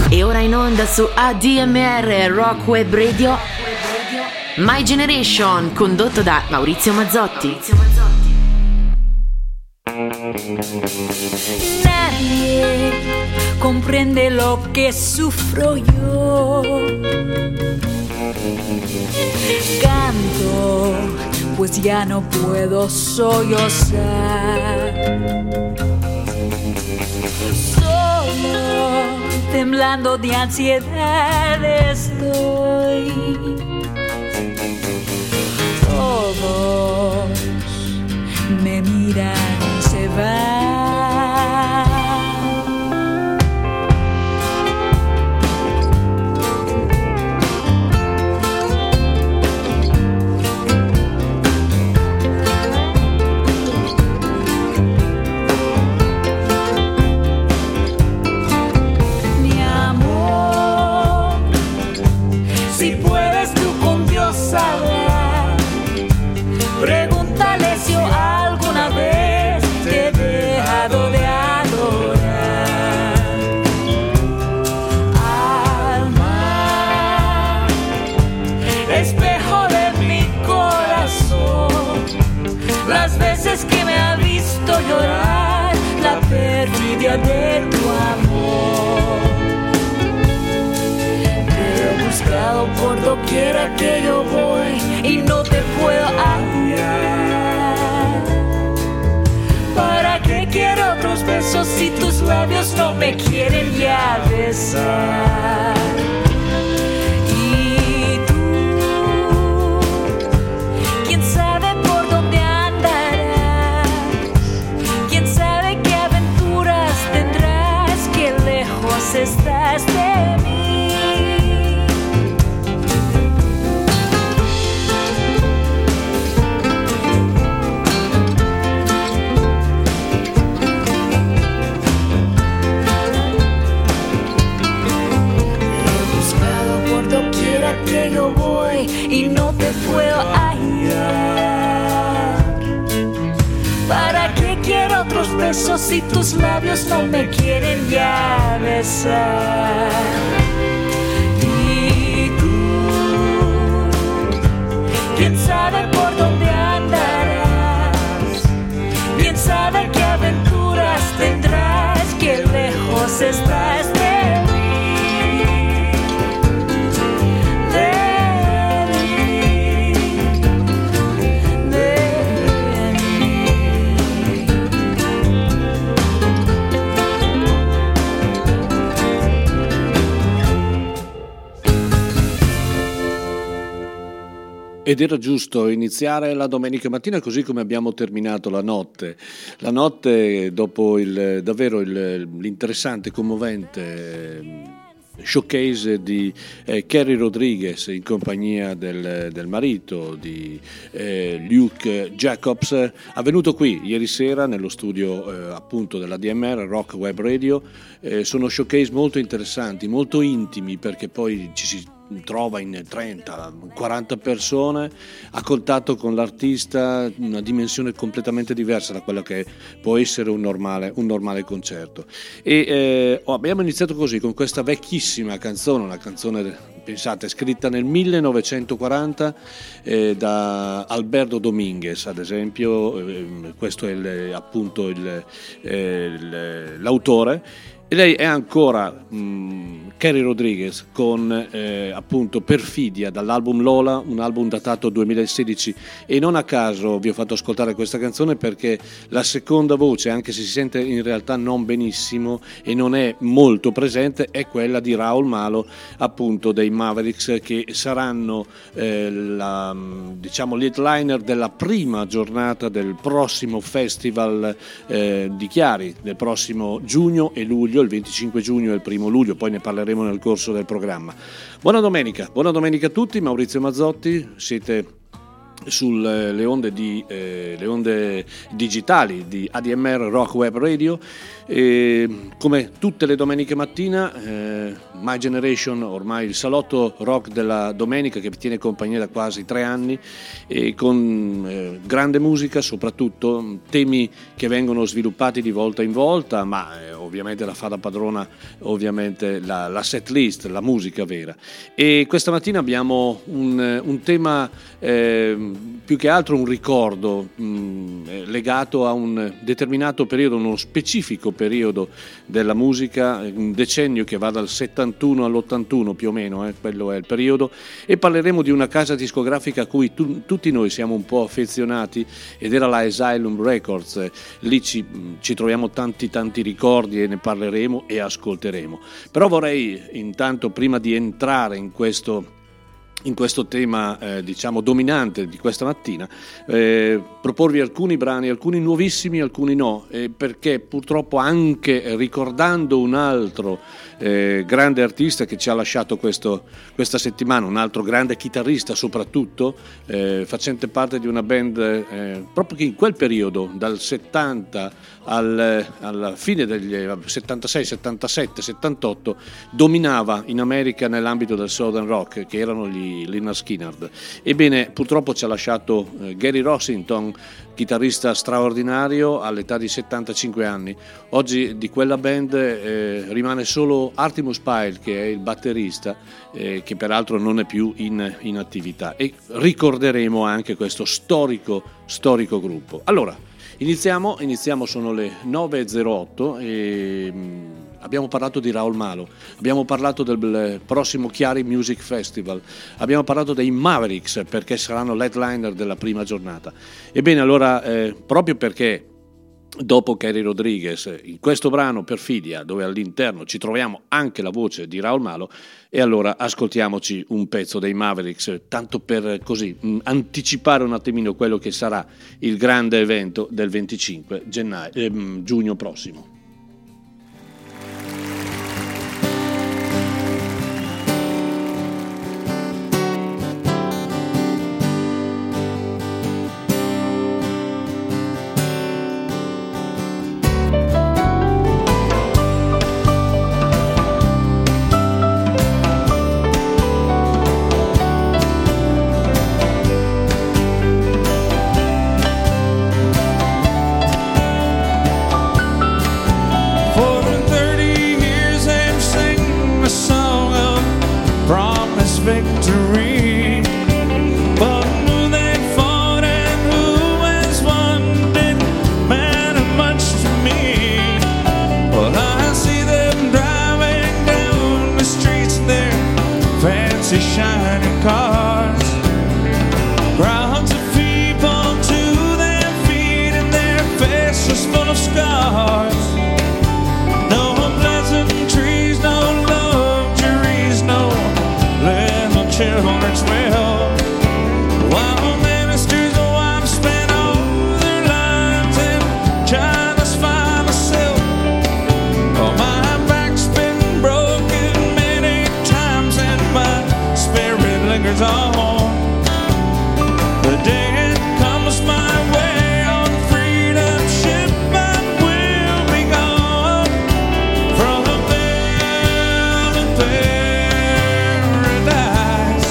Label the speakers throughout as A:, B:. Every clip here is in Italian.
A: E ora in onda su ADMR Rock Web Radio My Generation, condotto da Maurizio Mazzotti.
B: Nadie comprende lo que sufro yo. Canto, pues ya no puedo sollozar. Solo temblando de ansiedad estoy. Todos me miran y se van. Mi amor, si puedes tú con Dios hablar, pregúntale si yo alguna vez te he dejado de adorar. Alma, espejo de mi corazón, las veces que me ha visto llorar, la perfidia de tu amor. Te he buscado por doquiera que yo voy y no te puedo hallar. ¿Para qué quiero otros besos si tus labios no me quieren ya besar? Y tú, quién sabe por dónde andarás, quién sabe qué aventuras tendrás, qué lejos estás de mí. Que yo voy y no te puedo hallar. ¿Para qué quiero otros besos si tus labios no me quieren ya besar? Y tú, quién sabe por dónde andarás, quién sabe qué aventuras tendrás, qué lejos estás de mí.
C: Ed era giusto iniziare la domenica mattina così come abbiamo terminato la notte. La notte dopo l'interessante, commovente showcase di Kerry Rodriguez in compagnia del marito di Luke Jacobs, avvenuto qui ieri sera nello studio appunto della DMR Rock Web Radio. Sono showcase molto interessanti, molto intimi, perché poi ci si trova in 30-40 persone a contatto con l'artista, una dimensione completamente diversa da quella che può essere un normale concerto. E abbiamo iniziato così con questa vecchissima canzone, una canzone, pensate, scritta nel 1940 da Alberto Dominguez, ad esempio. Questo è appunto l'autore. E lei è ancora Kerry Rodriguez con appunto Perfidia, dall'album Lola, un album datato 2016, e non a caso vi ho fatto ascoltare questa canzone perché la seconda voce, anche se si sente in realtà non benissimo e non è molto presente, è quella di Raul Malo, appunto dei Mavericks, che saranno l'headliner della prima giornata del prossimo festival di Chiari, del prossimo giugno e luglio. Il 25 giugno e il 1 luglio, poi ne parleremo nel corso del programma. Buona domenica a tutti, Maurizio Mazzotti, siete sulle onde digitali di ADMR Rock Web Radio. Come tutte le domeniche mattina, My Generation, ormai il salotto rock della domenica che tiene compagnia da quasi 3 anni, e con grande musica, soprattutto temi che vengono sviluppati di volta in volta, ma ovviamente la fa da padrona ovviamente la set list, la musica vera. E questa mattina abbiamo un tema, più che altro un ricordo legato a un determinato periodo, uno specifico periodo della musica, un decennio che va dal 71 all'81 più o meno, quello è il periodo, e parleremo di una casa discografica a cui tutti noi siamo un po' affezionati, ed era la Asylum Records. Lì ci troviamo tanti ricordi e ne parleremo e ascolteremo. Però vorrei intanto, prima di entrare in questo tema diciamo dominante di questa mattina, proporvi alcuni brani, alcuni nuovissimi, alcuni no, perché purtroppo anche ricordando un altro grande artista che ci ha lasciato questa settimana, un altro grande chitarrista soprattutto, facente parte di una band proprio che in quel periodo, dal 70 alla fine degli 76, 77, 78, dominava in America nell'ambito del Southern Rock, che erano gli Lynyrd Skynyrd. Ebbene, purtroppo ci ha lasciato Gary Rossington, chitarrista straordinario all'età di 75 anni. Oggi di quella band rimane solo Artemus Pyle, che è il batterista, che peraltro non è più in attività, e ricorderemo anche questo storico gruppo. Allora, iniziamo, sono le 9.08 e abbiamo parlato di Raul Malo, abbiamo parlato del prossimo Chiari Music Festival, abbiamo parlato dei Mavericks perché saranno l'headliner della prima giornata. Ebbene, allora, proprio perché dopo Kerry Rodriguez, in questo brano Perfidia, dove all'interno ci troviamo anche la voce di Raul Malo, e allora ascoltiamoci un pezzo dei Mavericks, tanto per così anticipare un attimino quello che sarà il grande evento del 25 giugno prossimo.
B: Victory, but who they fought and who has won didn't matter much to me. Well, I see them driving down the streets in their fancy shiny cars, crowds of people to their feet and their faces full of scars. No pleasantries, no luxuries, no children's will. While ministers' wives spend all their lives in China's finest silk. Oh, my back's been broken many times and my spirit lingers on. The day it comes my way on freedom ship, I will be gone from there to paradise.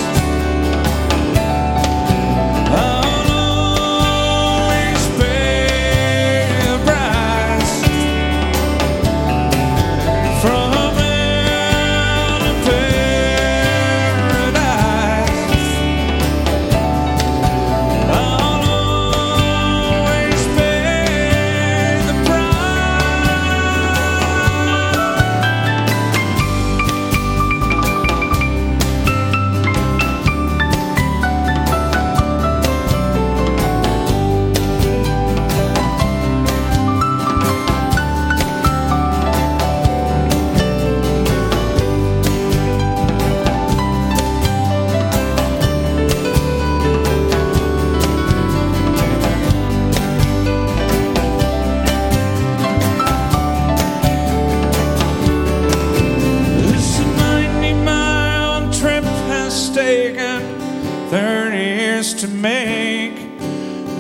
B: Taken 30 years to make.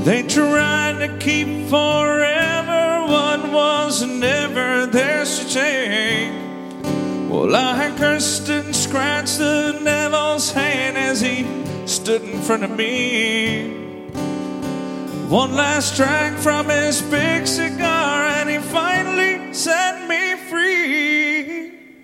B: They tried to keep forever what was never theirs to take. Well, I cursed and scratched the devil's hand as he stood in front of me. One last drag from his big cigar and he finally set me free.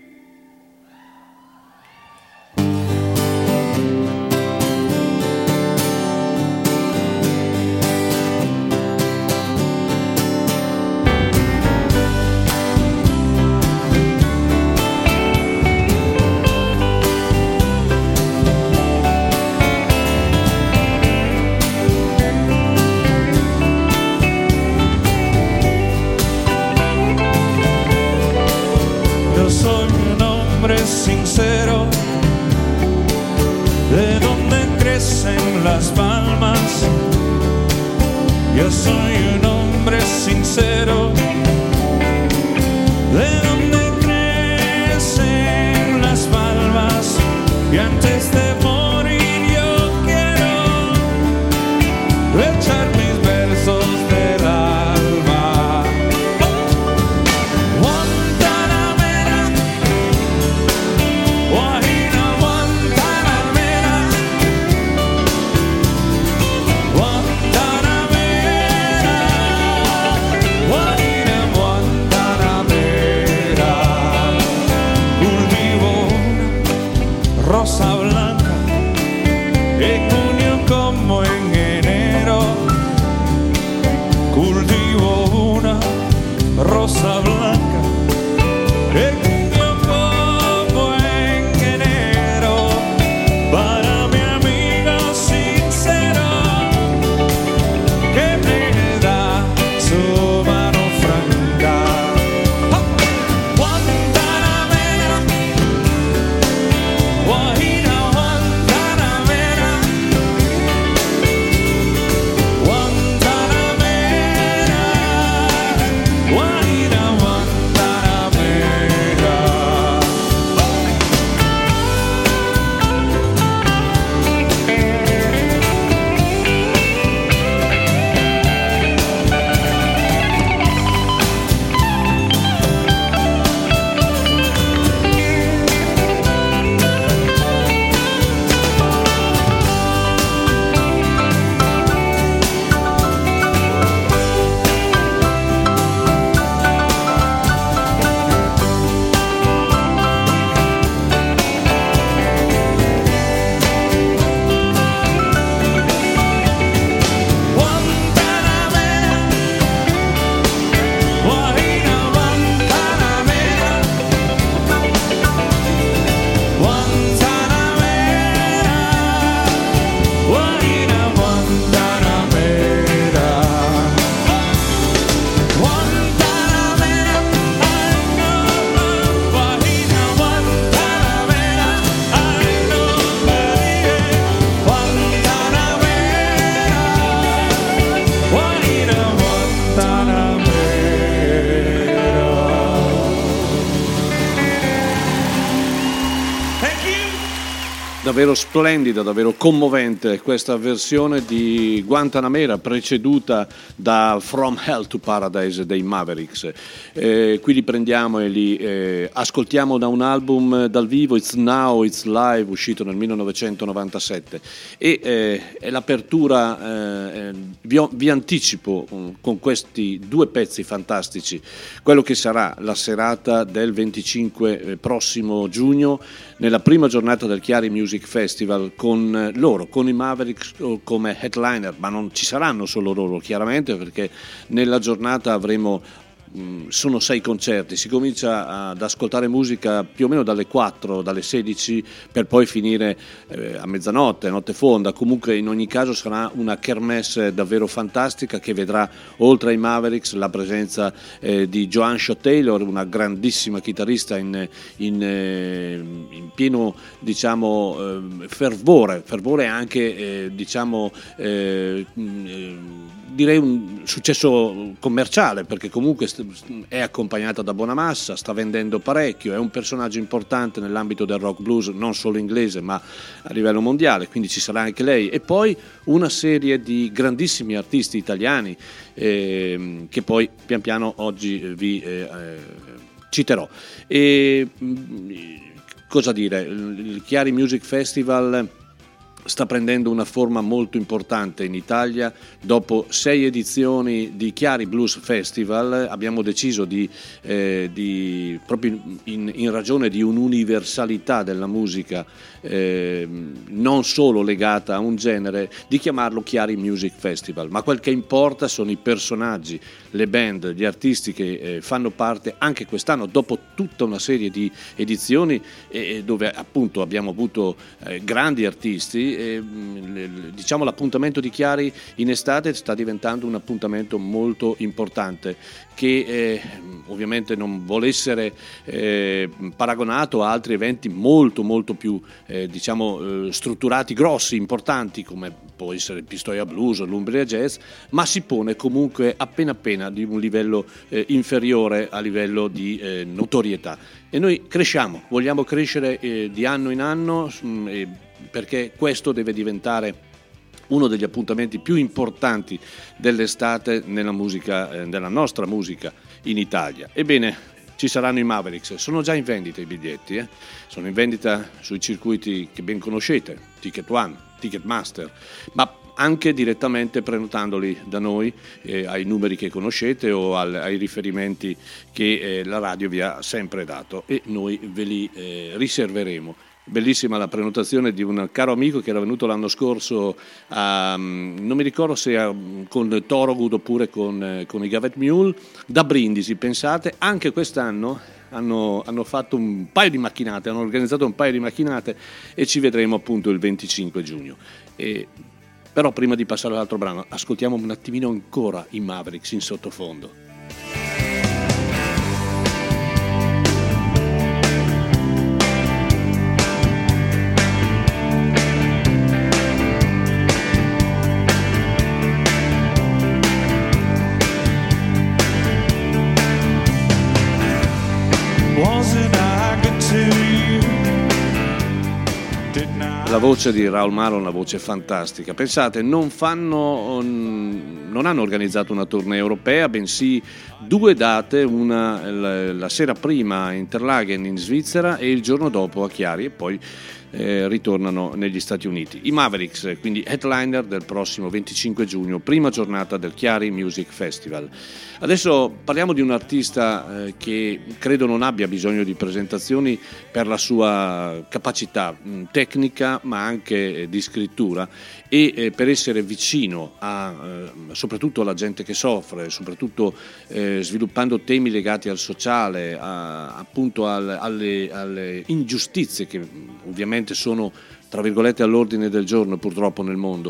B: Sincero, de donde crecen las palmas. Yo soy un hombre sincero, de donde crecen las palmas. Y antes de morir yo quiero echar mis versos del alma. Guantanamera, Guajira, Guantanamera, Guantanamera, Guajira, Guantanamera. Cultivo una rosa blanca en junio como en enero. Cultivo una rosa blanca en junio como en enero. Para mi amigo sincero que me da su mano franca. Guantanamera, Guajira, Guantanamera, Guantanamera, Guajira, Guantanamera.
C: Davvero splendida, davvero commovente questa versione di Guantanamera, preceduta da From Hell to Paradise dei Mavericks. Qui li prendiamo e li ascoltiamo da un album dal vivo, It's Now, It's Live, uscito nel 1997. E l'apertura, vi anticipo con questi due pezzi fantastici quello che sarà la serata del 25 prossimo giugno, nella prima giornata del Chiari Music Festival, con loro, con i Mavericks come headliner, ma non ci saranno solo loro chiaramente, perché nella giornata avremo sono 6 concerti, si comincia ad ascoltare musica più o meno dalle 4, dalle 16, per poi finire a mezzanotte, notte fonda. Comunque in ogni caso sarà una kermesse davvero fantastica, che vedrà, oltre ai Mavericks, la presenza di Joan Shaw Taylor, una grandissima chitarrista in pieno, diciamo, fervore anche, diciamo, direi un successo commerciale, perché comunque è accompagnata da buona massa, sta vendendo parecchio, è un personaggio importante nell'ambito del rock blues, non solo inglese ma a livello mondiale, quindi ci sarà anche lei. E poi una serie di grandissimi artisti italiani che poi pian piano oggi vi citerò. E cosa dire, il Chiari Music Festival sta prendendo una forma molto importante in Italia. Dopo 6 edizioni di Chiari Blues Festival abbiamo deciso proprio in ragione di un'universalità della musica non solo legata a un genere, di chiamarlo Chiari Music Festival. Ma quel che importa sono i personaggi, le band, gli artisti che fanno parte anche quest'anno, dopo tutta una serie di edizioni dove appunto abbiamo avuto grandi artisti. Diciamo l'appuntamento di Chiari in estate sta diventando un appuntamento molto importante, che ovviamente non vuole essere paragonato a altri eventi molto molto più strutturati, grossi, importanti, come può essere Pistoia Blues o l'Umbria Jazz, ma si pone comunque appena di un livello inferiore a livello di notorietà. E noi cresciamo, vogliamo crescere di anno in anno, perché questo deve diventare uno degli appuntamenti più importanti dell'estate nella musica, nella nostra musica in Italia. Ebbene, ci saranno i Mavericks, sono già in vendita i biglietti, sono in vendita sui circuiti che ben conoscete, Ticket One, Ticketmaster, ma anche direttamente prenotandoli da noi ai numeri che conoscete o ai riferimenti che la radio vi ha sempre dato, e noi ve li riserveremo. Bellissima la prenotazione di un caro amico che era venuto l'anno scorso non mi ricordo se con Thorogood oppure con i Gavet Mule, da Brindisi, pensate. Anche quest'anno hanno fatto un paio di macchinate, hanno organizzato un paio di macchinate, e ci vedremo appunto il 25 giugno. Però prima di passare all'altro brano, ascoltiamo un attimino ancora i Mavericks in sottofondo. La voce di Raul Malo è una voce fantastica. Pensate, non hanno organizzato una tournée europea, bensì 2 date, una la sera prima a Interlaken in Svizzera e il giorno dopo a Chiari, e poi ritornano negli Stati Uniti. I Mavericks, quindi headliner del prossimo 25 giugno, prima giornata del Chiari Music Festival. Adesso parliamo di un artista che credo non abbia bisogno di presentazioni per la sua capacità tecnica, ma anche di scrittura, e per essere vicino soprattutto alla gente che soffre, soprattutto sviluppando temi legati al sociale, appunto alle ingiustizie che ovviamente sono tra virgolette all'ordine del giorno purtroppo nel mondo.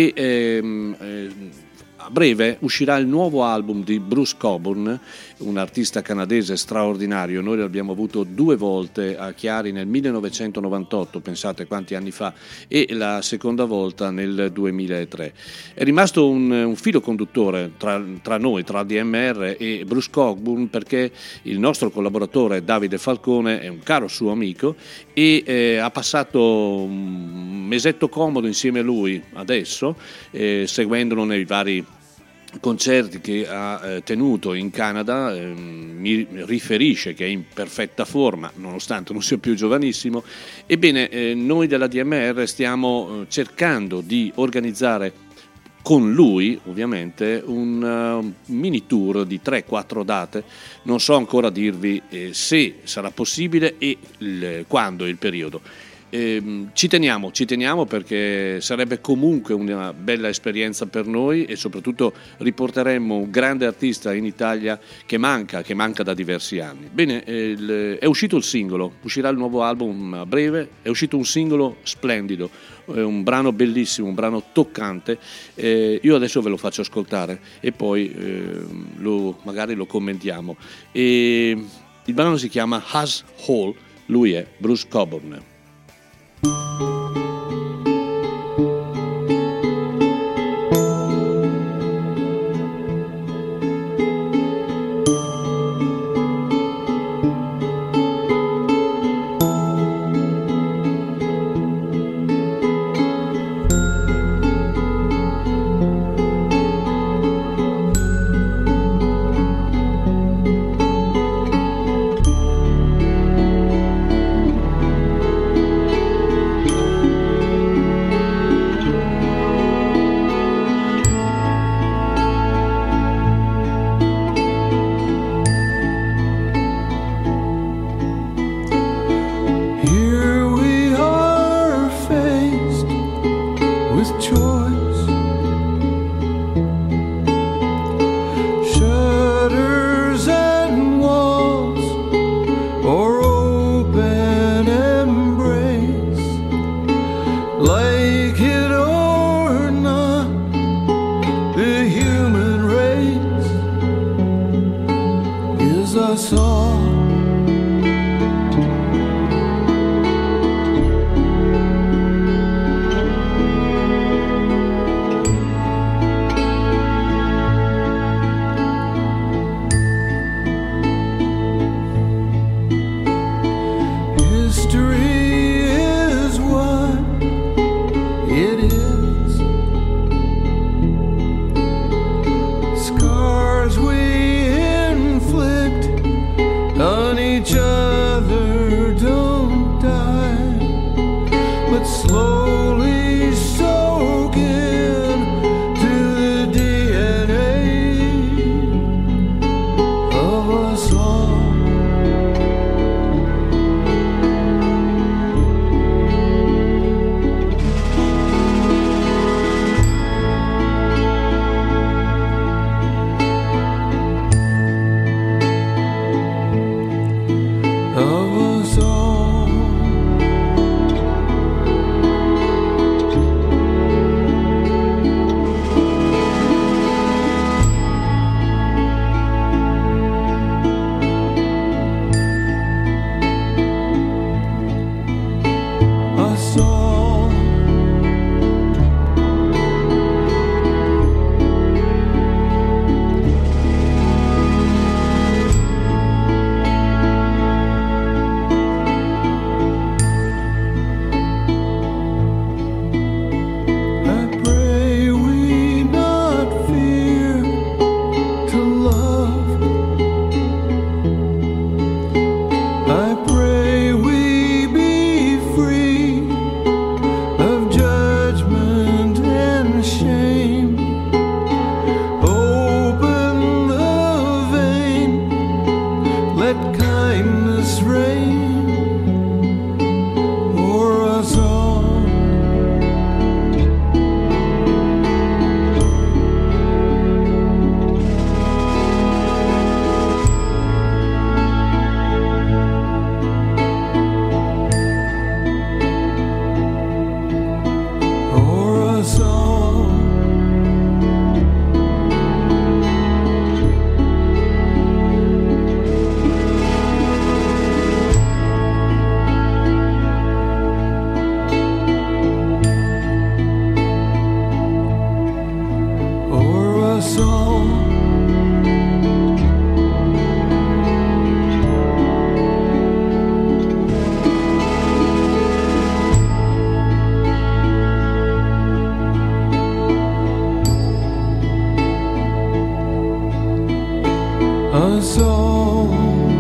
C: A breve uscirà il nuovo album di Bruce Cockburn, un artista canadese straordinario. Noi l'abbiamo avuto 2 volte a Chiari nel 1998, pensate quanti anni fa, e la seconda volta nel 2003. È rimasto un filo conduttore tra noi, tra DMR e Bruce Cockburn, perché il nostro collaboratore Davide Falcone è un caro suo amico e ha passato un mesetto comodo insieme a lui adesso, seguendolo nei vari concerti che ha tenuto in Canada. Mi riferisce che è in perfetta forma nonostante non sia più giovanissimo. Ebbene, noi della DMR stiamo cercando di organizzare con lui ovviamente un mini tour di 3-4 date. Non so ancora dirvi se sarà possibile e quando il periodo. Ci teniamo perché sarebbe comunque una bella esperienza per noi, e soprattutto riporteremmo un grande artista in Italia che manca da diversi anni. Bene, è uscito il singolo, uscirà il nuovo album a breve, è uscito un singolo splendido, un brano bellissimo, un brano toccante. Io adesso ve lo faccio ascoltare e poi magari lo commentiamo. Il brano si chiama Has Hall, lui è Bruce Cockburn.
D: slowly soak into the DNA of us all. Of us all. Us all. I pray we not fear to love. I pray we be free of judgment and shame. Open the vein, let kindness reign o'er us all. O'er us all. O'er us all. Us all.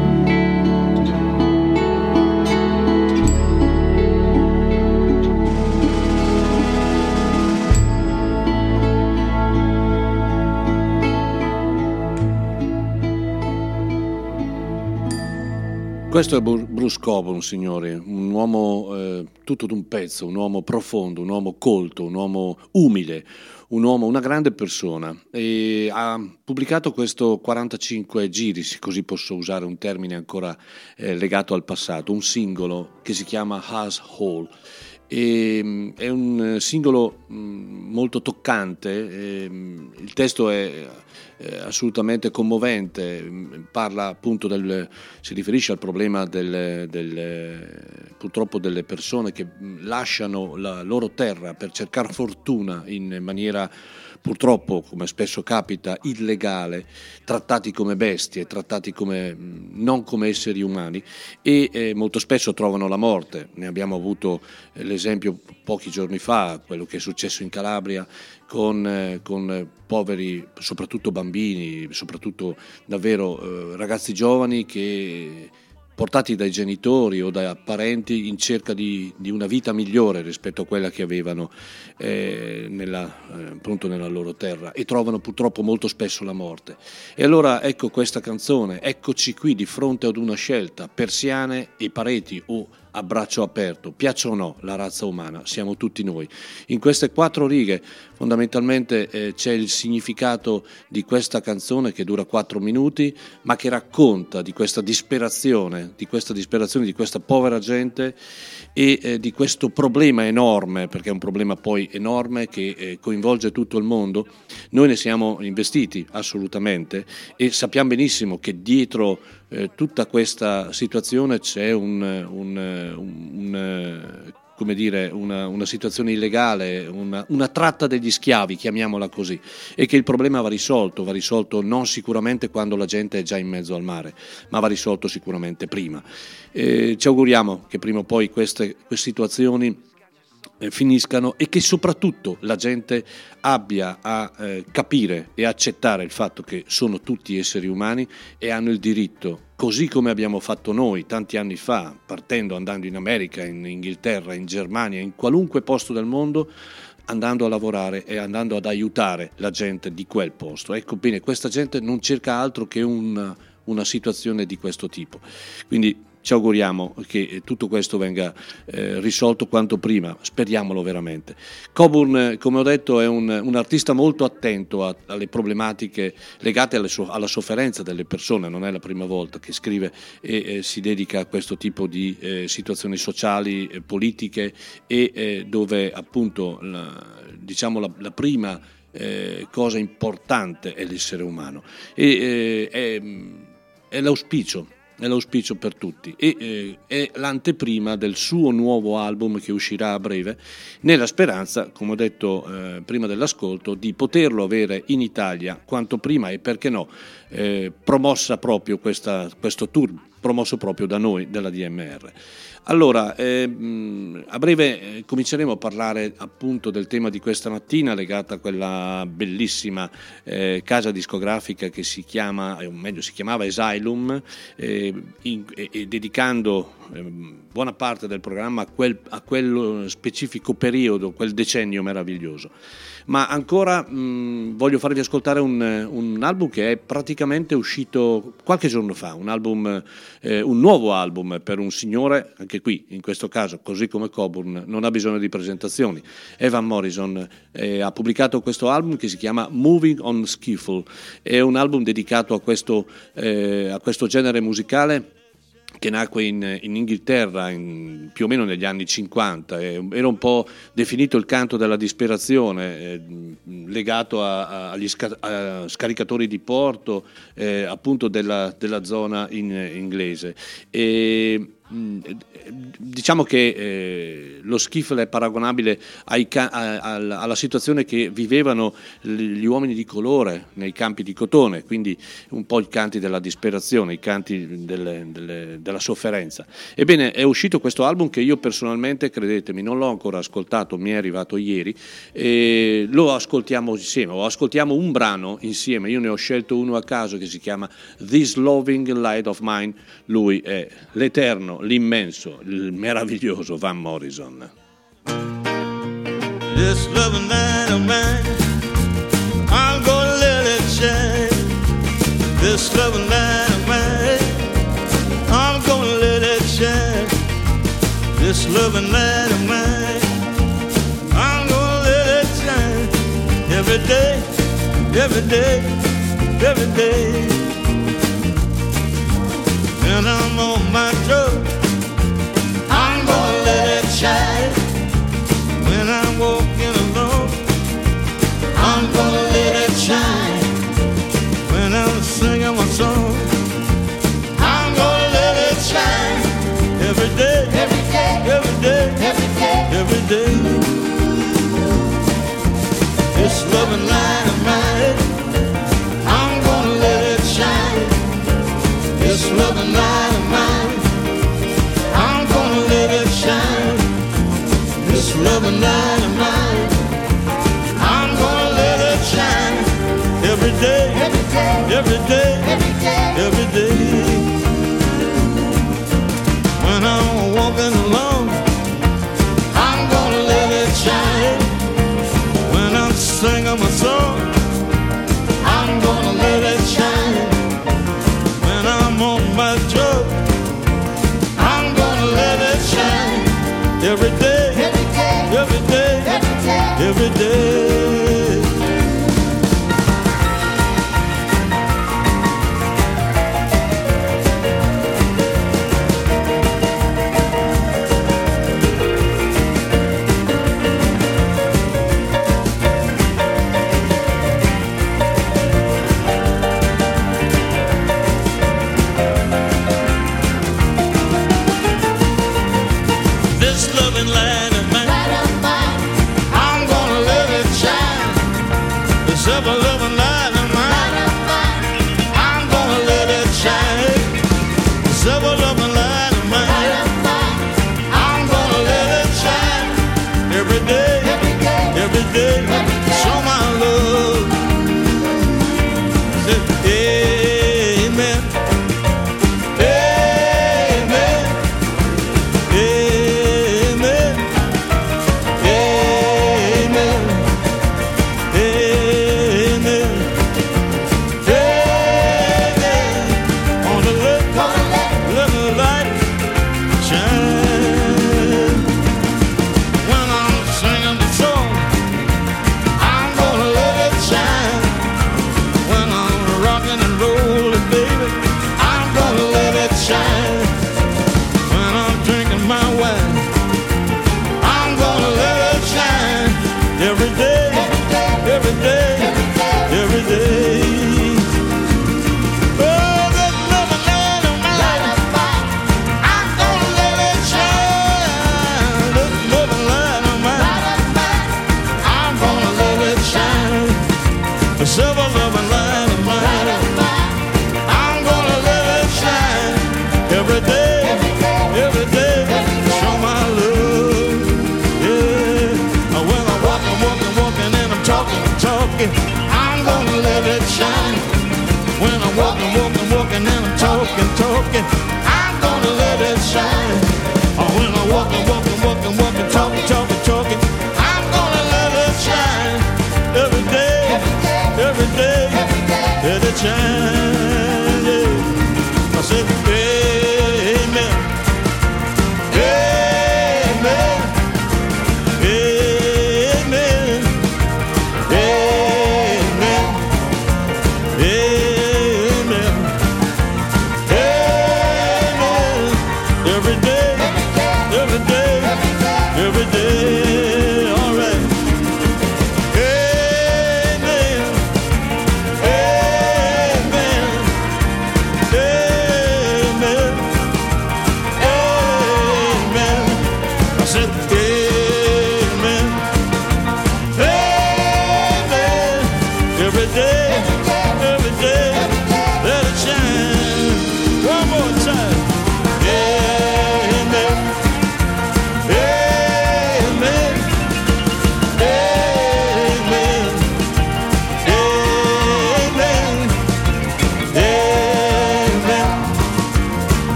C: Questo è Bruce Cockburn, signori, un uomo tutto d'un pezzo, un uomo profondo, un uomo colto, un uomo umile, un uomo, una grande persona, e ha pubblicato questo 45 giri, se così posso usare un termine ancora legato al passato, un singolo che si chiama As Whole. È un singolo molto toccante, il testo è assolutamente commovente, parla appunto si riferisce al problema purtroppo delle persone che lasciano la loro terra per cercare fortuna in maniera purtroppo, come spesso capita, illegale, trattati come bestie, trattati non come esseri umani, e molto spesso trovano la morte. Ne abbiamo avuto l'esempio pochi giorni fa, quello che è successo in Calabria con poveri, soprattutto bambini, soprattutto davvero ragazzi giovani che, portati dai genitori o da parenti in cerca di una vita migliore rispetto a quella che avevano appunto nella loro terra, e trovano purtroppo molto spesso la morte. E allora ecco questa canzone, eccoci qui di fronte ad una scelta: persiane e pareti o a braccio aperto, piaccia o no, la razza umana, siamo tutti noi. In queste 4 righe fondamentalmente c'è il significato di questa canzone, che dura 4 minuti, ma che racconta di questa disperazione, di questa povera gente e di questo problema enorme, perché è un problema poi enorme che coinvolge tutto il mondo. Noi ne siamo investiti assolutamente e sappiamo benissimo che dietro tutta questa situazione c'è una situazione illegale, una tratta degli schiavi, chiamiamola così, e che il problema va risolto non sicuramente quando la gente è già in mezzo al mare, ma va risolto sicuramente prima. Ci auguriamo che prima o poi queste situazioni finiscano e che soprattutto la gente abbia a capire e accettare il fatto che sono tutti esseri umani e hanno il diritto, così come abbiamo fatto noi tanti anni fa, andando in America, in Inghilterra, in Germania, in qualunque posto del mondo, andando a lavorare e andando ad aiutare la gente di quel posto. Ecco, bene, questa gente non cerca altro che una situazione di questo tipo. Quindi ci auguriamo che tutto questo venga risolto quanto prima, speriamolo veramente. Coburn, come ho detto, è un artista molto attento alle problematiche legate alla sofferenza delle persone, non è la prima volta che scrive e si dedica a questo tipo di situazioni sociali, politiche e dove appunto la prima cosa importante è l'essere umano è l'auspicio. È l'auspicio per tutti e è l'anteprima del suo nuovo album che uscirà a breve, nella speranza, come ho detto prima dell'ascolto, di poterlo avere in Italia quanto prima e perché no promossa proprio questo tour, promosso proprio da noi della DMR. Allora, a breve cominceremo a parlare appunto del tema di questa mattina, legata a quella bellissima casa discografica che si chiamava Asylum, dedicando buona parte del programma a quello specifico periodo, quel decennio meraviglioso. Ma ancora voglio farvi ascoltare un album che è praticamente uscito qualche giorno fa, un nuovo album per un signore, anche qui in questo caso, così come Coburn, non ha bisogno di presentazioni. Van Morrison ha pubblicato questo album che si chiama Moving on Skiffle, è un album dedicato a questo genere musicale che nacque in Inghilterra più o meno negli anni 50, era un po' definito il canto della disperazione, legato agli scaricatori di porto appunto della zona inglese. Diciamo che lo skiffle è paragonabile alla situazione che vivevano gli uomini di colore nei campi di cotone, quindi un po' i canti della disperazione, i canti della sofferenza. Ebbene, è uscito questo album che io personalmente, credetemi, non l'ho ancora ascoltato, mi è arrivato ieri, e lo ascoltiamo insieme, o ascoltiamo un brano insieme. Io ne ho scelto uno a caso che si chiama This Loving Light of Mine. Lui è l'eterno, l'immenso, il meraviglioso Van Morrison.
B: This loving light of mine, I'm gonna let it shine. This loving light of mine, I'm gonna let it shine. This loving light of mine, I'm gonna let it shine. Every day, every day, every day. When I'm on my road, I'm gonna let it shine. When I'm walking alone, I'm gonna let it shine. When I'm singing my song, I'm gonna let it shine. Every day, every day, every day, every day, every day. This loving light of mine, I'm gonna let it shine. This loving light of mine, I'm gonna let it shine. This loving light of mine, I'm gonna let it shine. Every day, every day, every day, every day, every day. When I'm walking alone, I'm gonna let it shine. When I'm singing my song, I'm gonna let it shine. When I'm on my job, I'm gonna let it shine. Every day, every day, every day, every day, every day. Every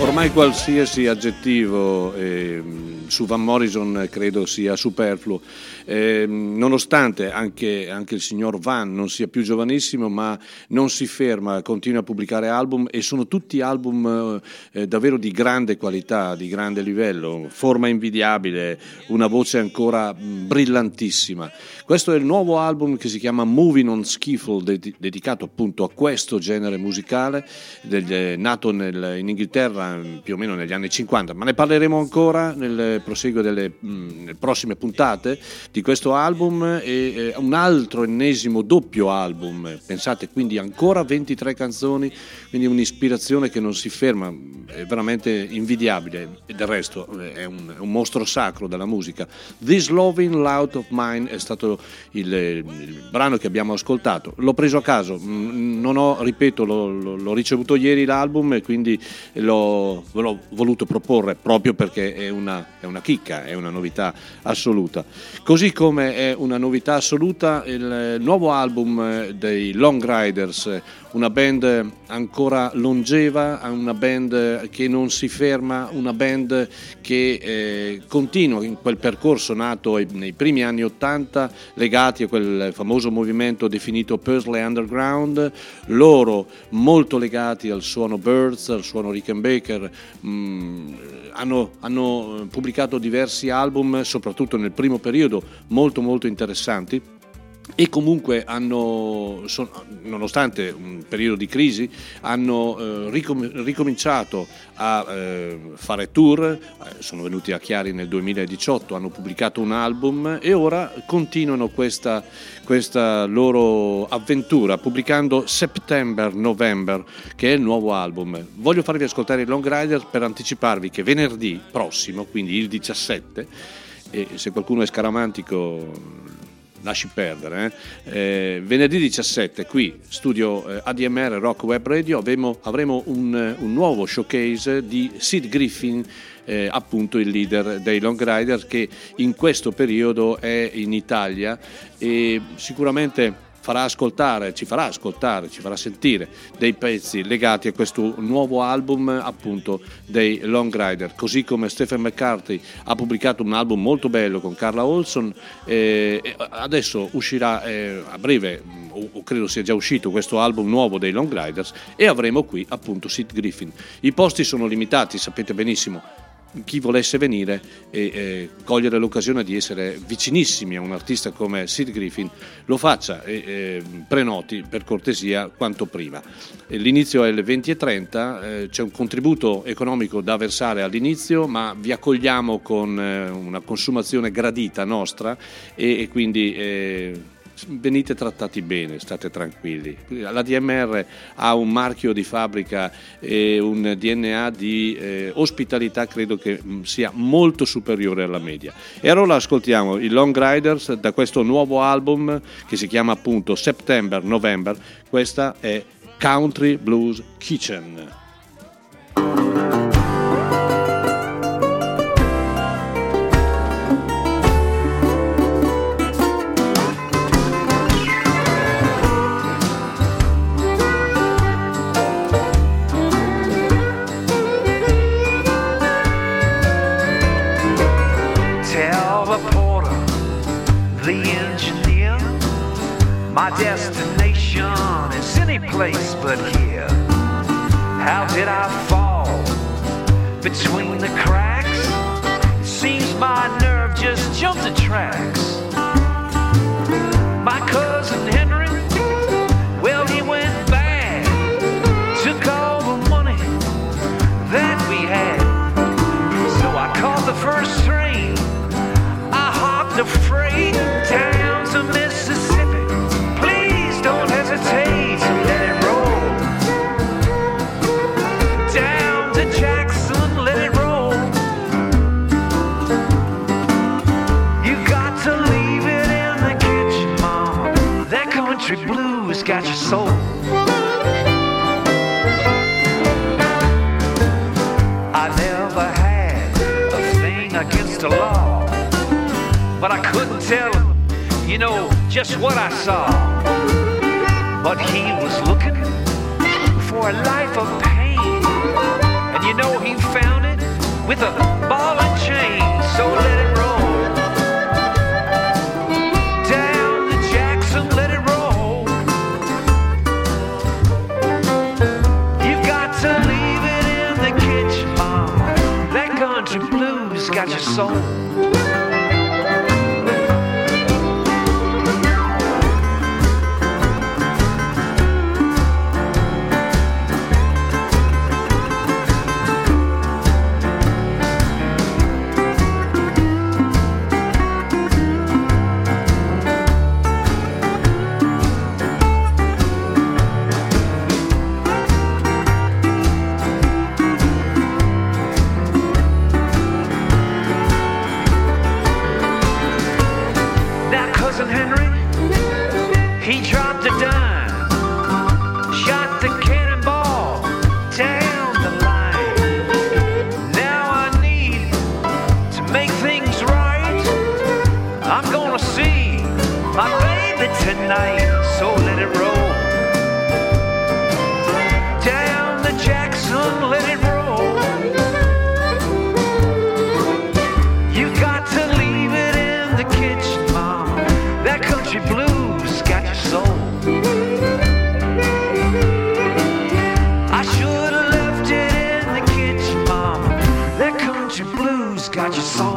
C: Ormai qualsiasi aggettivo su Van Morrison credo sia superfluo, nonostante anche il signor Van non sia più giovanissimo, ma non si ferma, continua a pubblicare album e sono tutti album davvero di grande qualità, di grande livello, forma invidiabile, una voce ancora brillantissima. Questo è il nuovo album che si chiama Moving on Skiffle, dedicato appunto a questo genere musicale, nato in Inghilterra più o meno negli anni 50, ma ne parleremo ancora nel proseguo delle prossime puntate di questo album. E un altro ennesimo doppio album, pensate, quindi ancora 23 canzoni, quindi un'ispirazione che non si ferma, è veramente invidiabile, e del resto è un mostro sacro della musica. This Loving Loud of Mine è stato il brano che abbiamo ascoltato. L'ho preso a caso, non ho, ripeto, l'ho ricevuto ieri l'album e quindi l'ho voluto proporre proprio perché è una chicca, è una novità assoluta. Così come è una novità assoluta il nuovo album dei Long Riders, una band ancora longeva, una band che non si ferma, una band che continua in quel percorso nato nei primi anni '80, legati a quel famoso movimento definito Paisley Underground, loro molto legati al suono Byrds, al suono Rickenbacker, hanno pubblicato diversi album, soprattutto nel primo periodo, molto molto interessanti. E comunque nonostante un periodo di crisi, hanno ricominciato a fare tour, sono venuti a Chiari nel 2018, hanno pubblicato un album e ora continuano questa loro avventura pubblicando September November, che è il nuovo album. Voglio farvi ascoltare i Long Riders per anticiparvi che venerdì prossimo, quindi il 17, e se qualcuno è scaramantico lasci perdere, venerdì 17 qui studio ADMR Rock Web Radio avremo un nuovo showcase di Sid Griffin, appunto il leader dei Long Riders, che in questo periodo è in Italia e sicuramente ci farà sentire dei pezzi legati a questo nuovo album appunto dei Long Rider, così come Stephen McCarthy ha pubblicato un album molto bello con Carla Olson, adesso uscirà a breve, o credo sia già uscito, questo album nuovo dei Long Riders, e avremo qui appunto Sid Griffin. I posti sono limitati, sapete benissimo. Chi volesse venire e cogliere l'occasione di essere vicinissimi a un artista come Sid Griffin lo faccia e prenoti per cortesia quanto prima. L'inizio è alle 20:30, c'è un contributo economico da versare all'inizio, ma vi accogliamo con una consumazione gradita nostra e quindi venite trattati bene, state tranquilli. La DMR ha un marchio di fabbrica e un DNA di ospitalità, credo che sia molto superiore alla media. E allora ascoltiamo i Long Riders da questo nuovo album che si chiama appunto September November. Questa è Country Blues Kitchen.
E: My destination is any place but here. How did I fall between the cracks? It seems my nerve just jumped the tracks. My cousin Henry, well, he went bad, took all the money that we had. So I caught the first train, I hopped the freight down to Mississippi. Don't hesitate, let it roll down to Jackson, let it roll. You got to leave it in the kitchen, Mama. That country blues got your soul. I never had a thing against the law, but I couldn't tell him, you know, just what I saw. But he was looking for a life of pain, and you know he blues got your soul. He dropped a dime, shot the cannonball down the line. Now I need to make things right. I'm gonna see my baby tonight, so let it roll. Down the Jackson, let it roll. You got to leave it in the kitchen, Mom. That country blues got your soul. I should have left it in the kitchen, Mama. That country blues got your soul.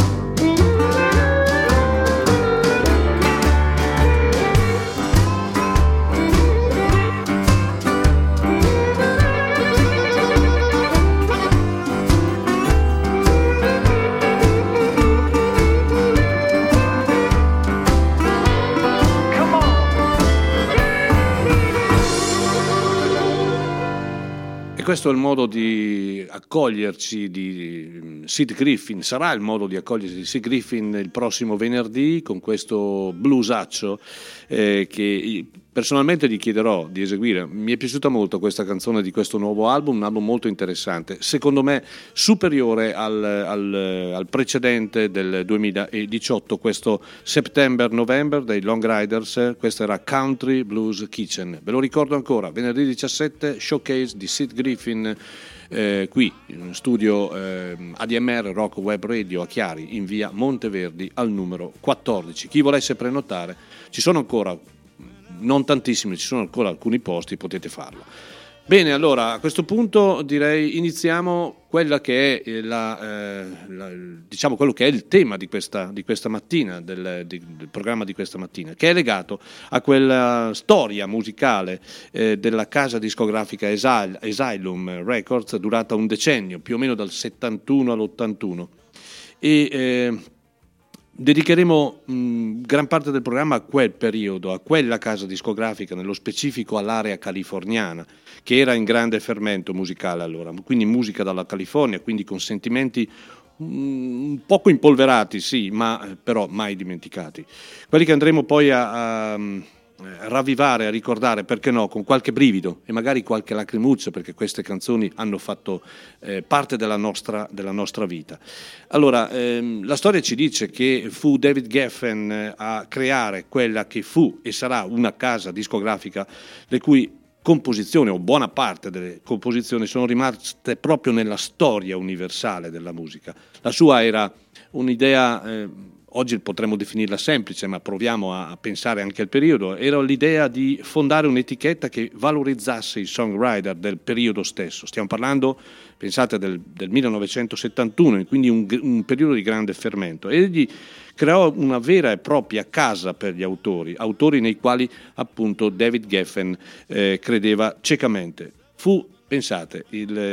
C: Questo è il modo di accoglierci di Sid Griffin, sarà il modo di accogliersi di Sid Griffin il prossimo venerdì con questo bluesaccio che personalmente gli chiederò di eseguire. Mi è piaciuta molto questa canzone di questo nuovo album, un album molto interessante, secondo me superiore al precedente del 2018, questo September-November dei Long Riders. Questo era Country Blues Kitchen, ve lo ricordo ancora, venerdì 17 showcase di Sid Griffin qui in studio ADMR Rock Web Radio a Chiari in via Monteverdi al numero 14. Chi volesse prenotare, ci sono ancora, non tantissimi, ci sono ancora alcuni posti, potete farlo. Bene, allora a questo punto direi iniziamo quella che è diciamo quello che è il tema di questa mattina, del programma di questa mattina, che è legato a quella storia musicale della casa discografica Asylum Records, durata un decennio, più o meno dal 71 all'81, e dedicheremo gran parte del programma a quel periodo, a quella casa discografica, nello specifico all'area californiana, che era in grande fermento musicale allora, quindi musica dalla California, quindi con sentimenti un poco impolverati, sì, ma però mai dimenticati. Quelli che andremo poi a ravvivare, a ricordare, perché no, con qualche brivido e magari qualche lacrimuccia, perché queste canzoni hanno fatto parte della nostra vita. Allora, la storia ci dice che fu David Geffen a creare quella che fu e sarà una casa discografica le cui composizioni, o buona parte delle composizioni, sono rimaste proprio nella storia universale della musica. La sua era un'idea, oggi potremmo definirla semplice, ma proviamo a pensare anche al periodo, era l'idea di fondare un'etichetta che valorizzasse i songwriter del periodo stesso. Stiamo parlando, pensate, del 1971, quindi un periodo di grande fermento. Egli creò una vera e propria casa per gli autori nei quali appunto David Geffen credeva ciecamente. Fu, pensate,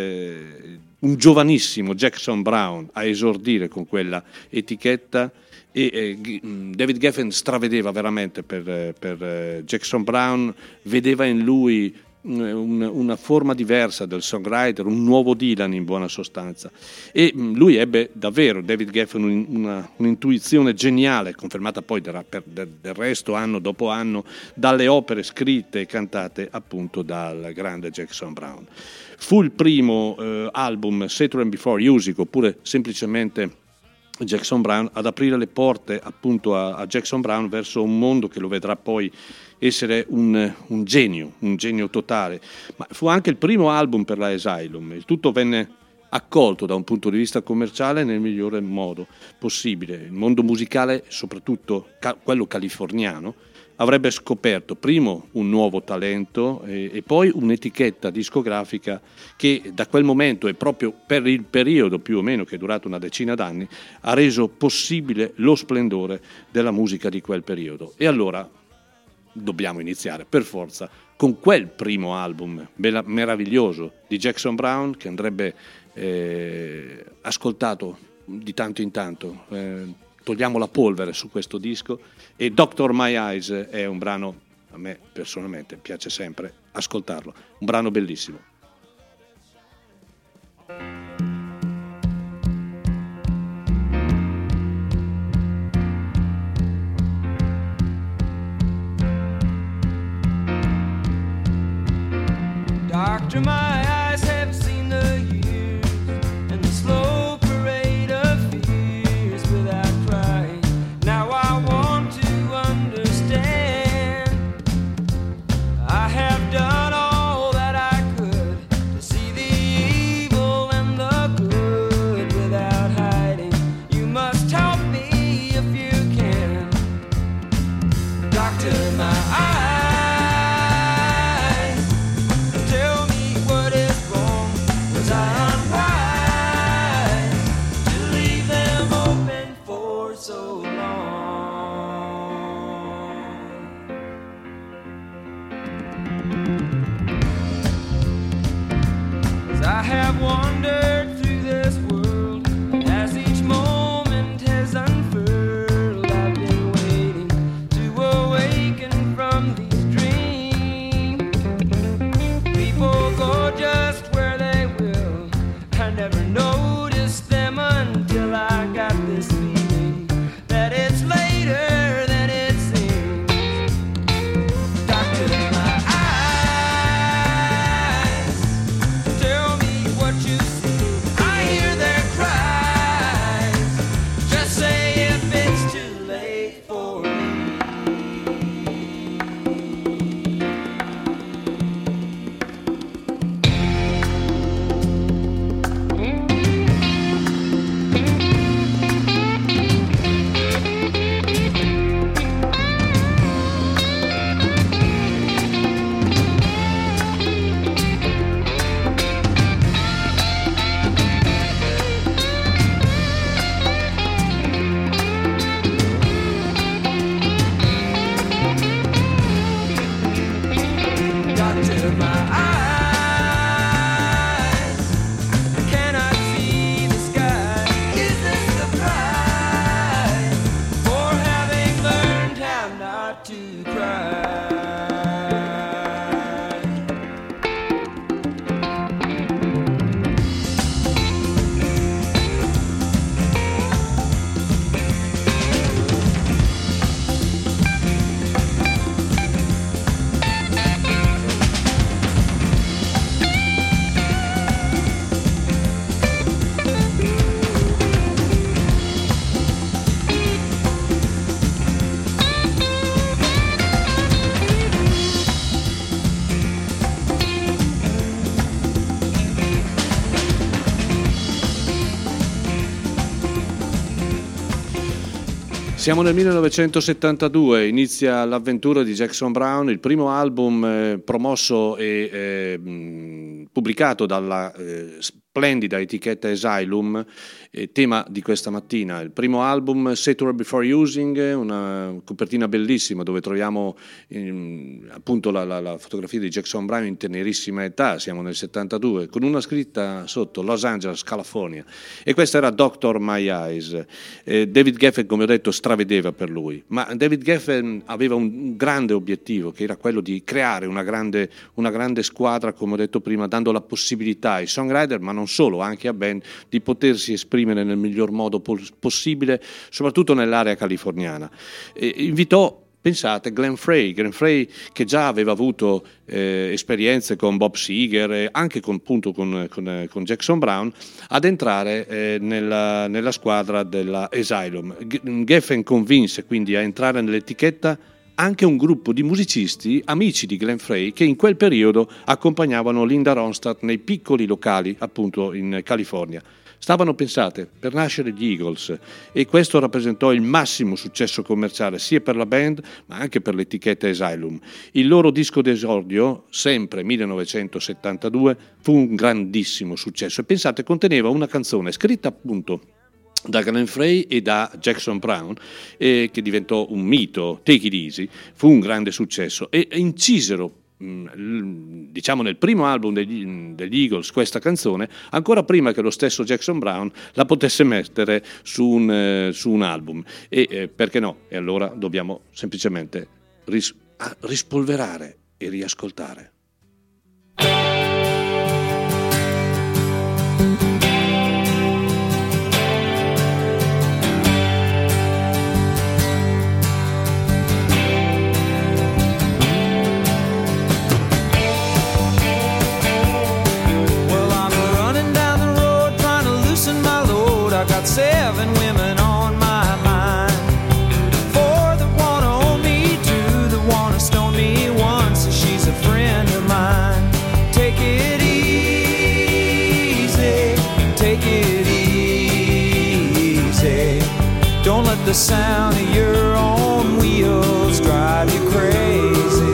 C: un giovanissimo Jackson Browne a esordire con quella etichetta, e David Geffen stravedeva veramente per Jackson Browne, vedeva in lui una forma diversa del songwriter, un nuovo Dylan in buona sostanza, e lui ebbe davvero, David Geffen, un'intuizione geniale, confermata poi del resto anno dopo anno dalle opere scritte e cantate appunto dal grande Jackson Browne. Fu il primo album, Saturn Before Music, oppure semplicemente Jackson Browne, ad aprire le porte appunto a Jackson Browne verso un mondo che lo vedrà poi essere un genio totale. Ma fu anche il primo album per la Asylum. Il tutto venne accolto da un punto di vista commerciale nel migliore modo possibile. Il mondo musicale, soprattutto quello californiano, avrebbe scoperto primo un nuovo talento e poi un'etichetta discografica che da quel momento e proprio per il periodo più o meno che è durato una decina d'anni ha reso possibile lo splendore della musica di quel periodo. E allora dobbiamo iniziare per forza con quel primo album meraviglioso di Jackson Browne, che andrebbe ascoltato di tanto in tanto. Togliamo la polvere su questo disco, e Doctor My Eyes è un brano, a me personalmente piace sempre ascoltarlo, un brano bellissimo.
F: Doctor, my eyes have seen the years and the slow parade of fears without crying. Now I want to understand. I have done all that I could to see the evil and the good without hiding. You must help me if you can. Doctor, my eyes. I have wandered through this world as each moment has unfurled. I've been waiting to awaken from these dreams. People go just where they will. I never noticed them until I got this feeling that it's later than it seems. Doctor, my you see, I hear their cries. Just say if it's too late for me.
C: Siamo nel 1972, inizia l'avventura di Jackson Browne, il primo album promosso e pubblicato dalla splendida etichetta Asylum, tema di questa mattina. Il primo album, Saturday Before Using, una copertina bellissima dove troviamo appunto la fotografia di Jackson Browne in tenerissima età, siamo nel 72, con una scritta sotto Los Angeles, California, e questa era Doctor My Eyes. David Geffen, come ho detto, stravedeva per lui, ma David Geffen aveva un grande obiettivo, che era quello di creare una grande squadra, come ho detto prima, dando la possibilità ai songwriter, ma non solo, anche a band, di potersi esprimere nel miglior modo possibile, soprattutto nell'area californiana. Invitò, pensate, Glenn Frey che già aveva avuto esperienze con Bob Seger, anche con Jackson Browne, ad entrare nella squadra della Asylum. Geffen convinse quindi a entrare nell'etichetta anche un gruppo di musicisti amici di Glenn Frey che in quel periodo accompagnavano Linda Ronstadt nei piccoli locali appunto in California. Stavano, pensate, per nascere gli Eagles, e questo rappresentò il massimo successo commerciale sia per la band ma anche per l'etichetta Asylum. Il loro disco d'esordio, sempre 1972, fu un grandissimo successo e pensate conteneva una canzone scritta appunto da Glenn Frey e da Jackson Browne, che diventò un mito, Take It Easy, fu un grande successo e incisero diciamo nel primo album degli Eagles questa canzone ancora prima che lo stesso Jackson Browne la potesse mettere su un album e perché no? E allora dobbiamo semplicemente rispolverare e riascoltare.
F: I got 7 women on my mind. 4 that wanna own me, 2 that wanna stone me, 1 says she's a friend of mine. Take it easy, take it easy. Don't let the sound of your own wheels drive you crazy.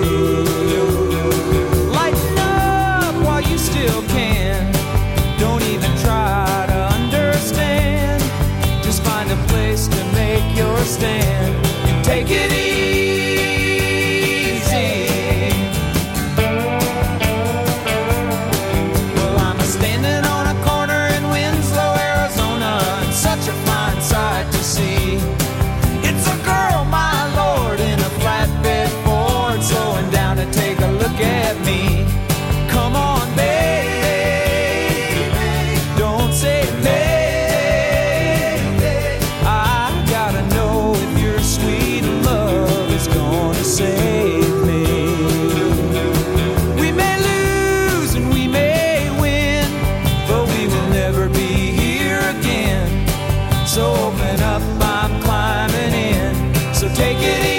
F: Lighten up while you still can. Don't even try to understand. Find a place to make your stand and take it easy. Well, I'm standing on a corner in Winslow, Arizona, and such a fine sight to see. It's a girl, my lord, in a flatbed Ford, slowing down to take a look at me. Come on, baby, don't say baby. Save me. We may lose and we may win, but we will never be here again. So open up, I'm climbing in. So take it easy.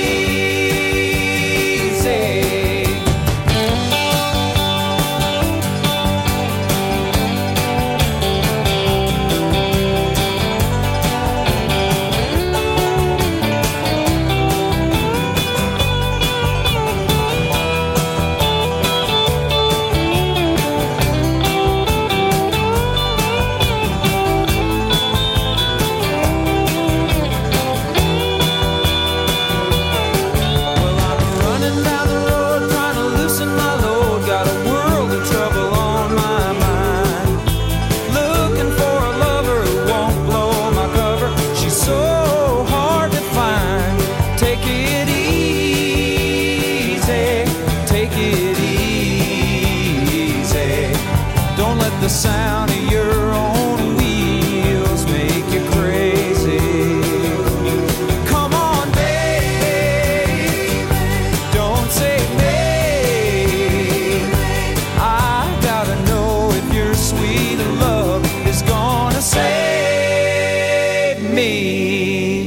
F: The sound of your own wheels make you crazy. Come on, baby, don't say maybe. I gotta know if your sweet love is gonna save me.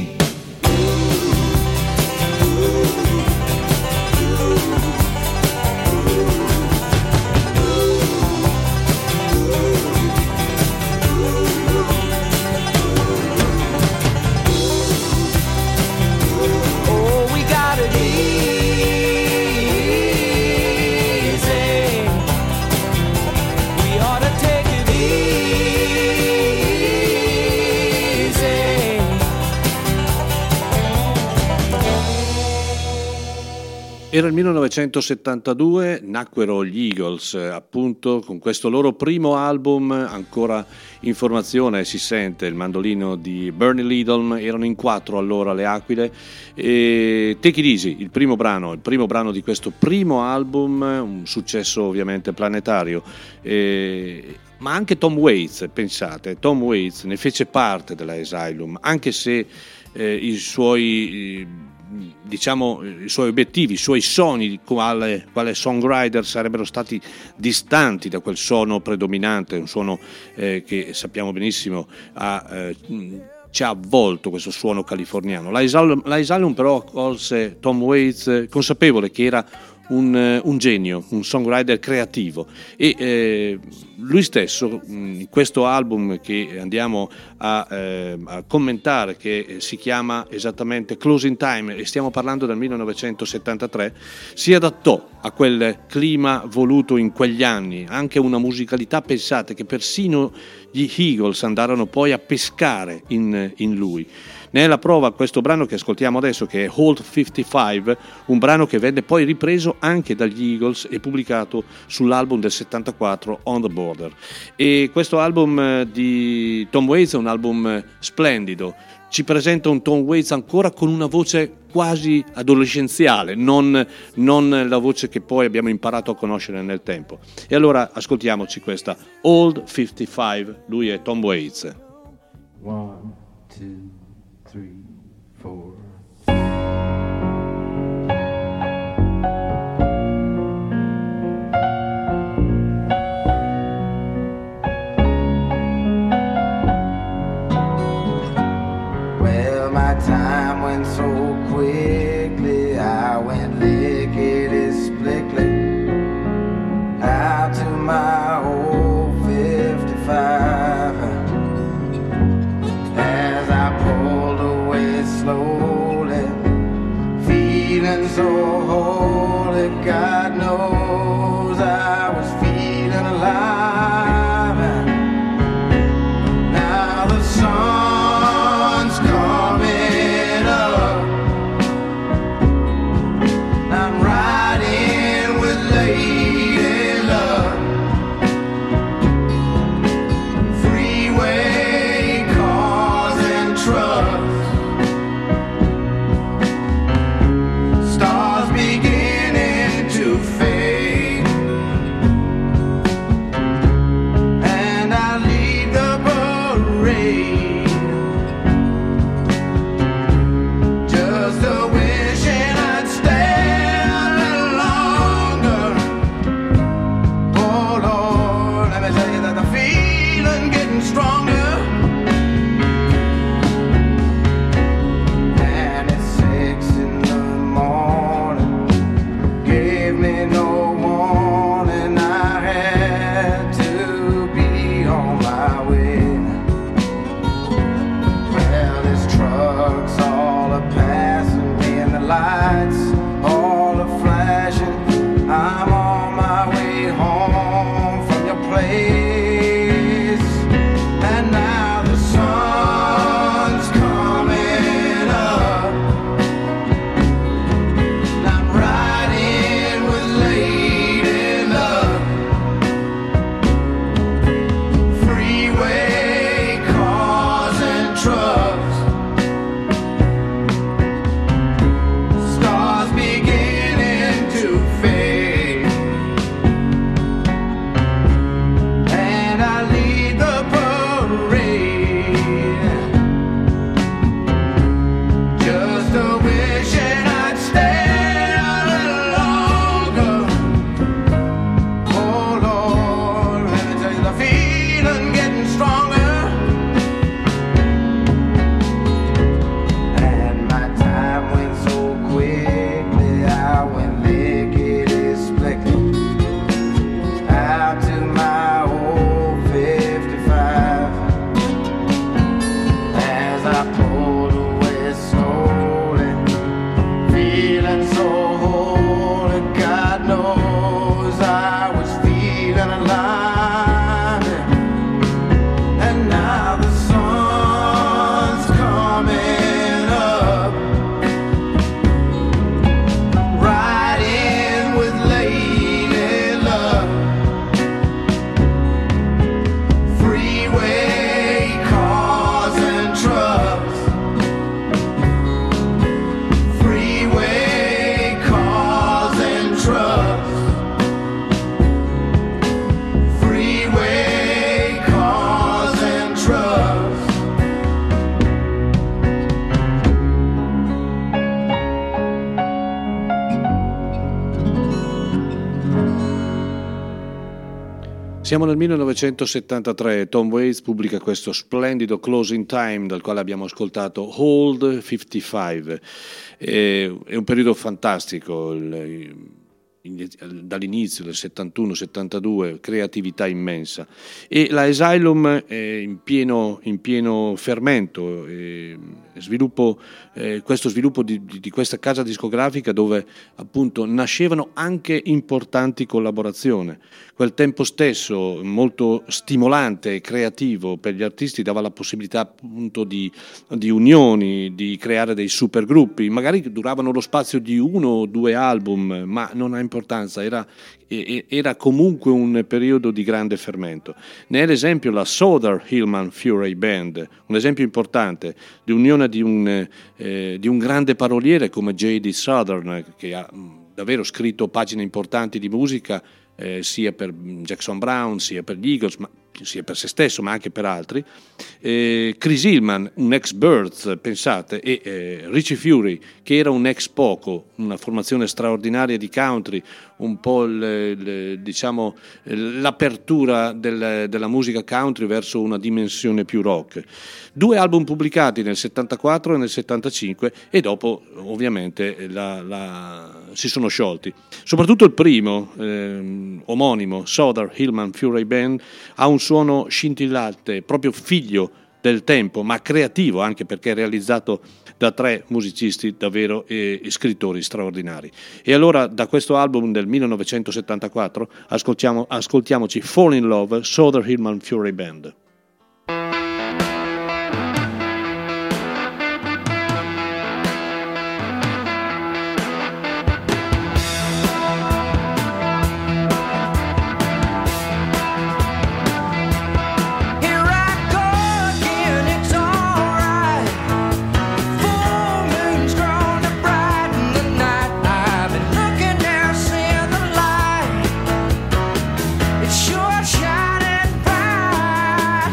C: Era il 1972, nacquero gli Eagles, appunto, con questo loro primo album, ancora in formazione, si sente il mandolino di Bernie Lidl, erano in 4 allora le Aquile, e Take It Easy, il primo brano di questo primo album, un successo ovviamente planetario, ma anche Tom Waits, pensate, Tom Waits ne fece parte della Asylum, anche se i suoi obiettivi, i suoi sogni quale songwriter sarebbero stati distanti da quel suono predominante, un suono che sappiamo benissimo ha ci ha avvolto questo suono californiano. L'Asylum però accolse Tom Waits consapevole che era un genio, un songwriter creativo, e lui stesso in questo album che andiamo a commentare, che si chiama esattamente Closing Time e stiamo parlando del 1973, si adattò a quel clima voluto in quegli anni, anche una musicalità, pensate che persino gli Eagles andarono poi a pescare in lui. Ne è la prova questo brano che ascoltiamo adesso, che è Old 55, un brano che venne poi ripreso anche dagli Eagles e pubblicato sull'album del 74 On the Border. E questo album di Tom Waits è un album splendido, ci presenta un Tom Waits ancora con una voce quasi adolescenziale, non la voce che poi abbiamo imparato a conoscere nel tempo. E allora ascoltiamoci questa Old 55, lui è Tom Waits.
D: 1, 2, 3, 4.
F: Well, my time went so quickly, I went lickety-splickly out to my old 55. As I pulled away slowly, feeling so holy, God knows I was feeling alive. Now the sun's coming up, I'm riding with Lady Luck. Freeway cars and trucks, stars beginning to fade, and I lead the parade, just a wishing I'd stay a little longer. Oh Lord, let me tell you that the feeling getting stronger. And it's 6 in the morning, gave me no warning, I had to be on my way. Well, this truck's all a passing me, and the lights all a flashing. I'm on my way home from your place, and now the sun's coming up, and I'm riding with Lady Luck. Freeway cars and trucks, stars beginning to fade, and I lead the parade, just a wishing I'd stay a little longer. Oh Lord, let me tell you the feeling getting stronger. And my time went so quickly, I went lickety-splickety out to my old 55.
C: Siamo nel 1973, Tom Waits pubblica questo splendido Closing Time dal quale abbiamo ascoltato Hold 55. È un periodo fantastico, dall'inizio del 71-72, creatività immensa, e la Asylum è in pieno fermento, questo sviluppo di questa casa discografica, dove appunto nascevano anche importanti collaborazioni. Quel tempo stesso molto stimolante e creativo per gli artisti dava la possibilità appunto di unioni, di creare dei supergruppi, magari duravano lo spazio di 1 o 2 album, ma non ha importanza, era comunque un periodo di grande fermento. Ne è l'esempio la Souther Hillman Furay Band, un esempio importante di unione di un grande paroliere come J.D. Southern, che ha davvero scritto pagine importanti di musica, sia per Jackson Browne, sia per gli Eagles, sia per se stesso ma anche per altri, Chris Hillman, un ex Birds, pensate, e Richie Furay, che era un ex Poco, una formazione straordinaria di country, un po' diciamo l'apertura della musica country verso una dimensione più rock. 2 album pubblicati nel 74 e nel 75, e dopo ovviamente si sono sciolti. Soprattutto il primo, omonimo, Souther Hillman Furay Band, ha un suono scintillante, proprio figlio del tempo, ma creativo, anche perché è realizzato da 3 musicisti davvero e scrittori straordinari. E allora da questo album del 1974 ascoltiamoci Fall in Love, Souther Hillman Furay Band.
F: Sure shining bright.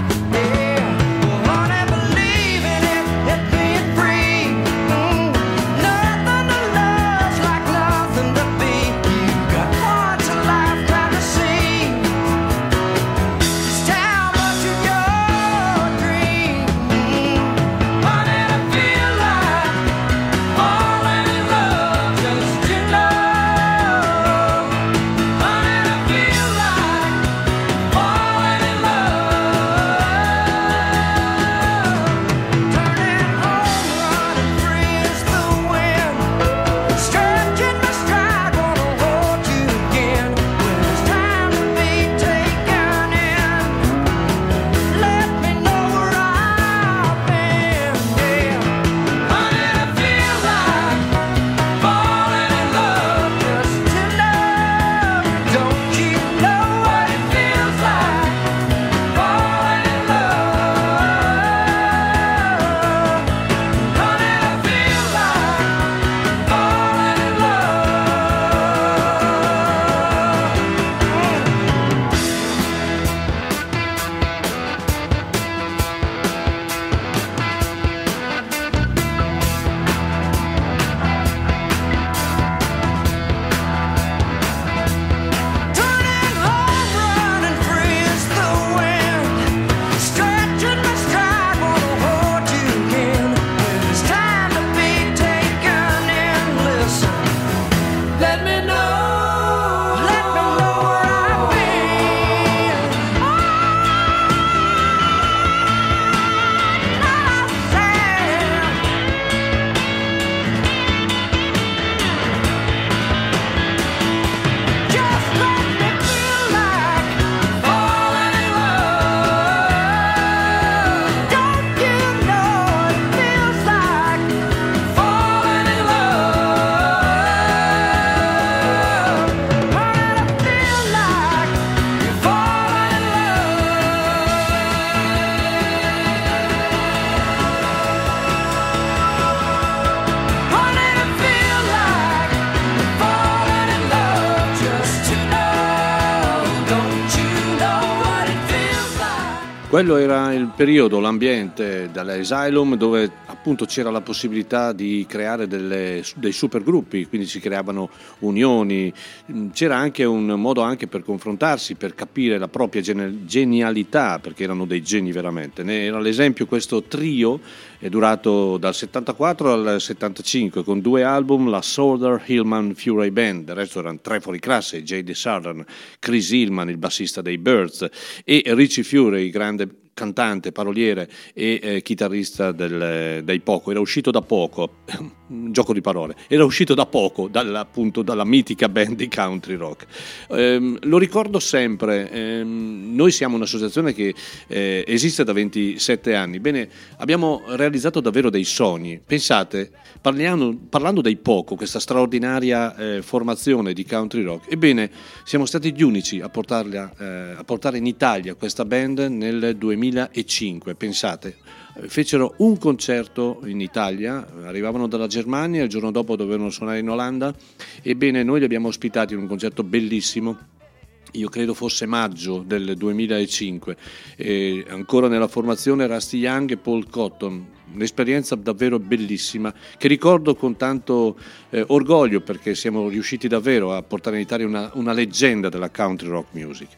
C: Quello era il periodo, l'ambiente dell'Asylum, dove appunto c'era la possibilità di creare dei supergruppi, quindi si creavano unioni, c'era anche un modo anche per confrontarsi, per capire la propria genialità, perché erano dei geni veramente. Ne era l'esempio questo trio, è durato dal 74 al 75 con 2 album, la Souther Hillman Furay Band, del resto erano 3 fuori classe, J.D. Southern, Chris Hillman, il bassista dei Byrds, e Richie Furay, grande cantante, paroliere e chitarrista dei Poco. Era uscito da poco, un gioco di parole, era uscito da poco appunto dalla mitica band di country rock. Lo ricordo sempre, noi siamo un'associazione che esiste da 27 anni. Bene, abbiamo realizzato davvero dei sogni. Pensate, parlando dei Poco, questa straordinaria formazione di country rock, ebbene siamo stati gli unici a portare in Italia questa band nel 2005. Pensate, fecero un concerto in Italia, arrivavano dalla Germania, il giorno dopo dovevano suonare in Olanda. Ebbene, noi li abbiamo ospitati in un concerto bellissimo, io credo fosse maggio del 2005, ancora nella formazione Rusty Young e Paul Cotton. Un'esperienza davvero bellissima che ricordo con tanto orgoglio, perché siamo riusciti davvero a portare in Italia una leggenda della country rock music.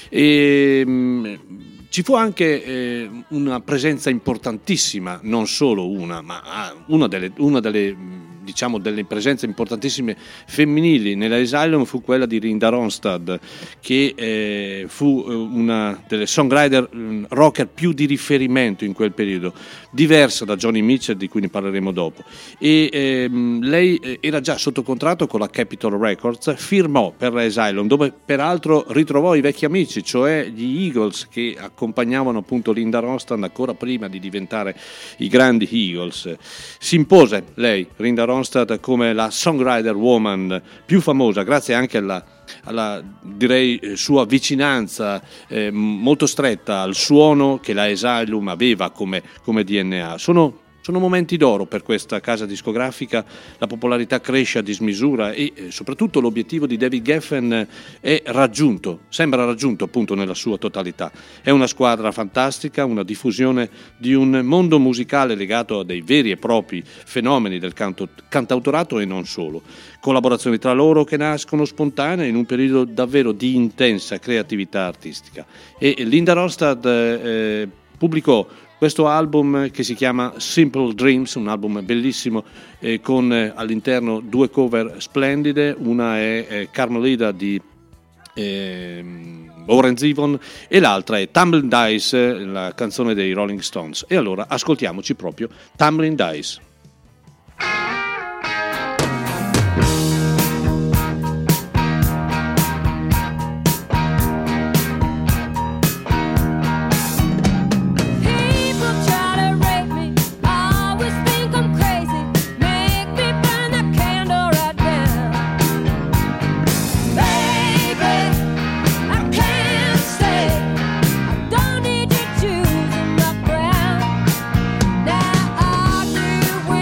C: Ci fu anche una presenza importantissima, non solo una, ma una delle diciamo delle presenze importantissime femminili nell'Asylum fu quella di Linda Ronstadt, che fu una delle songwriter rocker più di riferimento in quel periodo, diversa da Joni Mitchell, di cui ne parleremo dopo. E lei era già sotto contratto con la Capitol Records, firmò per l'Asylum, dove peraltro ritrovò i vecchi amici, cioè gli Eagles, che accompagnavano appunto Linda Ronstadt ancora prima di diventare i grandi Eagles. Si impose lei, Linda Ronstadt, come la songwriter woman più famosa, grazie anche alla direi sua vicinanza molto stretta al suono che la Asylum aveva come DNA. Sono momenti d'oro per questa casa discografica, la popolarità cresce a dismisura e soprattutto l'obiettivo di David Geffen sembra raggiunto appunto nella sua totalità. È una squadra fantastica, una diffusione di un mondo musicale legato a dei veri e propri fenomeni del cantautorato e non solo. Collaborazioni tra loro che nascono spontanee in un periodo davvero di intensa creatività artistica. E Linda Ronstadt pubblicò questo album che si chiama Simple Dreams, un album bellissimo con all'interno 2 cover splendide, una è Carmelita di Warren Zevon e l'altra è Tumbling Dice, la canzone dei Rolling Stones. E allora ascoltiamoci proprio Tumbling Dice.
G: Now I do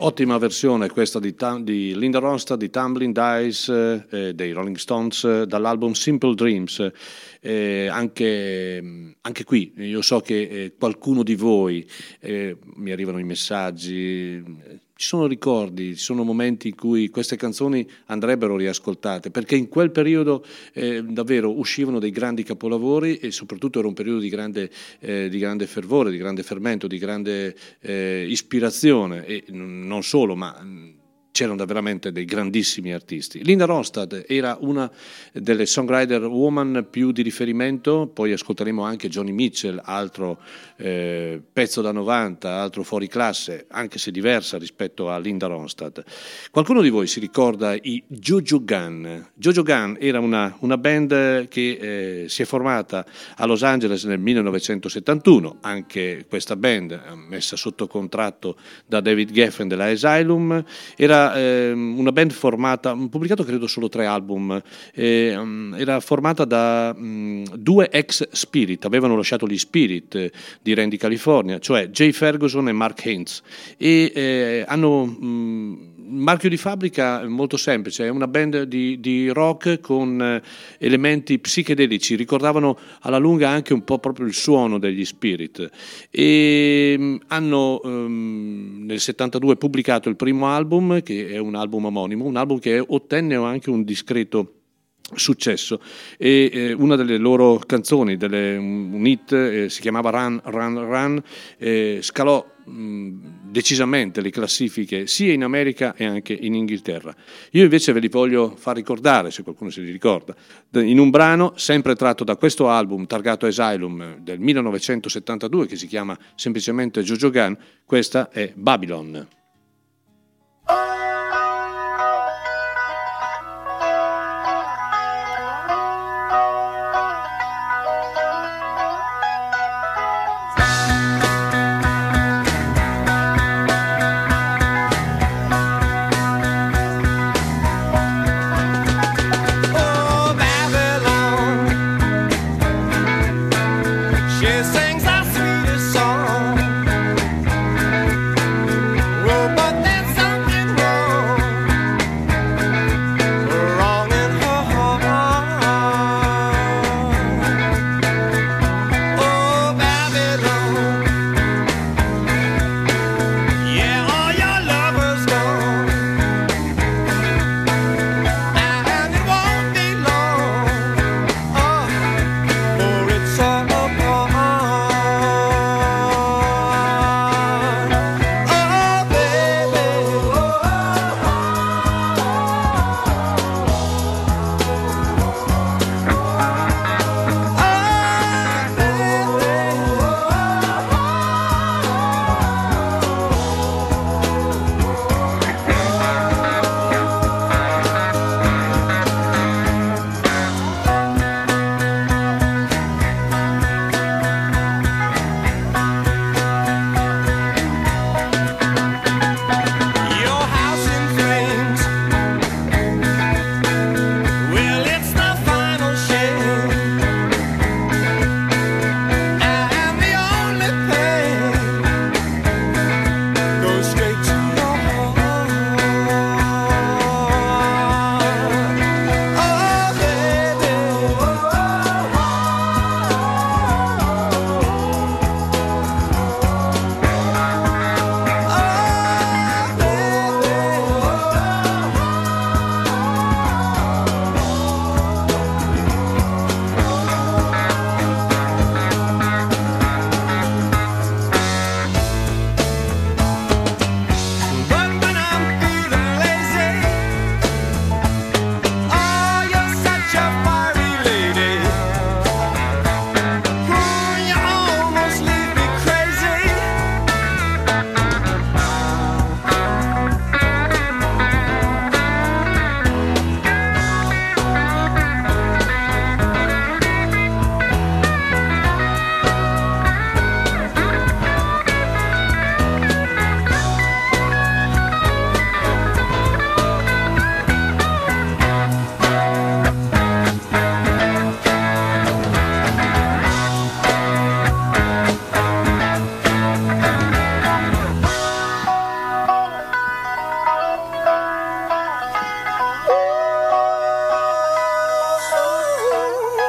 C: Ottima versione questa di Linda Ronstadt, di Tumbling Dice, dei Rolling Stones, dall'album Simple Dreams. Anche qui io so che qualcuno di voi, mi arrivano i messaggi, ci sono ricordi, ci sono momenti in cui queste canzoni andrebbero riascoltate, perché in quel periodo davvero uscivano dei grandi capolavori e soprattutto era un periodo di grande fervore, di grande fermento, di grande ispirazione, e non solo, ma c'erano veramente dei grandissimi artisti. Linda Ronstadt era una delle songwriter woman più di riferimento, poi ascolteremo anche Joni Mitchell, altro pezzo da 90, altro fuori classe, anche se diversa rispetto a Linda Ronstadt. Qualcuno di voi si ricorda i Juju Gun? Juju Gun era una band che si è formata a Los Angeles nel 1971, anche questa band messa sotto contratto da David Geffen della Asylum. Era una band formata, pubblicato credo solo 3 album, era formata da 2 ex Spirit, avevano lasciato gli Spirit di Randy California, cioè Jay Ferguson e Mark Haynes, e hanno un marchio di fabbrica molto semplice, è una band di rock con elementi psichedelici, ricordavano alla lunga anche un po' proprio il suono degli Spirit, e hanno nel 72 pubblicato il primo album, che è un album omonimo, un album che ottenne anche un discreto successo, e una delle loro canzoni, un hit, si chiamava Run Run Run, scalò decisamente le classifiche sia in America e anche in Inghilterra. Io invece ve li voglio far ricordare, se qualcuno se li ricorda, in un brano sempre tratto da questo album targato Asylum del 1972, che si chiama semplicemente Juju Gun. Questa è Babylon.
F: She sings our sweetest song.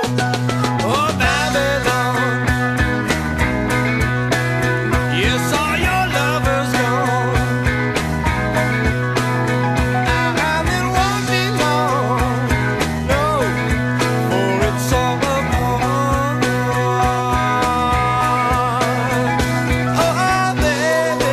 F: Oh, Babylon. Yes, all your lovers gone. And it won't be long, no, for it's all gone. Oh, baby.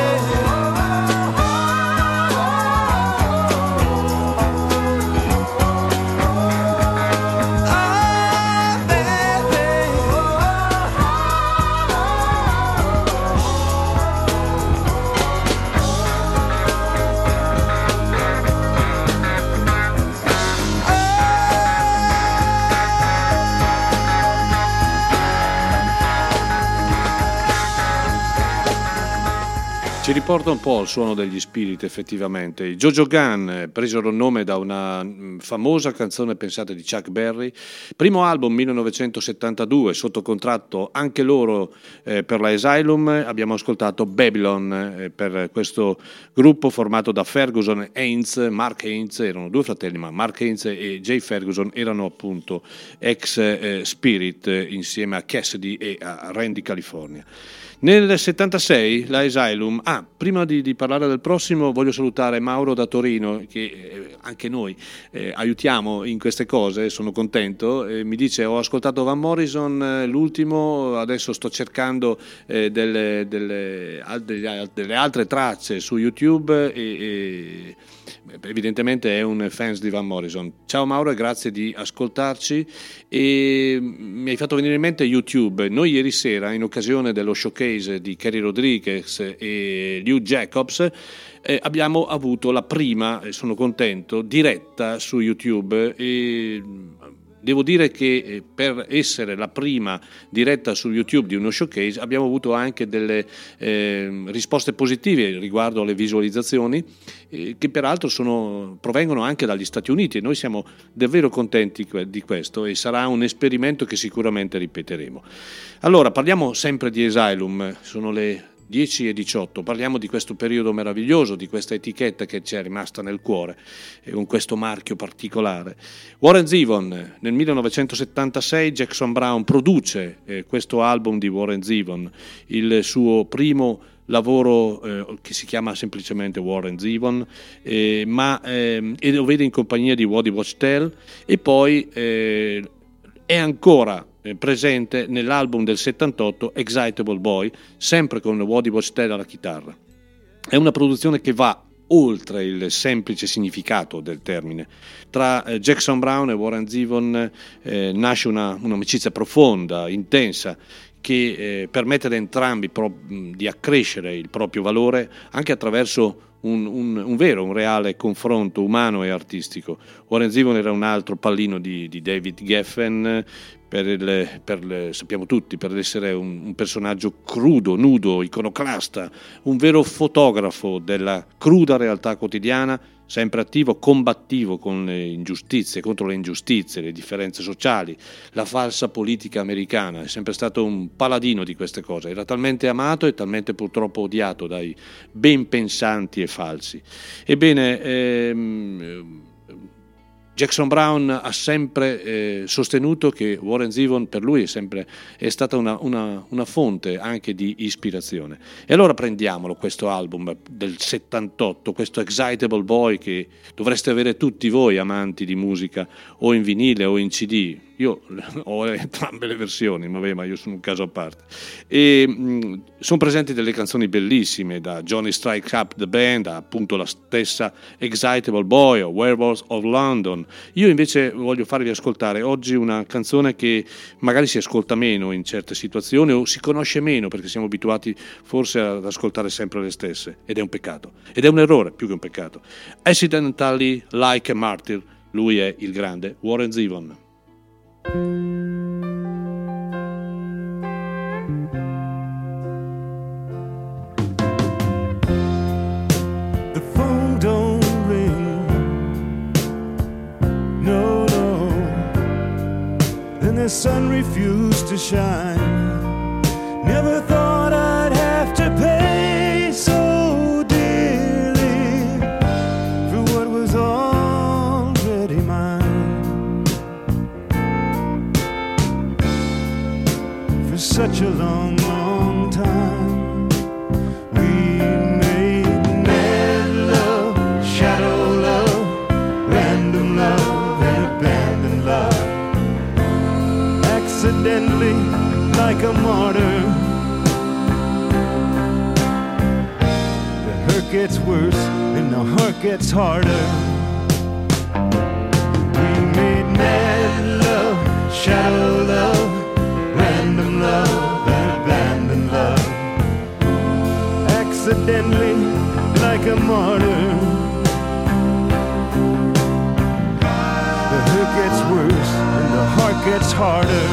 C: Ci riporta un po' al suono degli Spirit, effettivamente. I Jojo Gunn presero il nome da una famosa canzone, pensate, di Chuck Berry. Primo album 1972, sotto contratto anche loro per la Asylum. Abbiamo ascoltato Babylon per questo gruppo formato da Ferguson e Haynes. Mark Haynes, erano due fratelli, ma Mark Haynes e Jay Ferguson erano appunto ex Spirit insieme a Cassidy e a Randy California. Nel 76 la Asylum, prima di parlare del prossimo voglio salutare Mauro da Torino che anche noi aiutiamo in queste cose, sono contento, mi dice ho ascoltato Van Morrison l'ultimo, adesso sto cercando delle altre tracce su YouTube e evidentemente è un fan di Van Morrison. Ciao Mauro e grazie di ascoltarci, e mi hai fatto venire in mente YouTube. Noi ieri sera, in occasione dello showcase di Kerry Rodriguez e Lew Jacobs, abbiamo avuto la prima, sono contento, diretta su YouTube, e devo dire che per essere la prima diretta su YouTube di uno showcase abbiamo avuto anche delle risposte positive riguardo alle visualizzazioni, che peraltro provengono anche dagli Stati Uniti, e noi siamo davvero contenti di questo, e sarà un esperimento che sicuramente ripeteremo. Allora, parliamo sempre di Asylum, sono le 10:18, parliamo di questo periodo meraviglioso, di questa etichetta che ci è rimasta nel cuore, con questo marchio particolare. Warren Zevon, nel 1976 Jackson Browne produce questo album di Warren Zevon, il suo primo lavoro che si chiama semplicemente Warren Zevon, e lo vede in compagnia di Waddy Wachtel, e poi è ancora presente nell'album del 78 Excitable Boy, sempre con Waddy Wachtel alla chitarra. È una produzione che va oltre il semplice significato del termine. Tra Jackson Browne e Warren Zevon nasce un'amicizia profonda, intensa, che permette ad entrambi di accrescere il proprio valore anche attraverso un reale confronto umano e artistico. Warren Zevon era un altro pallino di David Geffen, sappiamo tutti, per essere un personaggio crudo, nudo, iconoclasta, un vero fotografo della cruda realtà quotidiana, sempre attivo, combattivo con le ingiustizie, contro le ingiustizie, le differenze sociali, la falsa politica americana. È sempre stato un paladino di queste cose, era talmente amato e talmente purtroppo odiato dai ben pensanti e falsi. Ebbene, Jackson Browne ha sempre sostenuto che Warren Zevon per lui è stata una fonte anche di ispirazione. E allora prendiamolo questo album del 78, questo Excitable Boy, che dovreste avere tutti voi amanti di musica, o in vinile o in CD. Io ho entrambe le versioni, ma io sono un caso a parte. E sono presenti delle canzoni bellissime, da Johnny Strike Up the Band a appunto la stessa Excitable Boy o Werewolves of London. Io invece voglio farvi ascoltare oggi una canzone che magari si ascolta meno in certe situazioni, o si conosce meno perché siamo abituati forse ad ascoltare sempre le stesse, ed è un peccato, ed è un errore più che un peccato. Accidentally Like a Martyr, lui è il grande Warren Zevon.
B: The phone don't ring, no, and the sun refused to shine. Never thought I'd have to pay so dearly for what was already mine. such a long, long time. We made mad love, shadow love, random love, and abandoned love. Accidentally, like a martyr. The hurt gets worse and the heart gets harder. We made mad love, shadow love, random love, and abandoned love. Accidentally, like a martyr. The hurt gets worse and the heart gets harder.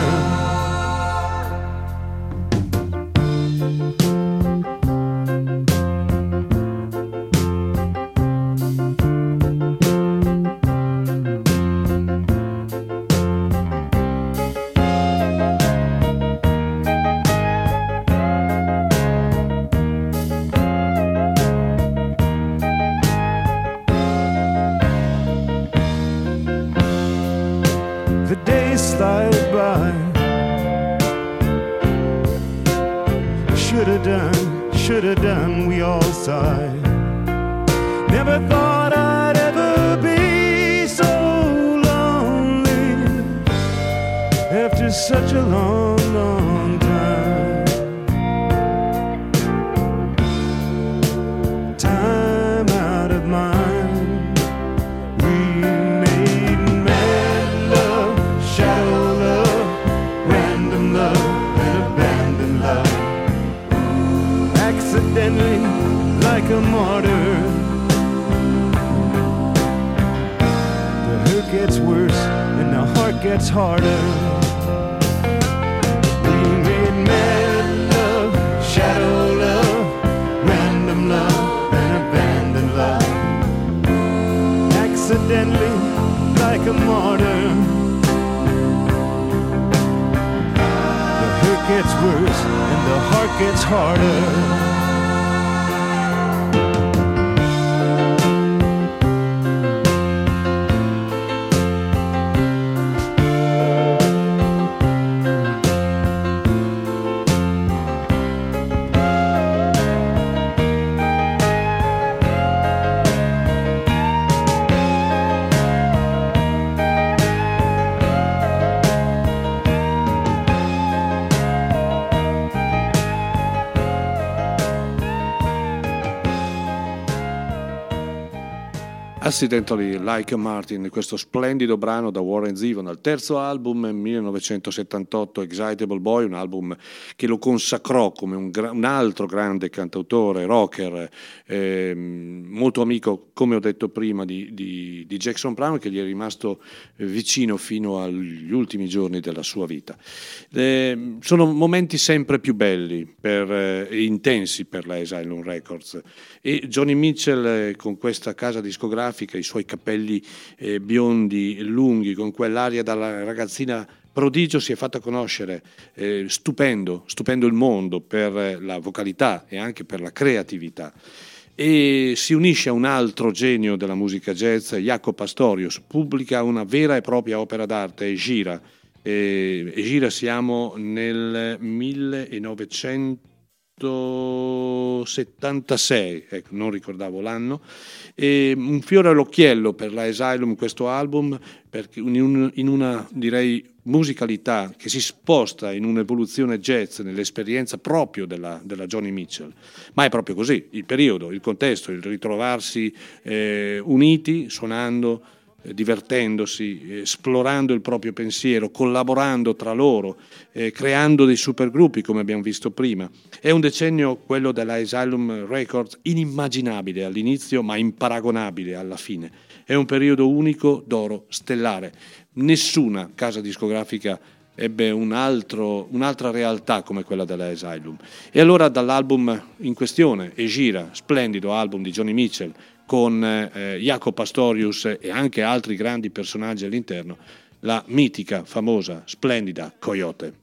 B: The days slide by. Shoulda done, we all sigh. Never thought I'd ever be so lonely after such a long, long time. Time out of mind. We made mad love, shadow love, random love, and abandoned love. Accidentally, like a martyr. The hurt gets worse and the heart gets harder. We made mad love, shadow love, random love, and abandoned love. Accidentally, like a martyr. The hurt gets worse and the heart gets harder.
C: Accidentally Like a Martin, questo splendido brano da Warren Zevon, al terzo album 1978, Excitable Boy, un album che lo consacrò come un altro grande cantautore, rocker, molto amico, come ho detto prima, di Jackson Browne, che gli è rimasto vicino fino agli ultimi giorni della sua vita. Sono momenti sempre più belli e intensi per la Asylum Records, e Johnny Mitchell con questa casa discografica, i suoi capelli biondi lunghi, con quell'aria dalla ragazzina prodigio, si è fatta conoscere, stupendo il mondo per la vocalità e anche per la creatività, e si unisce a un altro genio della musica jazz, Jaco Pastorius, pubblica una vera e propria opera d'arte, Egira. Egira, siamo nel 1976, ecco, non ricordavo l'anno, e un fiore all'occhiello per la Asylum questo album, perché in una, direi, musicalità che si sposta in un'evoluzione jazz nell'esperienza proprio della Johnny Mitchell, ma è proprio così, il periodo, il contesto, il ritrovarsi uniti, suonando, divertendosi, esplorando il proprio pensiero, collaborando tra loro, creando dei supergruppi come abbiamo visto prima. È un decennio, quello della Asylum Records, inimmaginabile all'inizio ma imparagonabile alla fine. È un periodo unico, d'oro, stellare. Nessuna casa discografica ebbe un'altra realtà come quella della Asylum. E allora dall'album in questione, Egira, splendido album di Johnny Mitchell, con Jaco Pastorius e anche altri grandi personaggi all'interno, la mitica, famosa, splendida Coyote.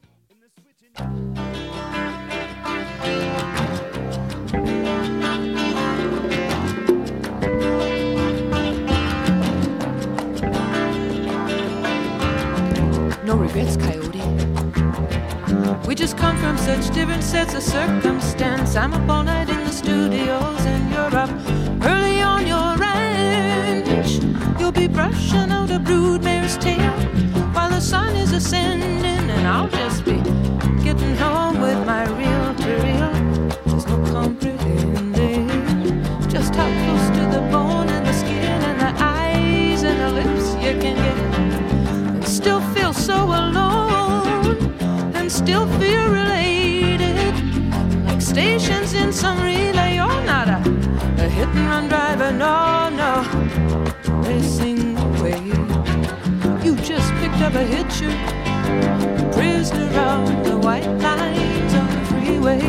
G: No regrets, Coyote.
F: We just come from such different sets of circumstance. I'm up all night in the studios and you're up early on your ranch. You'll be brushing out a broodmare's tail while the sun is ascending, and I'll just be getting home with my reel-to-reel. There's no comprehending just how close to the bone and the skin and the eyes and the lips you can get, and still feel so alone, and still feel related, like stations in some relay. You're not a hit-and-run driver, no, no, racing away. You just picked up a hitcher, prisoner of the white lines on the freeway.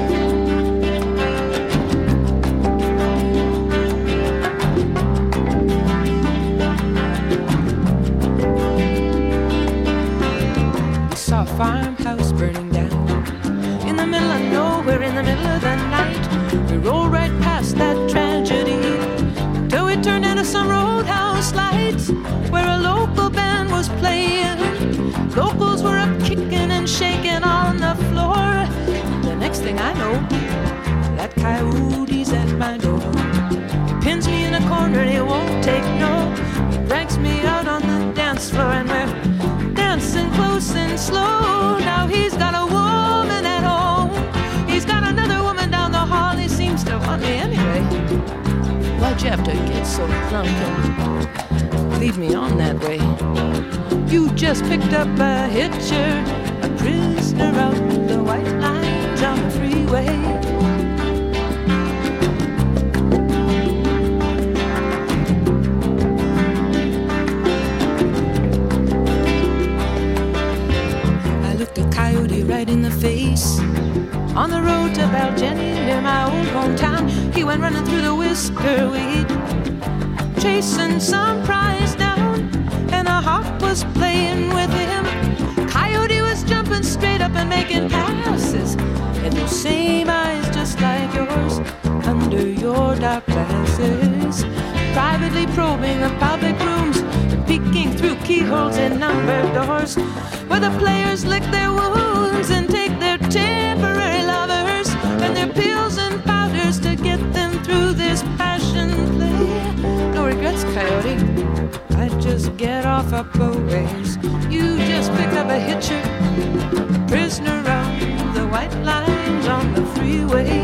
F: A farmhouse burning down in the middle of nowhere, in the middle of the night. We rolled right past that tragedy till we turned into some roadhouse lights where a local band was playing. Locals were up kicking and shaking on the floor. The next thing I know, that coyote's at my door. He pins me in a corner and he won't take no. He drags me out on the dance floor and we're dancing close and slow. Now he's got a woman at home, he's got another woman down the hall. He seems to want me anyway. Why'd you have to get so drunk and leave me on that way? You just picked up a hitcher, a prisoner out the white lines on the freeway. Right in the face on the road to Baljenny near my old hometown. He went running through the whisker weed, chasing some prize down, and a hawk was playing with him. Coyote was jumping straight up and making passes, and those same eyes just like yours under your dark glasses, privately probing the public rooms and peeking through keyholes in numbered doors where the players lick their wounds and take their temporary lovers and their pills and powders to get them through this passion play. No regrets, Coyote, I'd just get off up a ways. You just picked up a hitcher, a prisoner of the white lines on the freeway.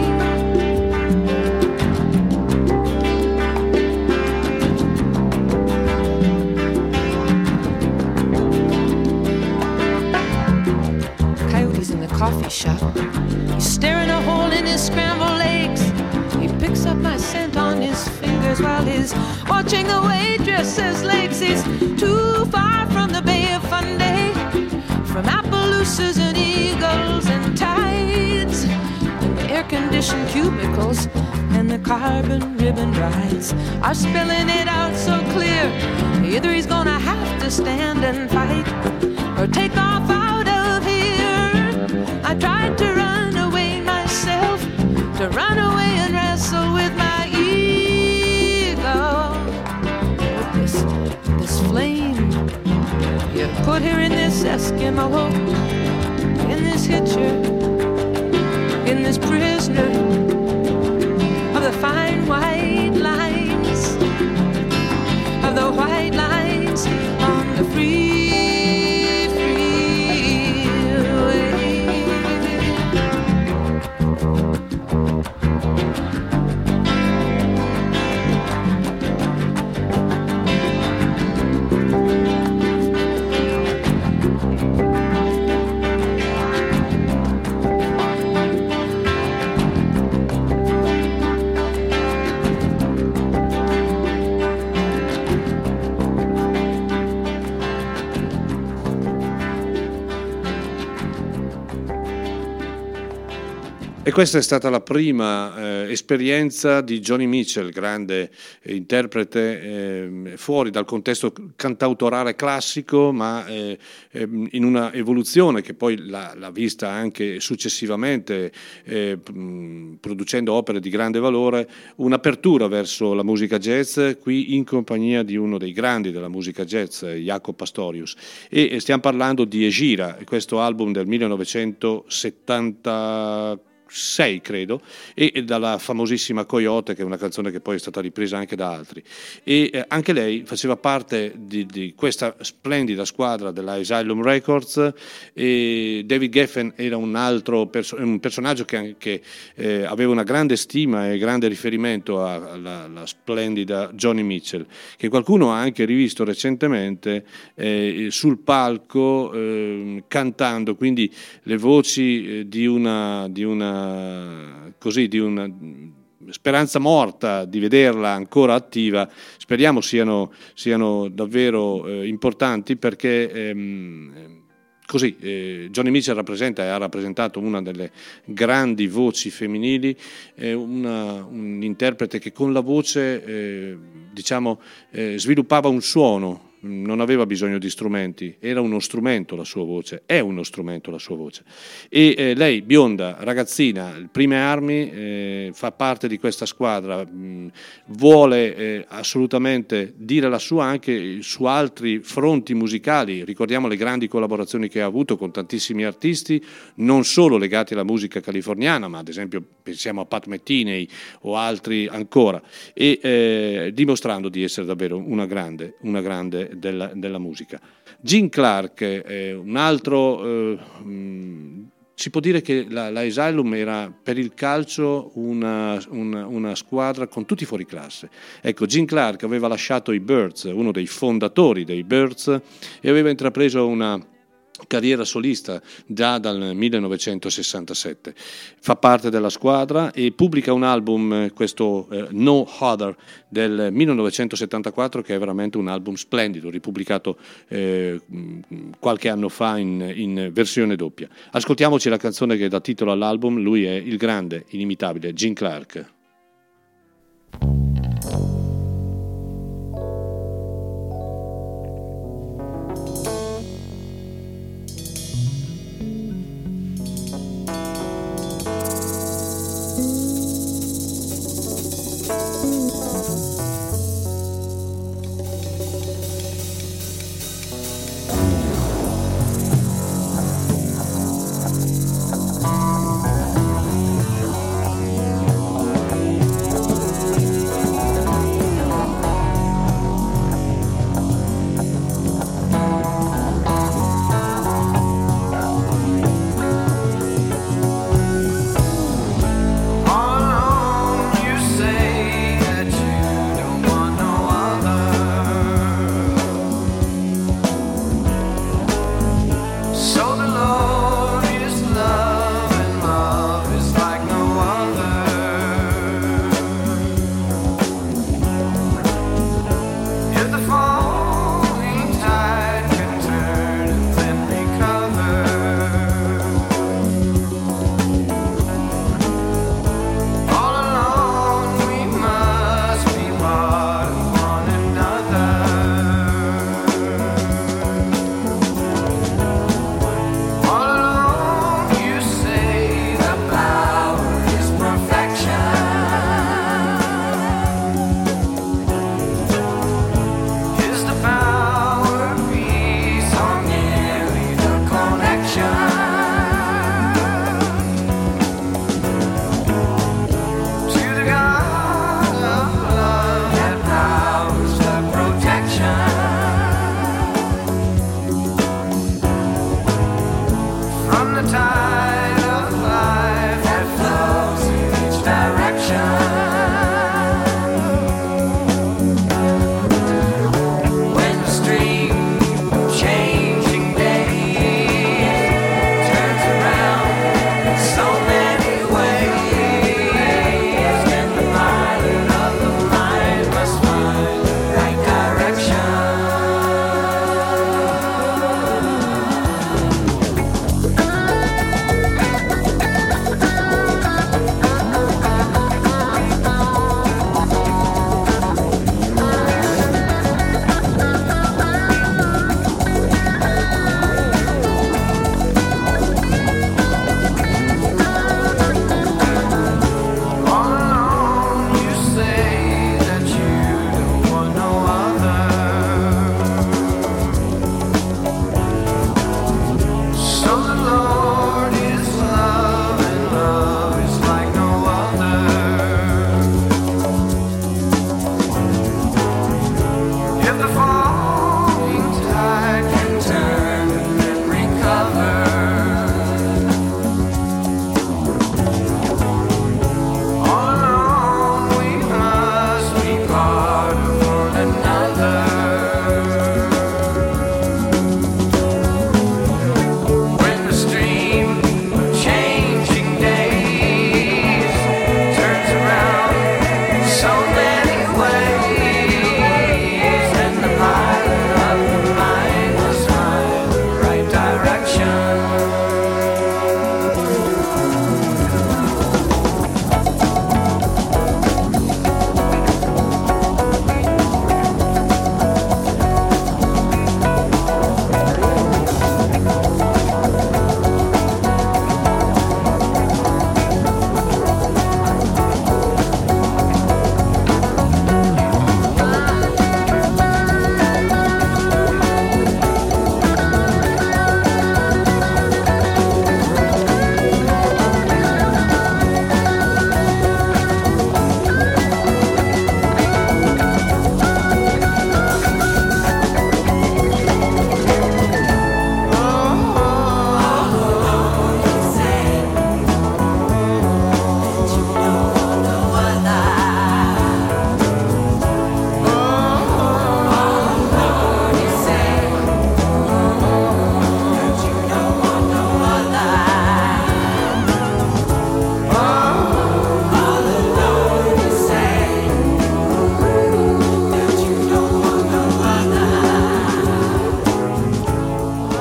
F: Coffee shop, he's staring a hole in his scrambled eggs. He picks up my scent on his fingers while he's watching the waitress's legs. He's too far from the Bay of Fundy, from Appaloosas and eagles and tides, and the air-conditioned cubicles and the carbon ribbon rides are spelling it out so clear. Either he's gonna have to stand and fight or take off out of here. I tried to run away myself, to run away and wrestle with my ego. With this flame you put here in this Eskimo, in this hitcher, in this prisoner of the fine white lines, of the white lines on the free.
C: E questa è stata la prima esperienza di Joni Mitchell, grande interprete, fuori dal contesto cantautorale classico, ma in una evoluzione che poi l'ha vista anche successivamente, producendo opere di grande valore, un'apertura verso la musica jazz, qui in compagnia di uno dei grandi della musica jazz, Jaco Pastorius. E stiamo parlando di Egira, questo album del 1976 credo, e dalla famosissima Coyote, che è una canzone che poi è stata ripresa anche da altri, e anche lei faceva parte di questa splendida squadra della Asylum Records, e David Geffen era un altro un personaggio che aveva una grande stima e grande riferimento alla splendida Joni Mitchell, che qualcuno ha anche rivisto recentemente sul palco cantando, quindi le voci di una speranza morta di vederla ancora attiva. Speriamo siano davvero importanti, perché Joni Mitchell rappresenta e ha rappresentato una delle grandi voci femminili, un interprete che con la voce sviluppava un suono. Non aveva bisogno di strumenti, era uno strumento la sua voce, è uno strumento la sua voce. E lei, bionda, ragazzina, prime armi, fa parte di questa squadra, vuole assolutamente dire la sua anche su altri fronti musicali. Ricordiamo le grandi collaborazioni che ha avuto con tantissimi artisti, non solo legati alla musica californiana, ma ad esempio pensiamo a Pat Metheny o altri ancora, e dimostrando di essere davvero una grande della musica. Gene Clark, un altro, si può dire che la Asylum era per il calcio una squadra con tutti fuori classe. Ecco, Gene Clark aveva lasciato i Byrds, uno dei fondatori dei Byrds, e aveva intrapreso una carriera solista già dal 1967. Fa parte della squadra e pubblica un album, questo No Other del 1974, che è veramente un album splendido, ripubblicato qualche anno fa in versione doppia. Ascoltiamoci la canzone che dà titolo all'album. Lui è il grande, inimitabile Gene Clark.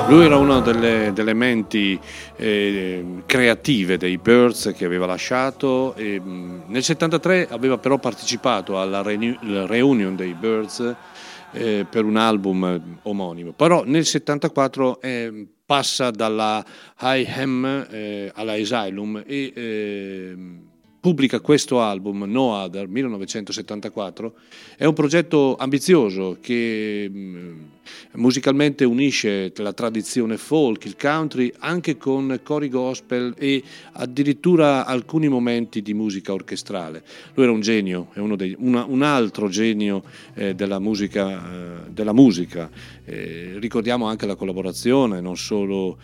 C: Lui era una delle menti creative dei Byrds che aveva lasciato e nel 73 aveva però partecipato alla reunion dei Byrds per un album omonimo, però nel 74 passa dalla I.M. alla Asylum e pubblica questo album No Other 1974. È un progetto ambizioso che musicalmente unisce la tradizione folk, il country, anche con cori gospel e addirittura alcuni momenti di musica orchestrale. Lui era un genio, è un altro genio della musica. Ricordiamo anche la collaborazione, non solo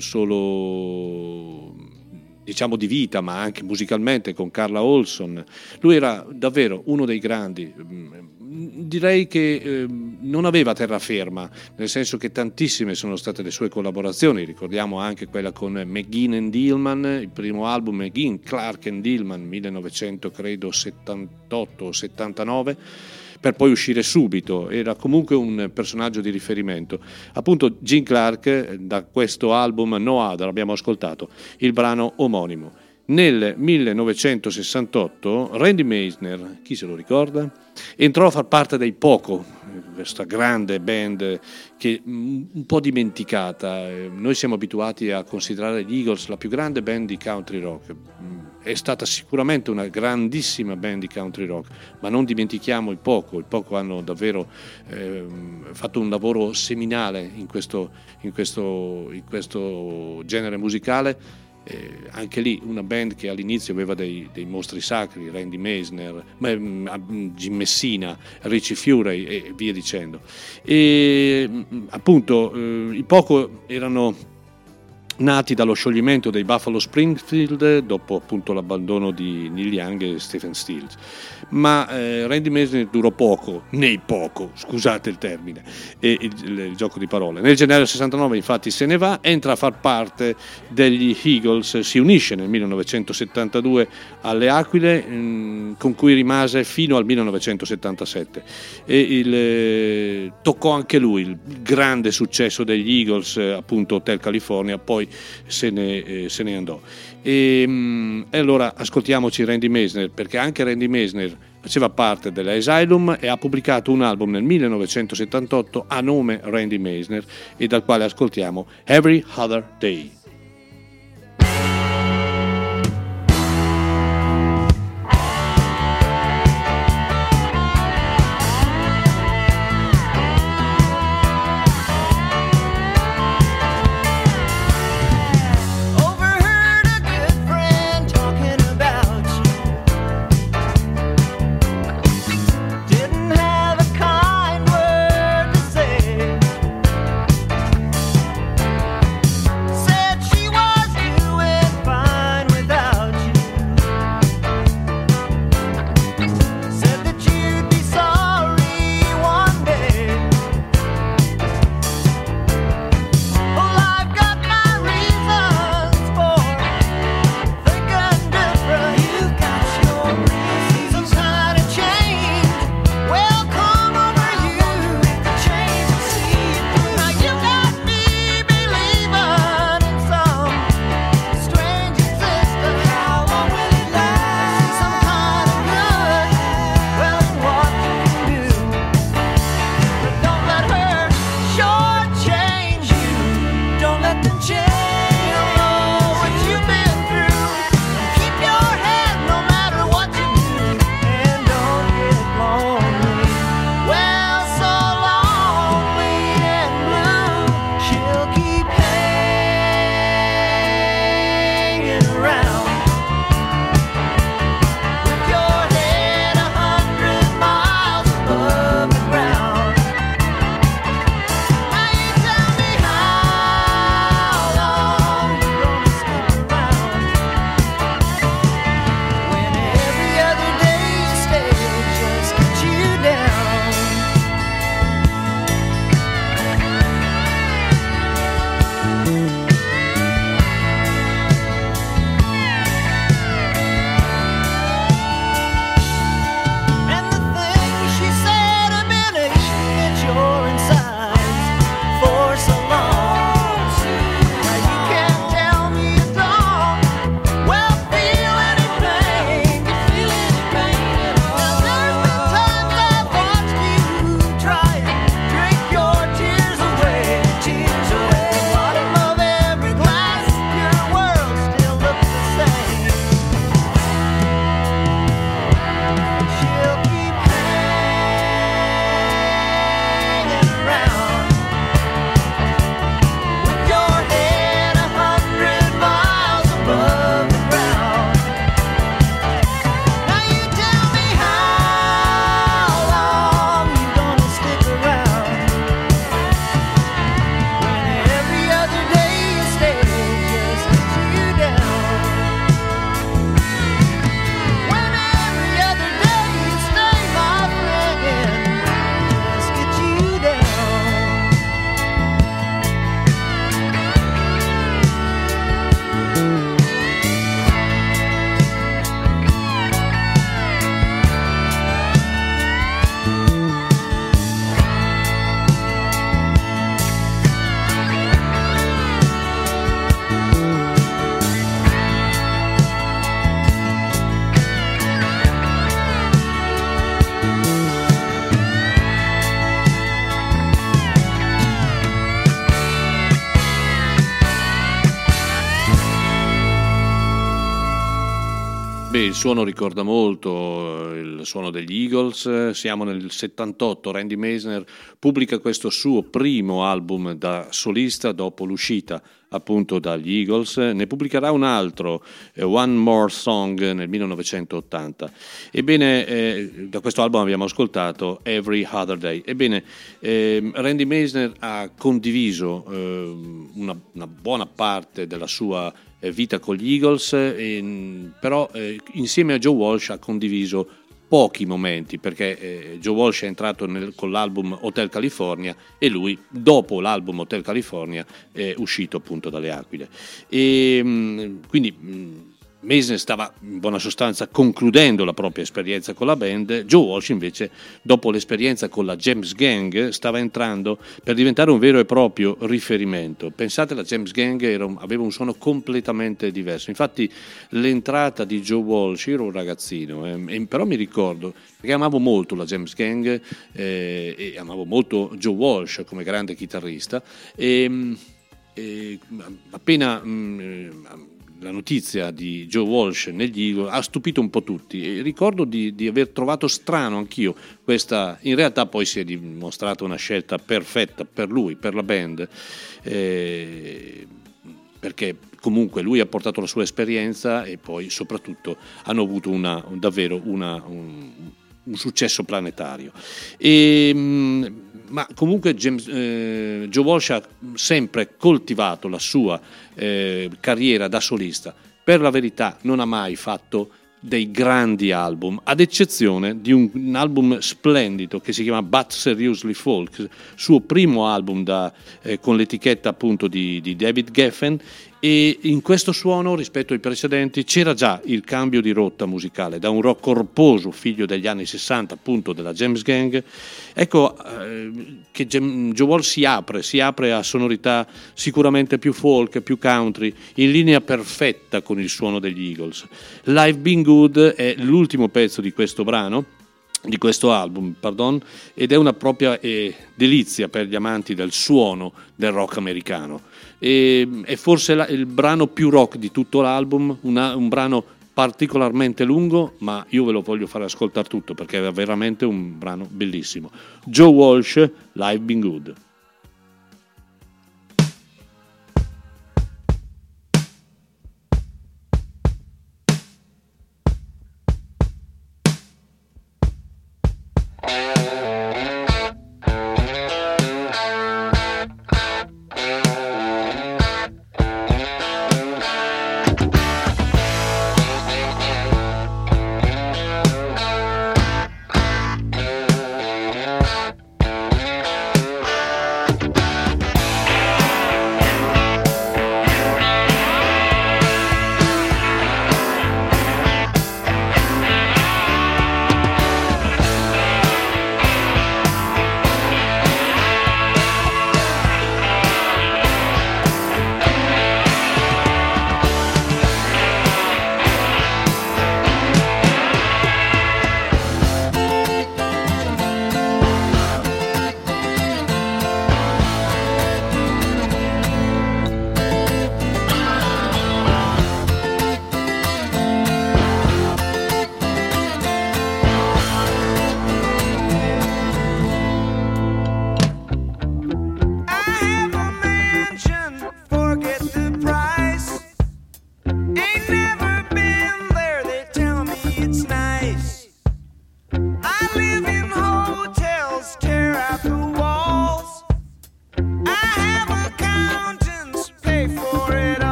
C: diciamo di vita, ma anche musicalmente con Carla Olson. Lui era davvero uno dei grandi. Direi che non aveva terraferma, nel senso che tantissime sono state le sue collaborazioni. Ricordiamo anche quella con McGuinn and Dillman, il primo album McGuinn, Clark and Dillman, 1978 o 79, per poi uscire subito. Era comunque un personaggio di riferimento. Appunto Gene Clark, da questo album No Other abbiamo ascoltato il brano omonimo. Nel 1968 Randy Meisner, chi se lo ricorda, entrò a far parte dei Poco, questa grande band che un po' dimenticata. Noi siamo abituati a considerare gli Eagles la più grande band di country rock. È stata sicuramente una grandissima band di country rock, ma non dimentichiamo i Poco. I Poco hanno davvero fatto un lavoro seminale in questo genere musicale. Anche lì una band che all'inizio aveva dei mostri sacri, Randy Meisner, Jim Messina, Richie Furay e via dicendo. E appunto i Poco erano nati dallo scioglimento dei Buffalo Springfield dopo appunto l'abbandono di Neil Young e Stephen Stills, ma Randy Meisner durò poco, scusate il termine e il gioco di parole. Nel gennaio del 69 infatti se ne va, entra a far parte degli Eagles, si unisce nel 1972 alle Aquile, con cui rimase fino al 1977 e toccò anche lui il grande successo degli Eagles, appunto Hotel California, poi se ne andò. E allora ascoltiamoci Randy Meisner, perché anche Randy Meisner faceva parte dell'Asylum e ha pubblicato un album nel 1978 a nome Randy Meisner e dal quale ascoltiamo Every Other Day.
G: Said
C: il suono ricorda molto il suono degli Eagles. Siamo nel 78, Randy Meisner pubblica questo suo primo album da solista dopo l'uscita appunto dagli Eagles. Ne pubblicherà un altro, One More Song, nel 1980. Ebbene, da questo album abbiamo ascoltato Every Other Day. Ebbene, Randy Meisner ha condiviso una buona parte della sua vita con gli Eagles, però insieme a Joe Walsh ha condiviso pochi momenti, perché Joe Walsh è entrato con l'album Hotel California e lui dopo l'album Hotel California è uscito appunto dalle Aquile, e quindi Meisner stava in buona sostanza concludendo la propria esperienza con la band. Joe Walsh invece, dopo l'esperienza con la James Gang, stava entrando per diventare un vero e proprio riferimento. Pensate, la James Gang aveva un suono completamente diverso. Infatti l'entrata di Joe Walsh, io ero un ragazzino, però mi ricordo, perché amavo molto la James Gang e amavo molto Joe Walsh come grande chitarrista, e appena la notizia di Joe Walsh negli Eagles ha stupito un po' tutti, e ricordo di aver trovato strano anch'io questa. In realtà poi si è dimostrata una scelta perfetta per lui, per la band, perché comunque lui ha portato la sua esperienza e poi soprattutto hanno avuto davvero un successo planetario. Ma comunque Joe Walsh ha sempre coltivato la sua carriera da solista. Per la verità non ha mai fatto dei grandi album, ad eccezione di un album splendido che si chiama But Seriously Folk, suo primo album con l'etichetta appunto di David Geffen, e in questo suono rispetto ai precedenti c'era già il cambio di rotta musicale da un rock corposo figlio degli anni 60 appunto della James Gang. Ecco che Joe Walsh si apre a sonorità sicuramente più folk, più country, in linea perfetta con il suono degli Eagles. Live Been Good è l'ultimo pezzo di questo album, ed è una propria delizia per gli amanti del suono del rock americano. È forse il brano più rock di tutto l'album, un brano particolarmente lungo, ma io ve lo voglio fare ascoltare tutto perché è veramente un brano bellissimo. Joe Walsh, Live Been Good.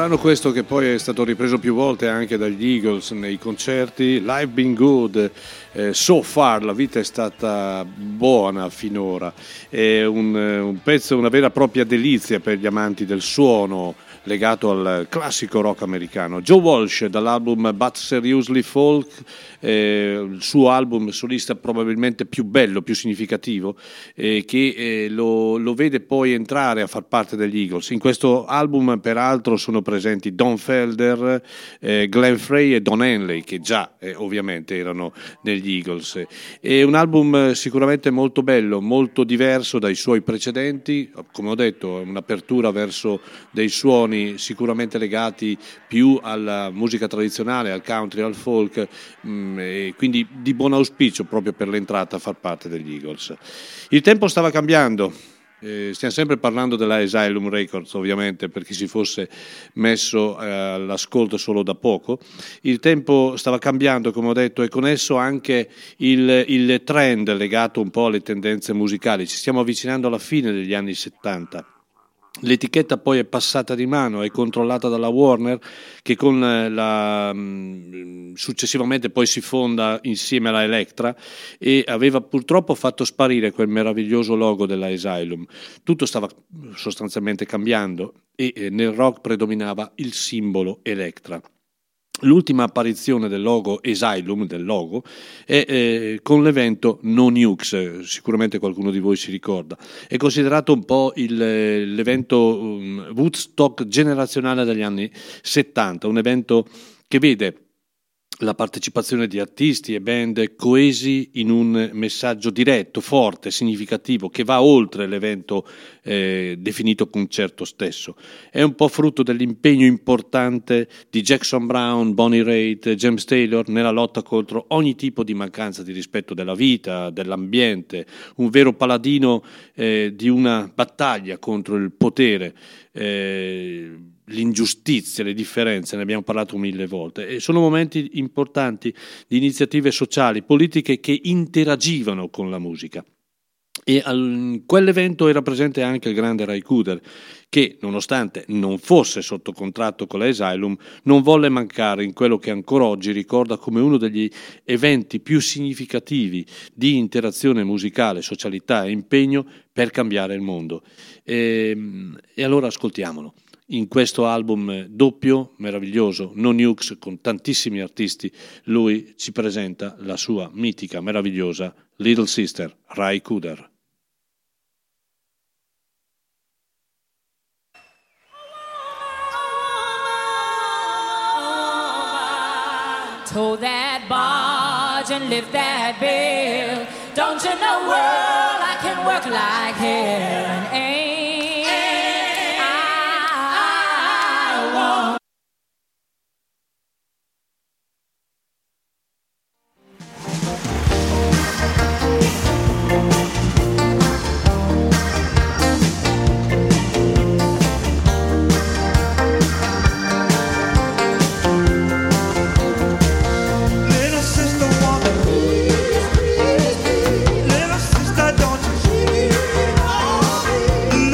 C: brano questo che poi è stato ripreso più volte anche dagli Eagles nei concerti. Life Been Good, So Far, la vita è stata buona finora, è un pezzo, una vera e propria delizia per gli amanti del suono legato al classico rock americano. Joe Walsh dall'album But Seriously Folk, il suo album solista probabilmente più bello, più significativo, che lo vede poi entrare a far parte degli Eagles. In questo album peraltro sono presenti Don Felder, Glenn Frey e Don Henley, che già ovviamente erano negli Eagles. È un album sicuramente molto bello, molto diverso dai suoi precedenti, come ho detto, un'apertura verso dei suoni sicuramente legati più alla musica tradizionale, al country, al folk, e quindi di buon auspicio proprio per l'entrata a far parte degli Eagles. Il tempo stava cambiando. Stiamo sempre parlando della Asylum Records, ovviamente, per chi si fosse messo all'ascolto solo da poco. Il tempo stava cambiando, come ho detto, e con esso anche il trend legato un po' alle tendenze musicali. Ci stiamo avvicinando alla fine degli anni 70. L'etichetta poi è passata di mano, è controllata dalla Warner, che successivamente poi si fonda insieme alla Elektra, e aveva purtroppo fatto sparire quel meraviglioso logo della Asylum. Tutto stava sostanzialmente cambiando e nel rock predominava il simbolo Elektra. L'ultima apparizione del logo Asylum, del logo, è con l'evento No Nukes, sicuramente qualcuno di voi si ricorda. È considerato un po' l'evento Woodstock generazionale degli anni 70, un evento che vede la partecipazione di artisti e band coesi in un messaggio diretto, forte, significativo, che va oltre l'evento definito concerto stesso. È un po' frutto dell'impegno importante di Jackson Browne, Bonnie Raitt, James Taylor nella lotta contro ogni tipo di mancanza di rispetto della vita, dell'ambiente, un vero paladino di una battaglia contro il potere, l'ingiustizia, le differenze, ne abbiamo parlato 1000 volte, e sono momenti importanti di iniziative sociali, politiche che interagivano con la musica. E in quell'evento era presente anche il grande Ry Cooder, che nonostante non fosse sotto contratto con la Asylum non volle mancare in quello che ancora oggi ricorda come uno degli eventi più significativi di interazione musicale, socialità e impegno per cambiare il mondo. E allora ascoltiamolo. In questo album doppio, meraviglioso, No Nukes, con tantissimi artisti, lui ci presenta la sua mitica, meravigliosa Little Sister, Ry Cooder.
G: Tow that barge and lift that bill. Don't you know, world, I can work like hell and ain't
B: Little sister, don't you see?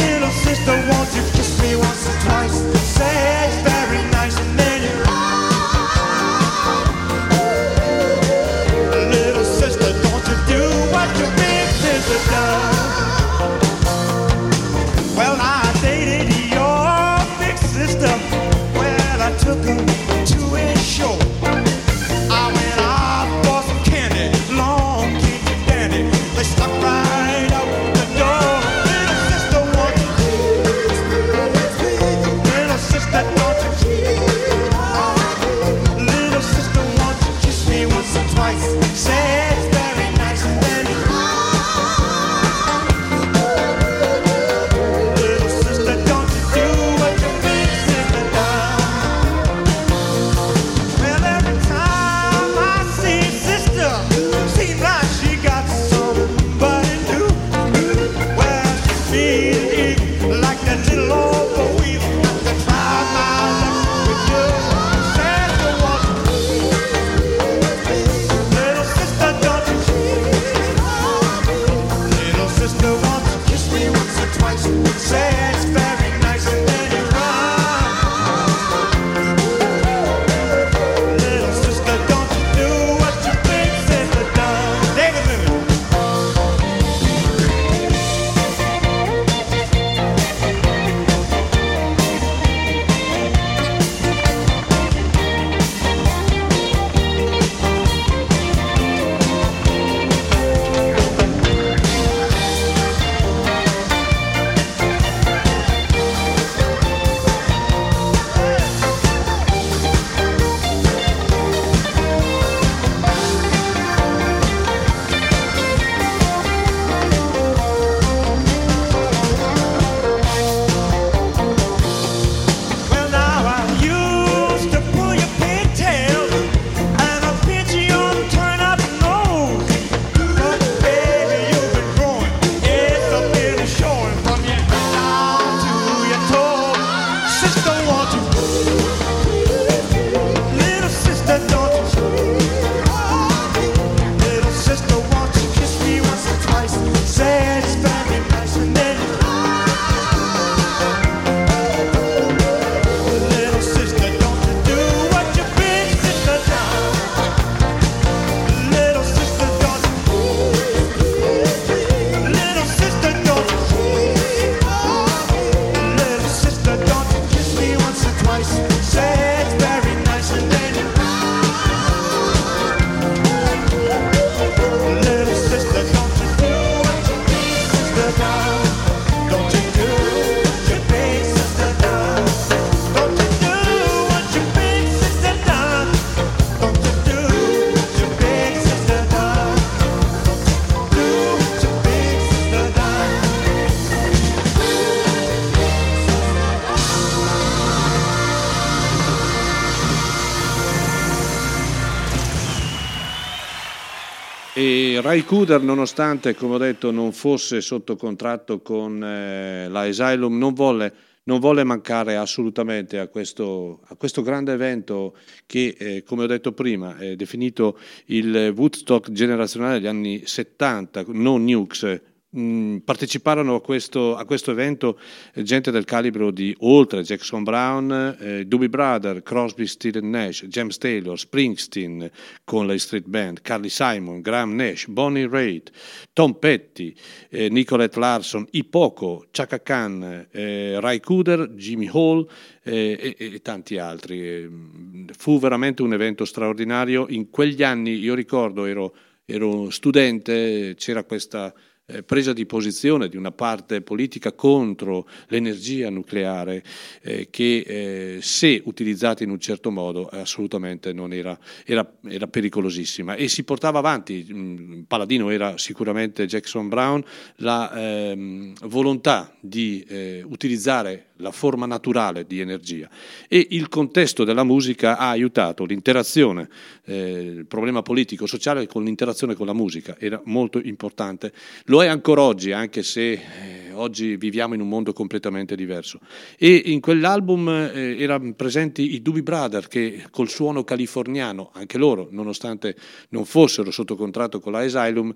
C: E Ry Cooder, nonostante, come ho detto, non fosse sotto contratto con la Asylum, non volle mancare assolutamente a questo grande evento che, come ho detto prima, è definito il Woodstock generazionale degli anni 70, non Nukes. Parteciparono a questo evento gente del calibro di oltre Jackson Browne, Doobie Brothers, Crosby, Stills & Nash, James Taylor, Springsteen con la Street Band, Carly Simon, Graham Nash, Bonnie Raitt, Tom Petty, Nicolette Larson, Ipoco, Chaka Khan, Ry Cooder, Jimmy Hall e tanti altri. Fu veramente un evento straordinario. In quegli anni, io ricordo, ero studente, c'era questa presa di posizione di una parte politica contro l'energia nucleare che se utilizzata in un certo modo assolutamente non era pericolosissima, e si portava avanti. Paladino era sicuramente Jackson Browne, la volontà di utilizzare la forma naturale di energia, e il contesto della musica ha aiutato l'interazione, il problema politico-sociale con l'interazione con la musica era molto importante. Lo è ancora oggi, anche se oggi viviamo in un mondo completamente diverso. E in quell'album erano presenti i Doobie Brothers, che col suono californiano, anche loro, nonostante non fossero sotto contratto con la Asylum,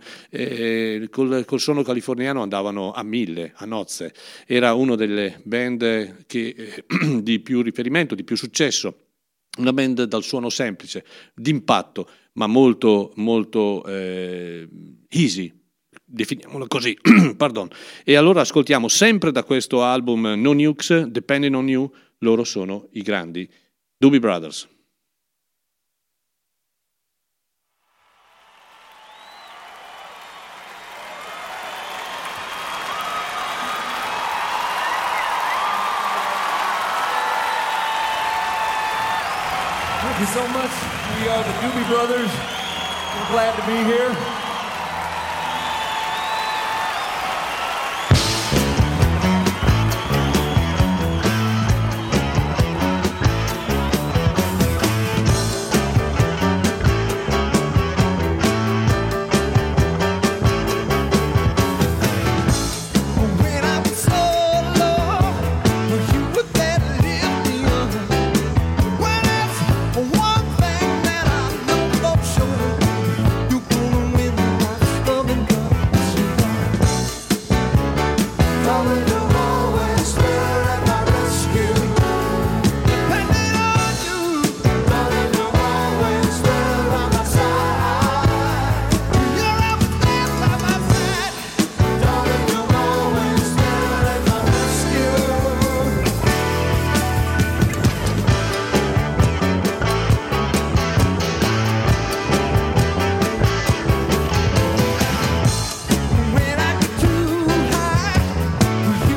C: col suono californiano andavano a 1000, a nozze. Era una delle band che di più riferimento, di più successo. Una band dal suono semplice, d'impatto, ma molto molto easy, definiamolo così. Pardon. E allora ascoltiamo sempre da questo album No Nukes, Depending on You. Loro sono i grandi Doobie Brothers.
H: Thank you so much. We are the Doobie Brothers. We're glad to be here.
I: When I get too high,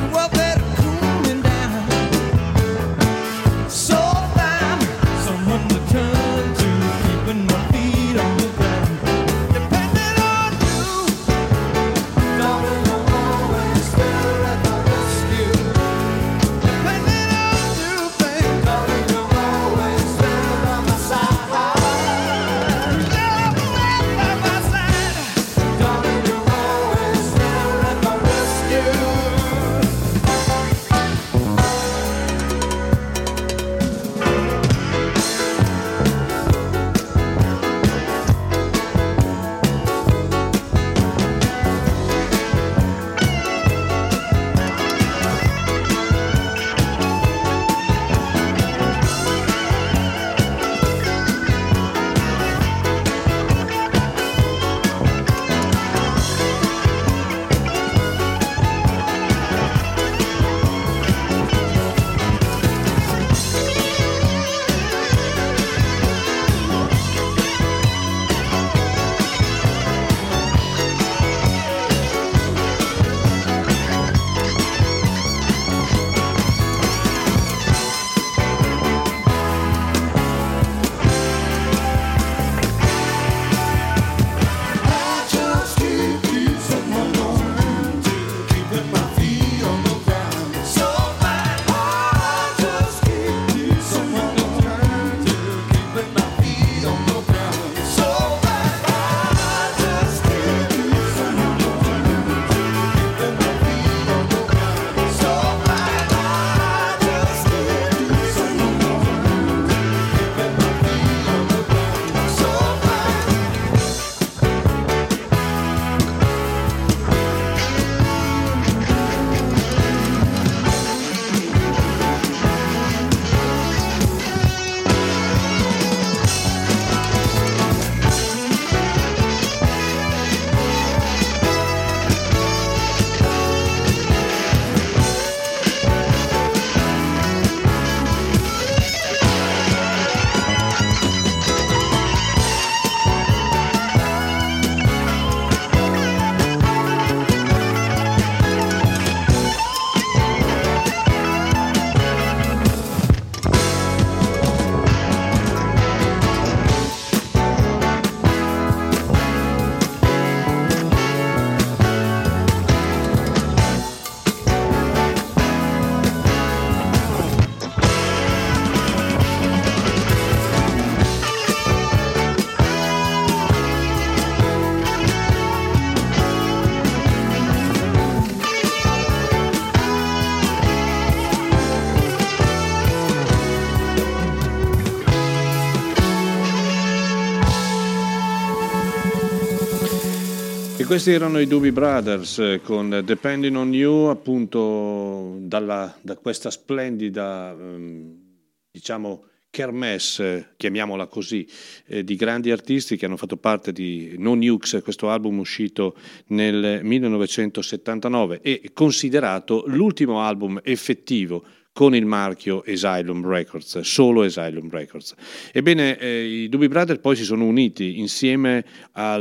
C: Questi erano i Doobie Brothers con Depending on You, appunto da questa splendida, diciamo, kermesse, chiamiamola così, di grandi artisti che hanno fatto parte di No Nukes, questo album uscito nel 1979 e considerato l'ultimo album effettivo con il marchio Asylum Records, solo Asylum Records. Ebbene, i Doobie Brothers poi si sono uniti insieme a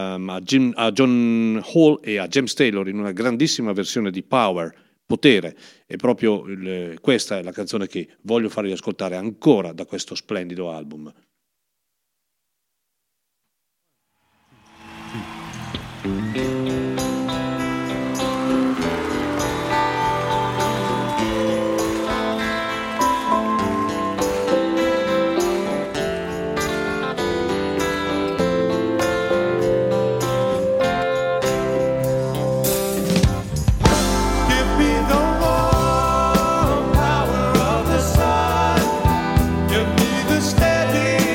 C: John Hall e a James Taylor in una grandissima versione di Power, Potere, e proprio questa è la canzone che voglio farvi ascoltare ancora da questo splendido album.
B: Power of the sun, give me the steady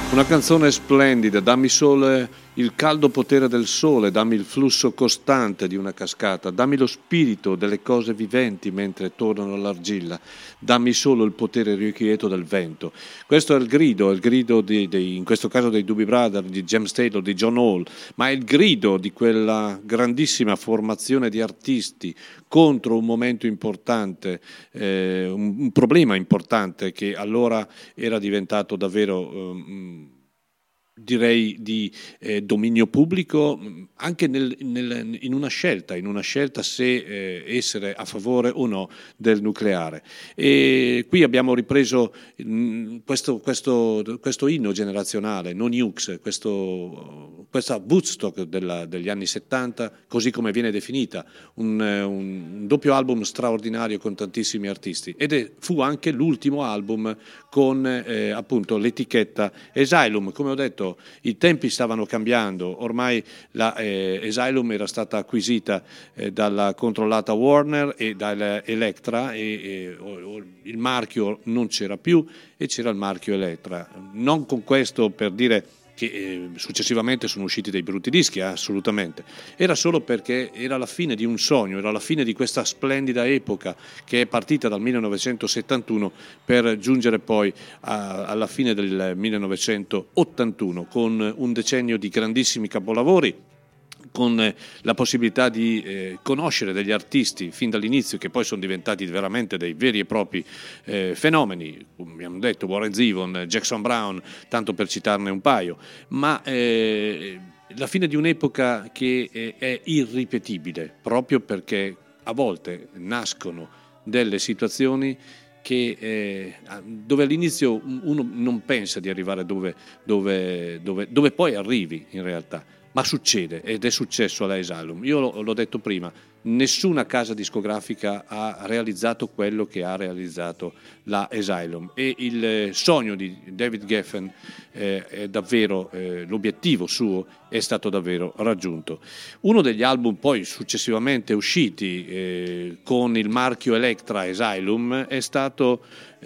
C: Una canzone splendida, dammi solo il caldo potere del sole, dammi il flusso costante di una cascata, dammi lo spirito delle cose viventi mentre tornano all'argilla, dammi solo il potere irrequieto del vento. Questo è il grido in questo caso dei Doobie Brothers, di James Taylor, di John Hall, ma è il grido di quella grandissima formazione di artisti contro un momento importante, un problema importante che allora era diventato davvero direi di dominio pubblico, anche in una scelta se essere a favore o no del nucleare. E qui abbiamo ripreso questo inno generazionale, No Nukes, questa Woodstock degli anni 70, così come viene definita, un doppio album straordinario con tantissimi artisti, ed fu anche l'ultimo album con appunto l'etichetta Asylum. Come ho detto, i tempi stavano cambiando, ormai la Asylum era stata acquisita dalla controllata Warner e dalla Elektra, e il marchio non c'era più e c'era il marchio Elektra. Non con questo per dire che successivamente sono usciti dei brutti dischi, assolutamente. Era solo perché era la fine di un sogno, era la fine di questa splendida epoca che è partita dal 1971 per giungere poi alla fine del 1981 con un decennio di grandissimi capolavori, con la possibilità di conoscere degli artisti fin dall'inizio che poi sono diventati veramente dei veri e propri fenomeni, come abbiamo detto, Warren Zevon, Jackson Browne, tanto per citarne un paio, ma la fine di un'epoca che è irripetibile, proprio perché a volte nascono delle situazioni dove all'inizio uno non pensa di arrivare dove poi arrivi in realtà. Ma succede, ed è successo alla Asylum. Io l'ho detto prima, nessuna casa discografica ha realizzato quello che ha realizzato la Asylum, e il sogno di David Geffen è davvero, l'obiettivo suo è stato davvero raggiunto. Uno degli album poi successivamente usciti con il marchio Elektra Asylum è stato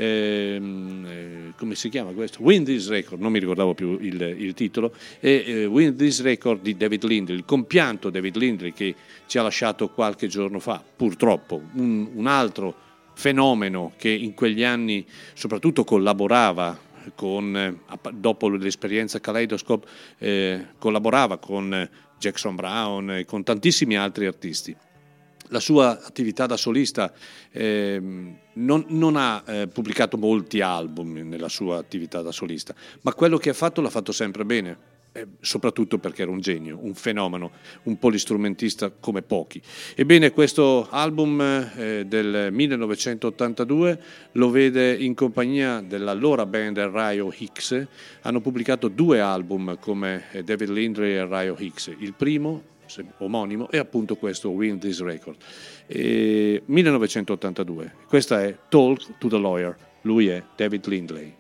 C: come si chiama questo? Win This Record, non mi ricordavo più il titolo, Win This Record di David Lindley, il compianto David Lindley che ci ha lasciato qualche giorno fa, purtroppo, un altro fenomeno che in quegli anni soprattutto collaborava dopo l'esperienza Kaleidoscope, collaborava con Jackson Browne e con tantissimi altri artisti. La sua attività da solista non ha pubblicato molti album nella sua attività da solista, ma quello che ha fatto l'ha fatto sempre bene, soprattutto perché era un genio, un fenomeno, un polistrumentista come pochi. Ebbene, questo album del 1982 lo vede in compagnia dell'allora band Rio Hicks. Hanno pubblicato 2 album come David Lindley e Rio Hicks. Il primo, omonimo, è appunto questo Win This Record, 1982. Questa è Talk to the Lawyer, lui è David Lindley.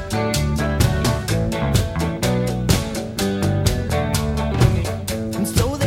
I: And so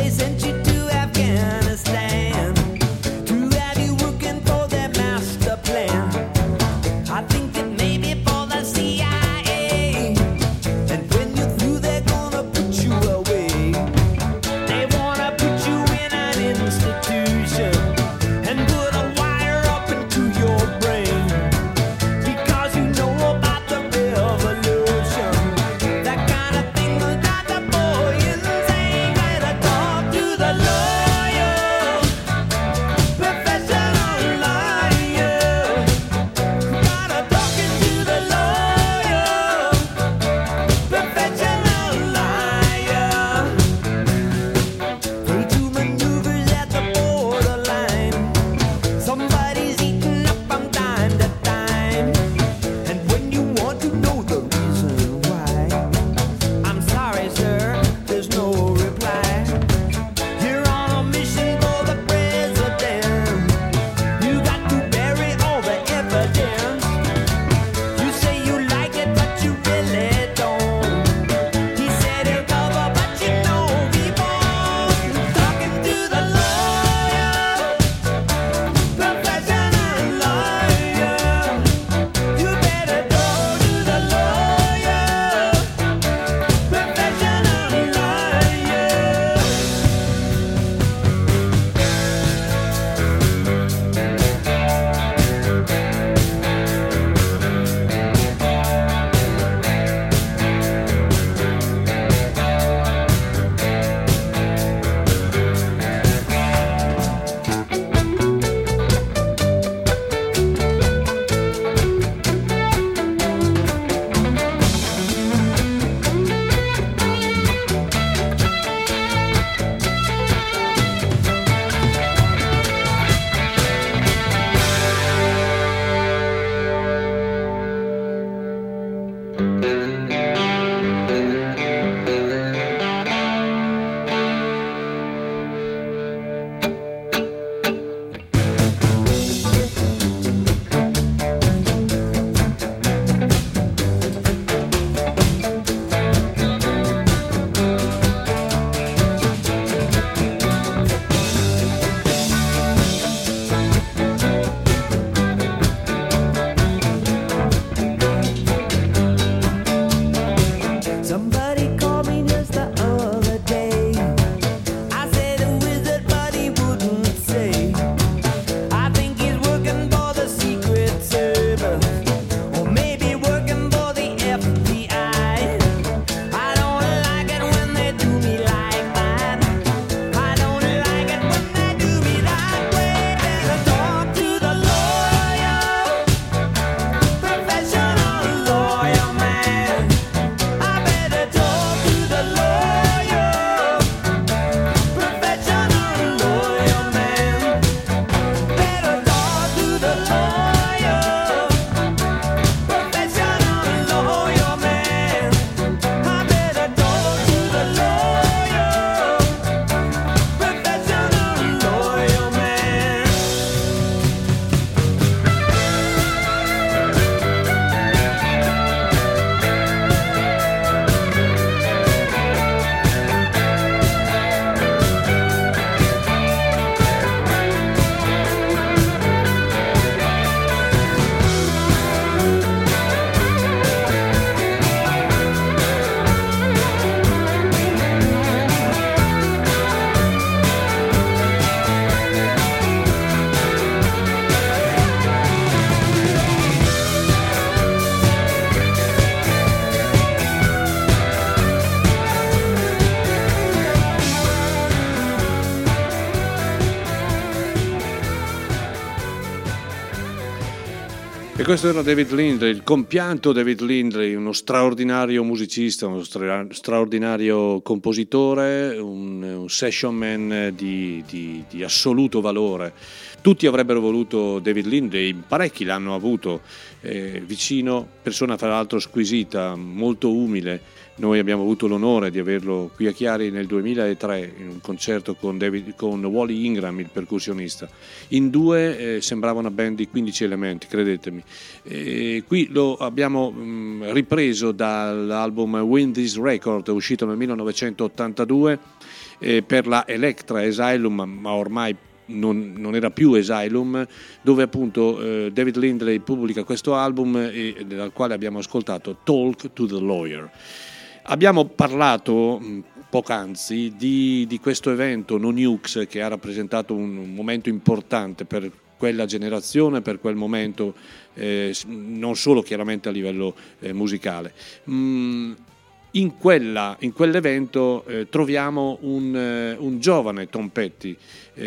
C: questo era David Lindley, il compianto David Lindley, uno straordinario musicista, uno straordinario compositore, un session man di assoluto valore. Tutti avrebbero voluto David Lindley, parecchi l'hanno avuto vicino, persona fra l'altro squisita, molto umile. Noi abbiamo avuto l'onore di averlo qui a Chiari nel 2003 in un concerto con Wally Ingram, il percussionista. In due sembrava una band di 15 elementi, credetemi. Qui lo abbiamo ripreso dall'album Win This Record, uscito nel 1982 per la Elektra Asylum, ma ormai non era più Asylum, dove appunto David Lindley pubblica questo album dal quale abbiamo ascoltato Talk to the Lawyer. Abbiamo parlato poc'anzi di questo evento No Nukes, che ha rappresentato un momento importante per quella generazione, per quel momento, non solo chiaramente a livello musicale. In quell'evento troviamo un giovane Tom Petty,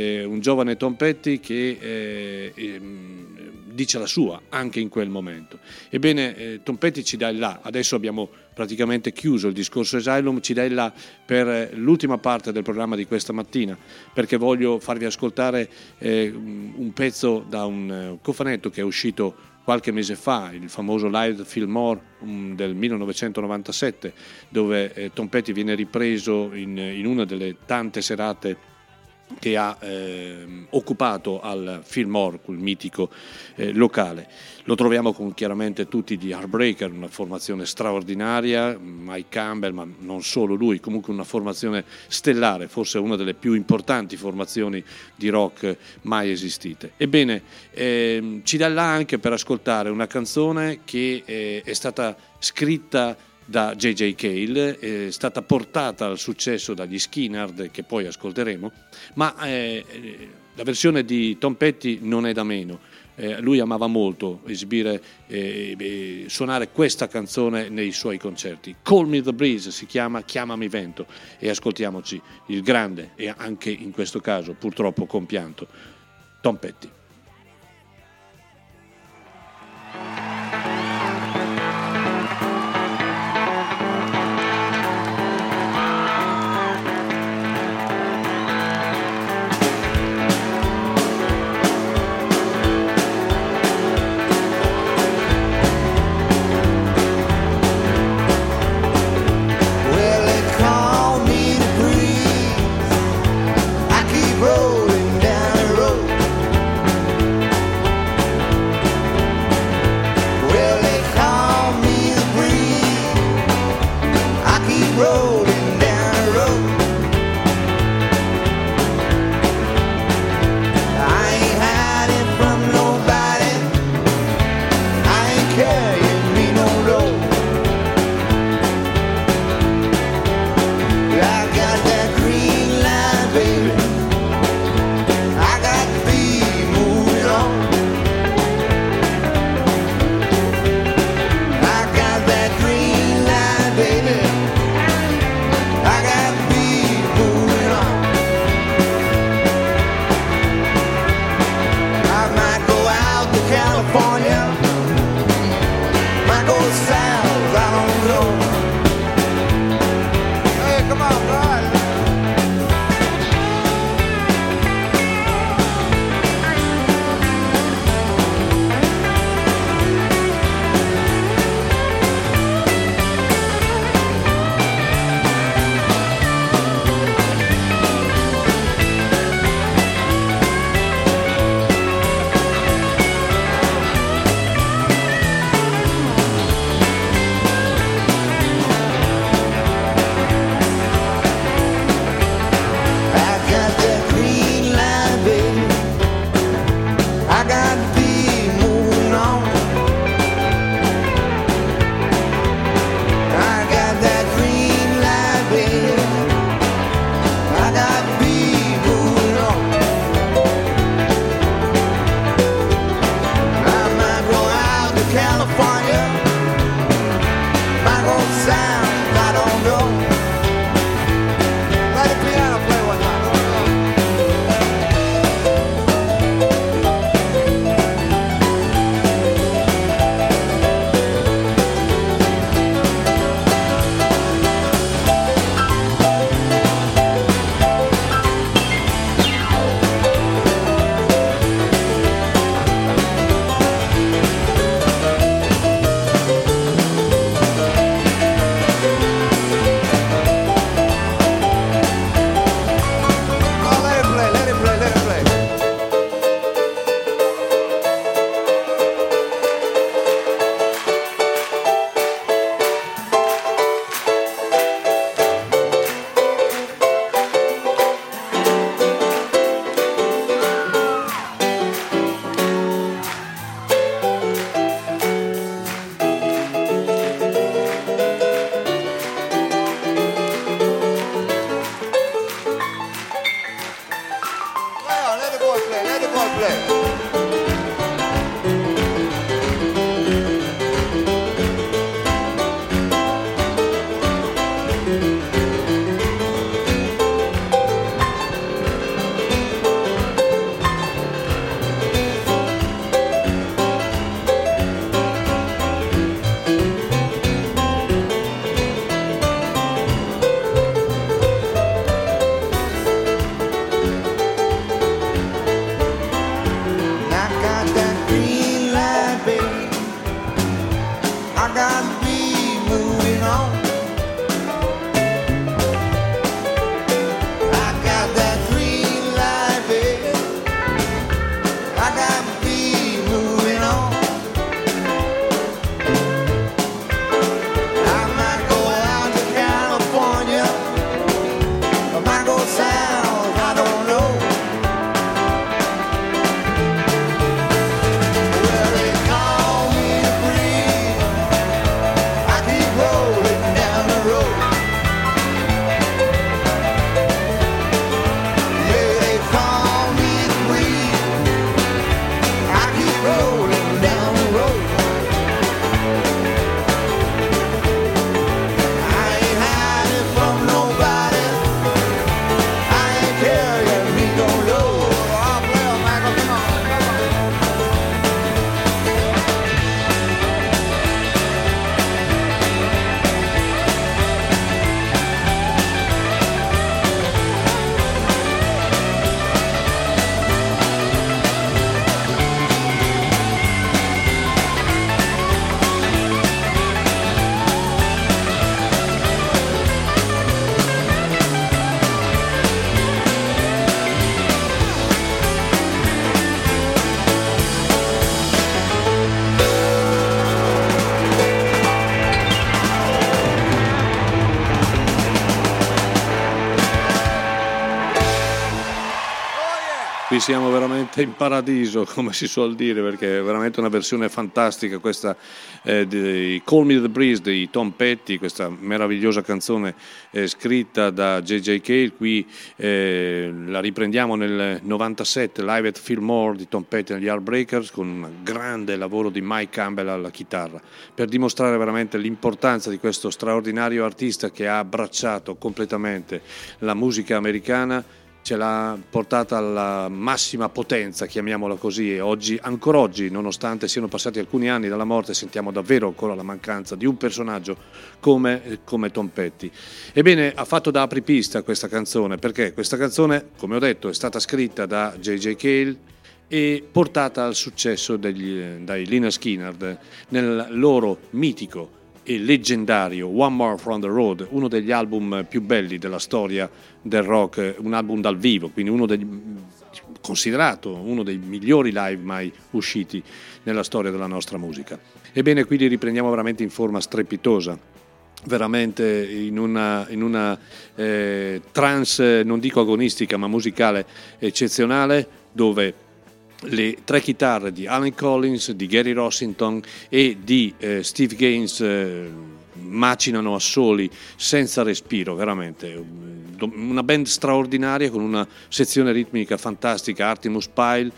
C: che dice la sua anche in quel momento. Ebbene, Tom Petty ci dà il là. Adesso abbiamo praticamente chiuso il discorso Asylum, ci dà il là per l'ultima parte del programma di questa mattina, perché voglio farvi ascoltare un pezzo da un cofanetto che è uscito qualche mese fa, il famoso Live Fillmore del 1997, dove Tom Petty viene ripreso in una delle tante serate che ha occupato al Fillmore, quel mitico locale. Lo troviamo con chiaramente tutti di Heartbreaker, una formazione straordinaria, Mike Campbell, ma non solo lui, comunque una formazione stellare, forse una delle più importanti formazioni di rock mai esistite. Ebbene, ci dà là anche per ascoltare una canzone che è stata scritta da J.J. Cale, è stata portata al successo dagli Skynyrd, che poi ascolteremo, ma la versione di Tom Petty non è da meno. Lui amava molto esibire suonare questa canzone nei suoi concerti. Call Me the Breeze si chiama, Chiamami Vento, e ascoltiamoci il grande e anche in questo caso purtroppo compianto Tom Petty. Qui siamo veramente in paradiso, come si suol dire, perché è veramente una versione fantastica questa di Call Me the Breeze di Tom Petty, questa meravigliosa canzone scritta da J.J. Cale. Qui la riprendiamo nel 97, Live at Fillmore di Tom Petty e gli Heartbreakers, con un grande lavoro di Mike Campbell alla chitarra, per dimostrare veramente l'importanza di questo straordinario artista che ha abbracciato completamente la musica americana, ce l'ha portata alla massima potenza, chiamiamola così, e oggi, ancora oggi, nonostante siano passati alcuni anni dalla morte, sentiamo davvero ancora la mancanza di un personaggio come Tom Petty. Ebbene, ha fatto da apripista questa canzone, perché questa canzone, come ho detto, è stata scritta da J.J. Cale e portata al successo dai Lynyrd Skynyrd nel loro mitico e leggendario One More from the Road, uno degli album più belli della storia del rock, un album dal vivo, quindi considerato uno dei migliori live mai usciti nella storia della nostra musica. Ebbene, qui li riprendiamo veramente in forma strepitosa, veramente in una trance, non dico agonistica, ma musicale eccezionale, dove le tre chitarre di Allen Collins, di Gary Rossington e di Steve Gaines macinano a soli senza respiro, veramente una band straordinaria con una sezione ritmica fantastica, Artemus Pyle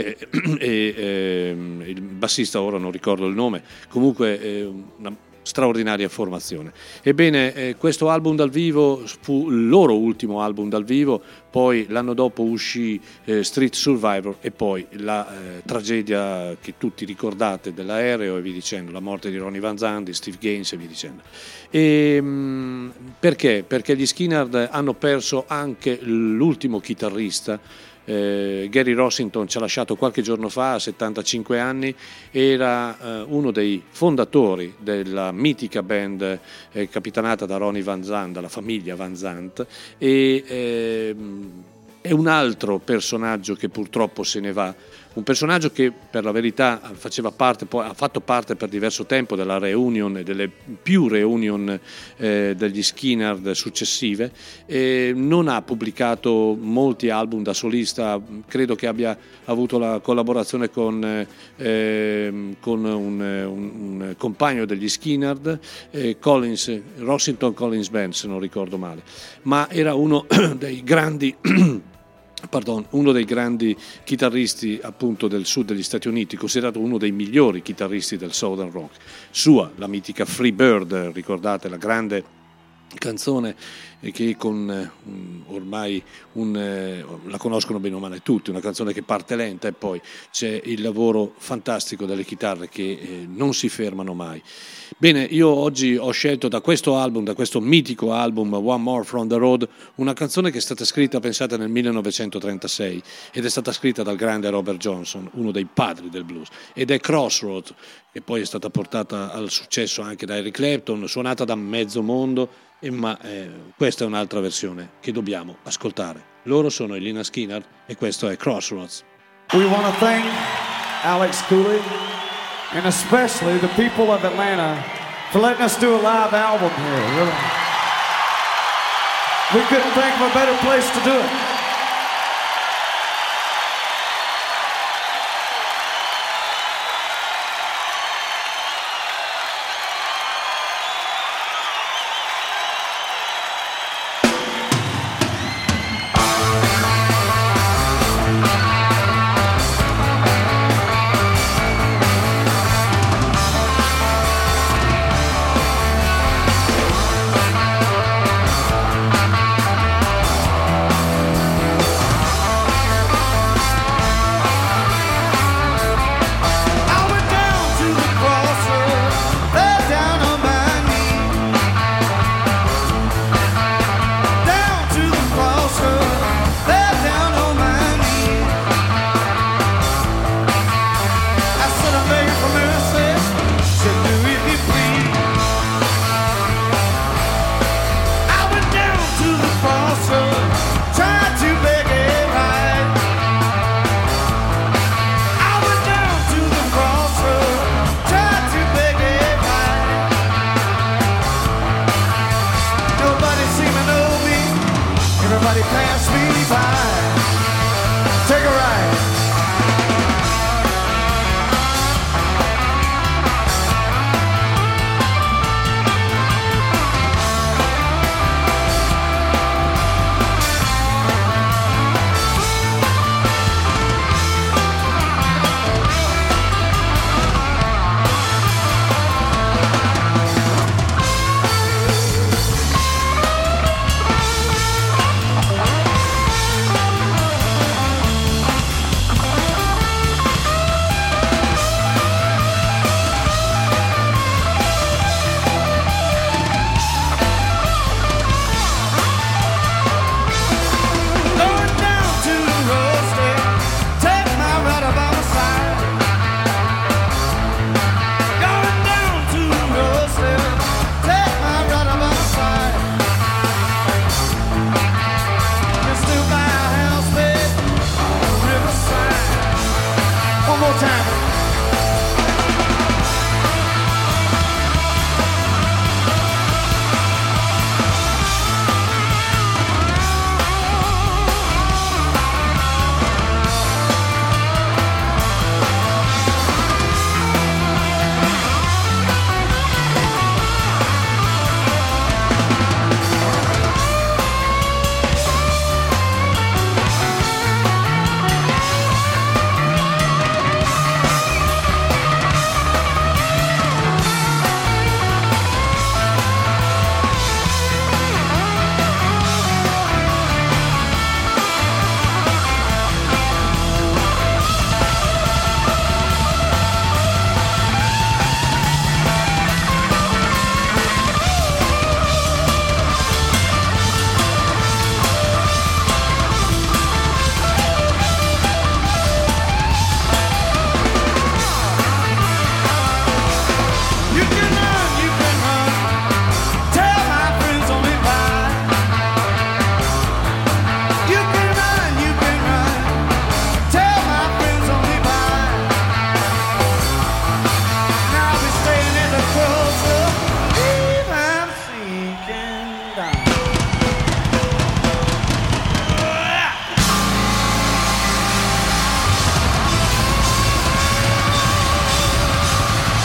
C: e il bassista, ora non ricordo il nome, comunque una straordinaria formazione. Ebbene, questo album dal vivo fu il loro ultimo album dal vivo, poi l'anno dopo uscì Street Survivor e poi la tragedia che tutti ricordate dell'aereo e via dicendo, la morte di Ronnie Van Zant, di Steve Gaines e via dicendo. Perché? Perché gli Skynyrd hanno perso anche l'ultimo chitarrista. Gary Rossington ci ha lasciato qualche giorno fa, a 75 anni, era uno dei fondatori della mitica band capitanata da Ronnie Van Zant, dalla famiglia Van Zant, e è un altro personaggio che purtroppo se ne va, un personaggio che per la verità ha fatto parte per diverso tempo della reunion, delle più reunion degli Skynyrd successive, non ha pubblicato molti album da solista, credo che abbia avuto la collaborazione con un compagno degli Skynyrd, Rossington Collins Band, se non ricordo male, ma era uno dei grandi chitarristi appunto del sud degli Stati Uniti, considerato uno dei migliori chitarristi del Southern Rock. La mitica Free Bird, ricordate la grande canzone che con ormai la conoscono bene o male tutti, una canzone che parte lenta e poi c'è il lavoro fantastico delle chitarre che non si fermano mai. Bene, io oggi ho scelto da questo album, da questo mitico album One More From The Road, una canzone che è stata scritta, pensate, nel 1936 ed è stata scritta dal grande Robert Johnson, uno dei padri del blues, ed è Crossroads, che poi è stata portata al successo anche da Eric Clapton, suonata da mezzo mondo, ma questa è un'altra versione che dobbiamo ascoltare. Loro sono i Lynyrd Skynyrd e questo è Crossroads.
H: We want to thank Alex Cooley and especially the people of Atlanta for letting us do a live album here. Really. We couldn't think of a better place to do it.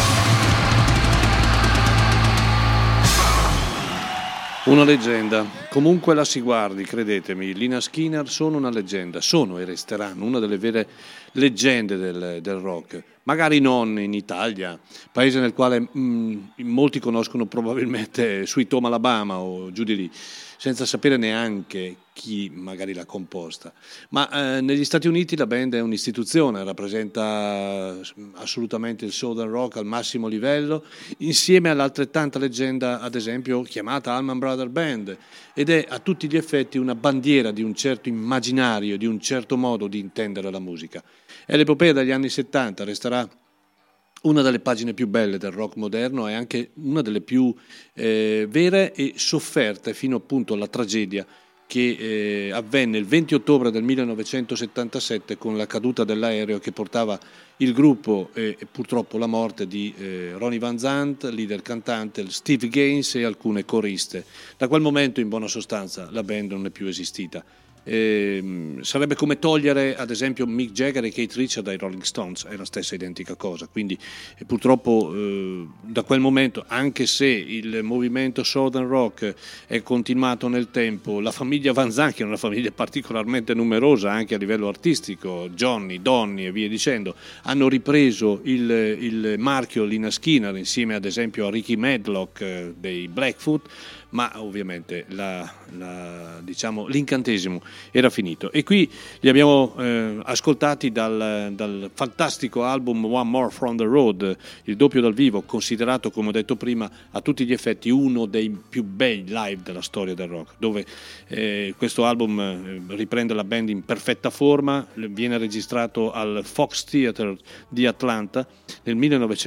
C: Una leggenda, Comunque la si guardi, credetemi, Lynyrd Skynyrd sono una leggenda, sono e resteranno una delle vere leggende del rock. Magari non in Italia, paese nel quale molti conoscono probabilmente Sweet Home Alabama o giù di lì, senza sapere neanche chi magari l'ha composta. Ma negli Stati Uniti la band è un'istituzione, rappresenta assolutamente il Southern Rock al massimo livello, insieme all'altrettanta leggenda, ad esempio, chiamata Allman Brothers Band, ed è a tutti gli effetti una bandiera di un certo immaginario, di un certo modo di intendere la musica. È l'epopea degli anni 70, resterà una delle pagine più belle del rock moderno e anche una delle più vere e sofferte fino appunto alla tragedia che avvenne il 20 ottobre del 1977 con la caduta dell'aereo che portava il gruppo e purtroppo la morte di Ronnie Van Zant, leader cantante, Steve Gaines e alcune coriste. Da quel momento in buona sostanza la band non è più esistita. Sarebbe come togliere ad esempio Mick Jagger e Keith Richards dai Rolling Stones, è la stessa identica cosa, quindi purtroppo da quel momento, anche se il movimento Southern Rock è continuato nel tempo, la famiglia Van Zandt, che è una famiglia particolarmente numerosa anche a livello artistico, Johnny, Donny e via dicendo, hanno ripreso il marchio Lynyrd Skynyrd insieme ad esempio a Ricky Medlock dei Blackfoot, ma ovviamente diciamo, l'incantesimo era finito. E qui li abbiamo ascoltati dal fantastico album One More From The Road, il doppio dal vivo, considerato, come ho detto prima, a tutti gli effetti uno dei più bei live della storia del rock, dove questo album riprende la band in perfetta forma, viene registrato al Fox Theatre di Atlanta nel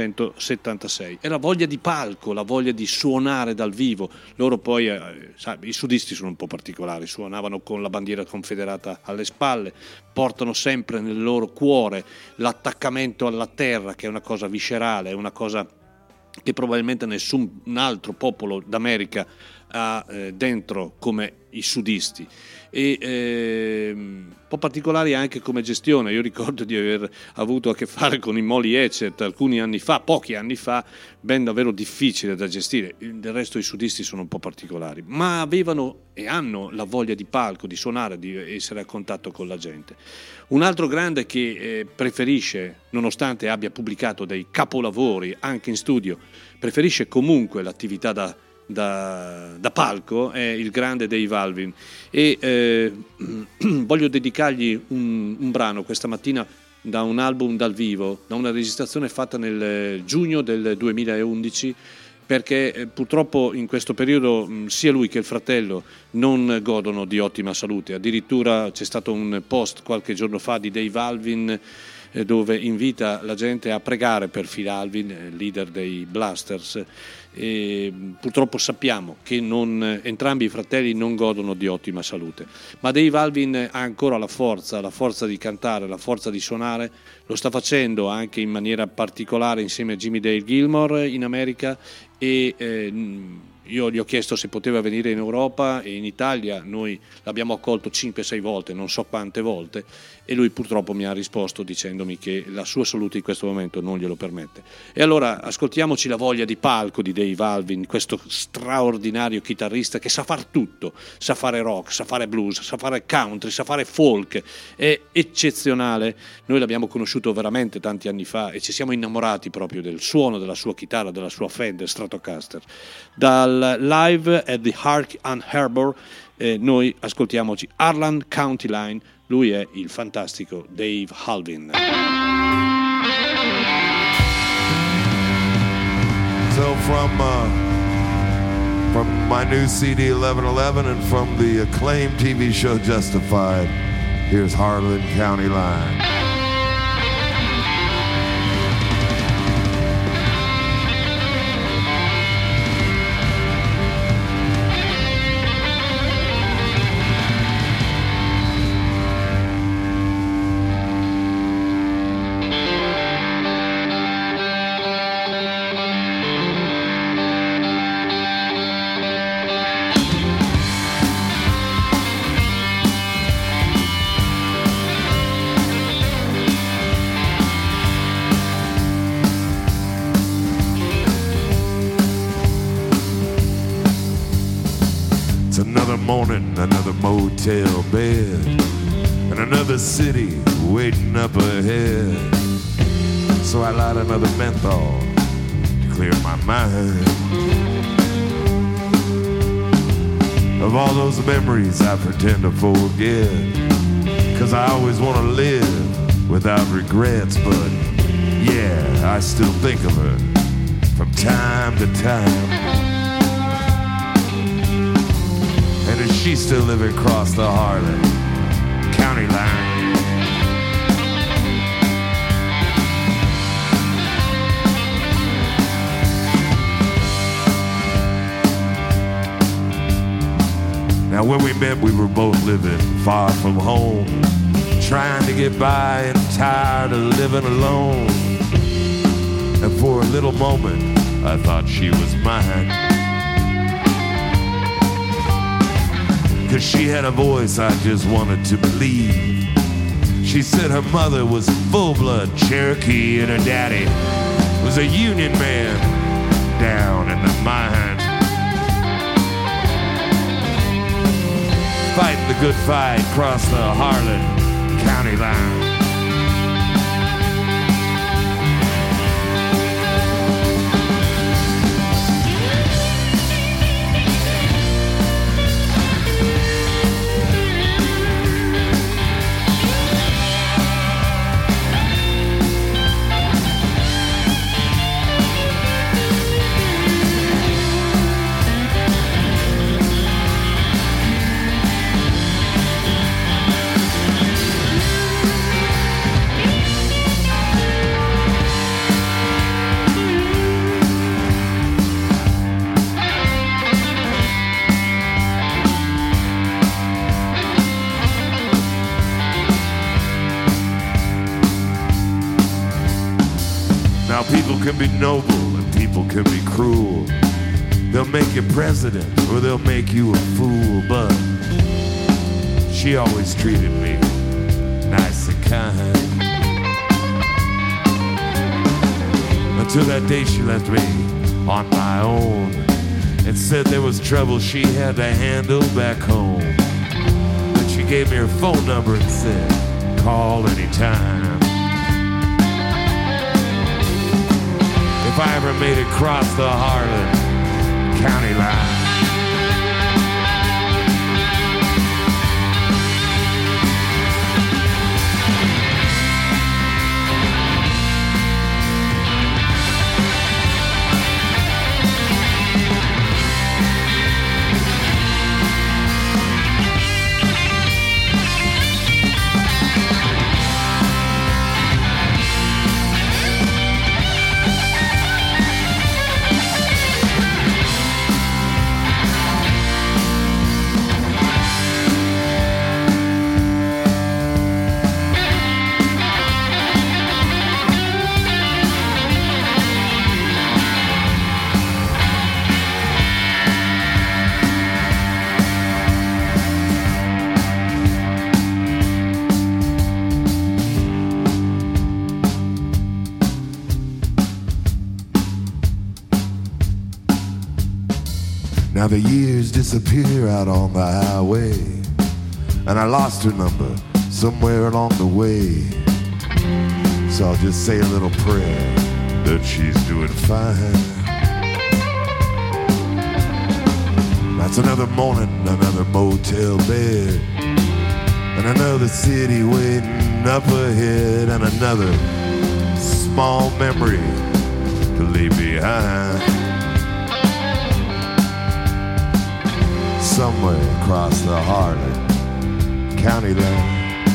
C: 1976. E la voglia di palco, la voglia di suonare dal vivo. Loro poi, i sudisti sono un po' particolari, suonavano con la bandiera confederata alle spalle, portano sempre nel loro cuore l'attaccamento alla terra, che è una cosa viscerale, è una cosa che probabilmente nessun altro popolo d'America ha dentro come i sudisti. E un po' particolari anche come gestione. Io ricordo di aver avuto a che fare con i Molly Hatchet alcuni anni fa, pochi anni fa, ben davvero difficile da gestire. Del resto i sudisti sono un po' particolari, ma avevano e hanno la voglia di palco, di suonare, di essere a contatto con la gente. Un altro grande che preferisce, nonostante abbia pubblicato dei capolavori anche in studio, preferisce comunque l'attività da palco, è il grande Dave Alvin, e voglio dedicargli un brano questa mattina da un album dal vivo, da una registrazione fatta nel giugno del 2011, perché purtroppo in questo periodo sia lui che il fratello non godono di ottima salute. Addirittura c'è stato un post qualche giorno fa di Dave Alvin dove invita la gente a pregare per Phil Alvin, leader dei Blasters, e purtroppo sappiamo che entrambi i fratelli non godono di ottima salute, ma Dave Alvin ha ancora la forza di cantare, la forza di suonare, lo sta facendo anche in maniera particolare insieme a Jimmy Dale Gilmore in America, e io gli ho chiesto se poteva venire in Europa e in Italia, noi l'abbiamo accolto 5-6 volte, non so quante volte, e lui purtroppo mi ha risposto dicendomi che la sua salute in questo momento non glielo permette. E allora ascoltiamoci la voglia di palco di Dave Alvin, questo straordinario chitarrista che sa far tutto, sa fare rock, sa fare blues, sa fare country, sa fare folk, è eccezionale. Noi l'abbiamo conosciuto veramente tanti anni fa e ci siamo innamorati proprio del suono della sua chitarra, della sua Fender Stratocaster. Dal Live at the Hark and Harbor noi ascoltiamoci Harlan County Line. Lui è il fantastico Dave Alvin.
I: So from my new CD 1111 and from the acclaimed TV show Justified, here's Harlan County Line. another motel bed, and another city waiting up ahead. So I light another menthol to clear my mind of all those memories I pretend to forget, 'cause I always want to live without regrets. But yeah, I still think of her from time to time. And is she still living across the Harlan County line? Now when we met, we were both living far from home, trying to get by and tired of living alone. And for a little moment, I thought she was mine, 'cause she had a voice I just wanted to believe. She said her mother was full-blood Cherokee and her daddy was a Union man down in the mines, fighting the good fight across the Harlan County line. People can be noble and people can be cruel. They'll make you president or they'll make you a fool. But she always treated me nice and kind, until that day she left me on my own and said there was trouble she had to handle back home. But she gave me her phone number and said, call anytime. If I ever made it across the Harlan County line. Now the years disappear out on the highway, and I lost her number somewhere along the way. So I'll just say a little prayer that she's doing fine. That's another morning, another motel bed, and another city waiting up ahead, and another small memory to leave behind. Somewhere across the Harlan County line.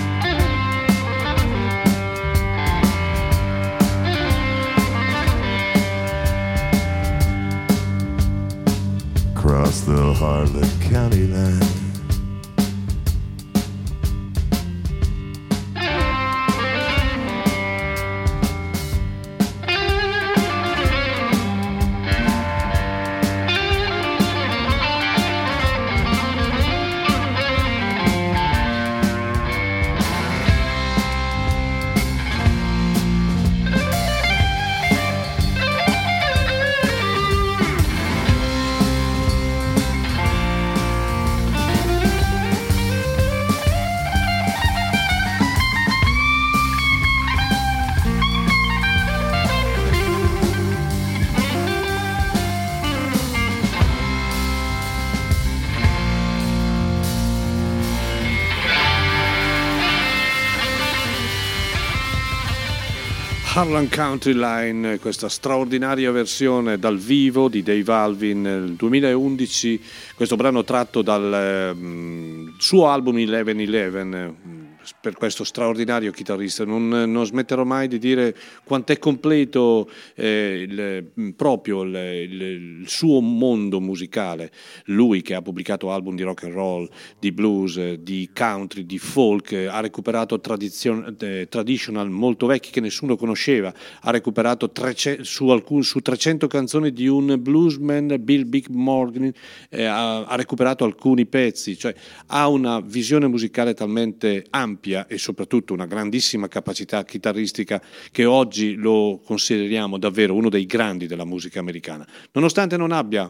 I: Across the Harlan County line.
C: Harlan Country Line, questa straordinaria versione dal vivo di Dave Alvin nel 2011, questo brano tratto dal suo album 1111, per questo straordinario chitarrista. Non smetterò mai di dire quant'è completo proprio il suo mondo musicale. Lui che ha pubblicato album di rock and roll, di blues, di country, di folk, ha recuperato traditional molto vecchi che nessuno conosceva, ha recuperato su 300 canzoni di un bluesman, Bill Big Morgan, ha recuperato alcuni pezzi, cioè ha una visione musicale talmente ampia e soprattutto una grandissima capacità chitarristica che oggi lo consideriamo davvero uno dei grandi della musica americana, nonostante non abbia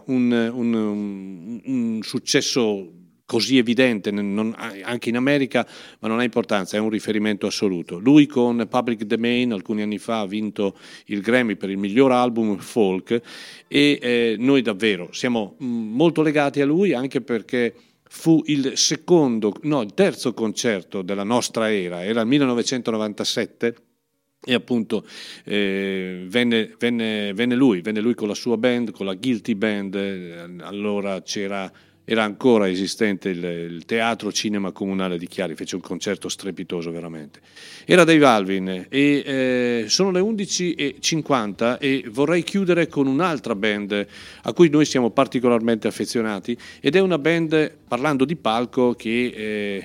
C: un successo così evidente anche in America, ma non ha importanza, è un riferimento assoluto. Lui con Public Domain alcuni anni fa ha vinto il Grammy per il miglior album folk e noi davvero siamo molto legati a lui, anche perché fu il terzo concerto della nostra era il 1997 e appunto venne lui con la sua band, con la Guilty Band. Allora era ancora esistente il Teatro Cinema Comunale di Chiari, fece un concerto strepitoso veramente. Era Dave Alvin e sono le 11:50 e vorrei chiudere con un'altra band a cui noi siamo particolarmente affezionati, ed è una band, parlando di palco, che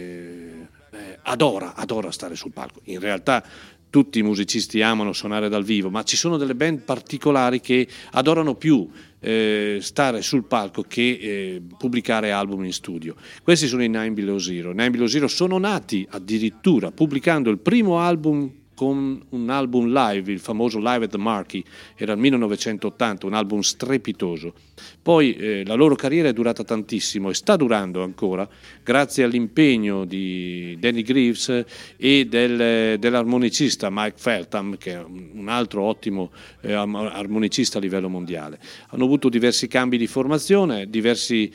C: adora stare sul palco. In realtà tutti i musicisti amano suonare dal vivo, ma ci sono delle band particolari che adorano più stare sul palco che pubblicare album in studio. Questi sono i Nine Below Zero. Nine Below Zero sono nati addirittura pubblicando il primo album con un album live, il famoso Live at the Marquee, era il 1980, un album strepitoso. Poi la loro carriera è durata tantissimo e sta durando ancora grazie all'impegno di Danny Greaves e dell'armonicista Mike Feltham, che è un altro ottimo armonicista a livello mondiale. Hanno avuto diversi cambi di formazione, diversi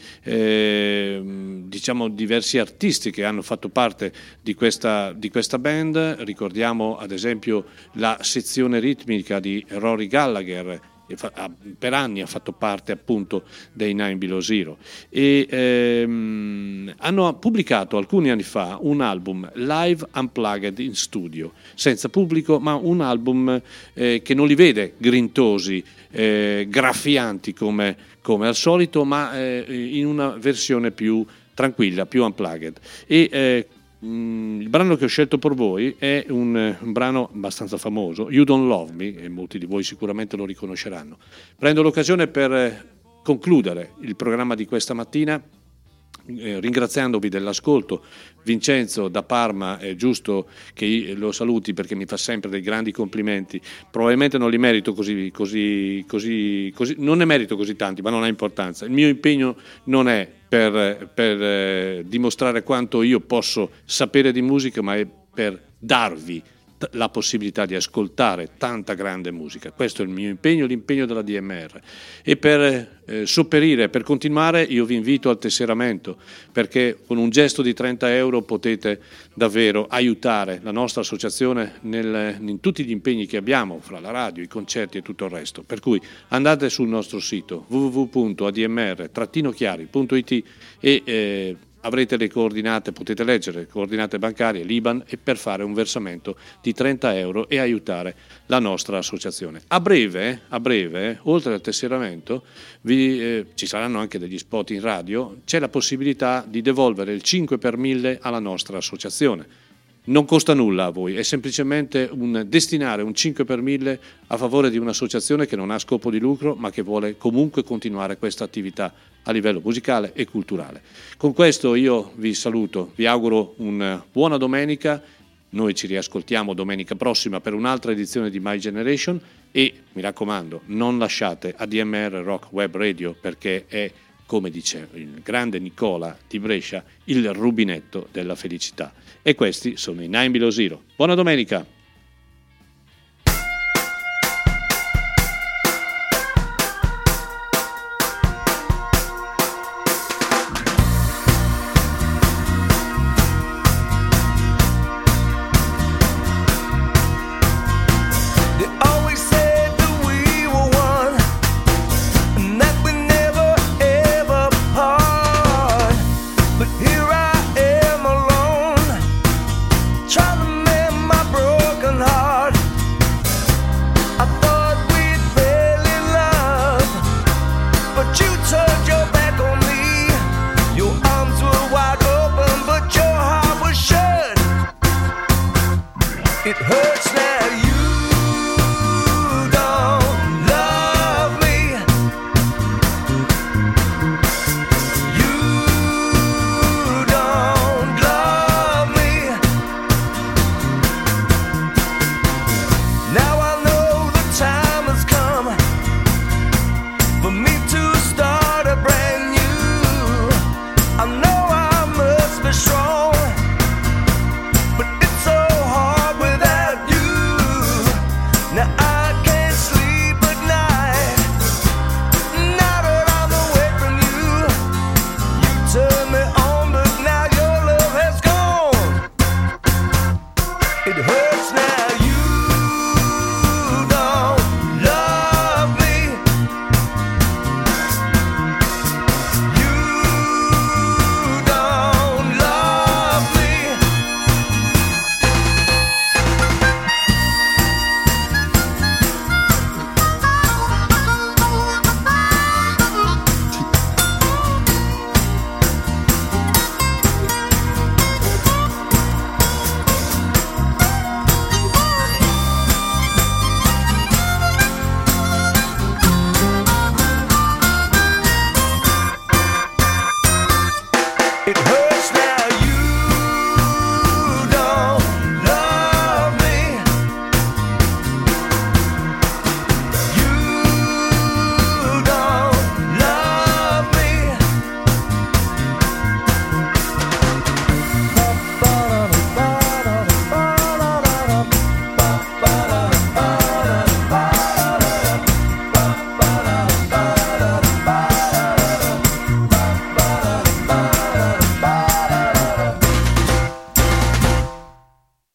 C: artisti che hanno fatto parte di questa band. Ricordiamo ad esempio la sezione ritmica di Rory Gallagher, per anni ha fatto parte appunto dei Nine Below Zero, e hanno pubblicato alcuni anni fa un album live unplugged in studio, senza pubblico, ma un album che non li vede grintosi, graffianti come al solito, ma in una versione più tranquilla, più unplugged. E il brano che ho scelto per voi è un brano abbastanza famoso, You Don't Love Me, e molti di voi sicuramente lo riconosceranno. Prendo l'occasione per concludere il programma di questa mattina ringraziandovi dell'ascolto. Vincenzo da Parma, è giusto che lo saluti perché mi fa sempre dei grandi complimenti, probabilmente non li merito così, non ne merito così tanti, ma non ha importanza. Il mio impegno non è per dimostrare quanto io posso sapere di musica, ma è per darvi la possibilità di ascoltare tanta grande musica. Questo è il mio impegno, l'impegno della DMR. E per sopperire, per continuare, io vi invito al tesseramento, perché con un gesto di 30 euro potete davvero aiutare la nostra associazione in tutti gli impegni che abbiamo, fra la radio, i concerti e tutto il resto. Per cui andate sul nostro sito www.admr-chiari.it e avrete le coordinate, potete leggere le coordinate bancarie, l'IBAN, e per fare un versamento di 30 euro e aiutare la nostra associazione. A breve, oltre al tesseramento, ci saranno anche degli spot in radio, c'è la possibilità di devolvere il 5 per 1000 alla nostra associazione. Non costa nulla a voi, è semplicemente destinare un 5 per 1000 a favore di un'associazione che non ha scopo di lucro, ma che vuole comunque continuare questa attività a livello musicale e culturale. Con questo io vi saluto, vi auguro una buona domenica. Noi ci riascoltiamo domenica prossima per un'altra edizione di My Generation e mi raccomando, non lasciate ADMR Rock Web Radio, perché è, come dice il grande Nicola di Brescia, il rubinetto della felicità. E questi sono i Nine Below Zero. Buona domenica!
J: it hurts now.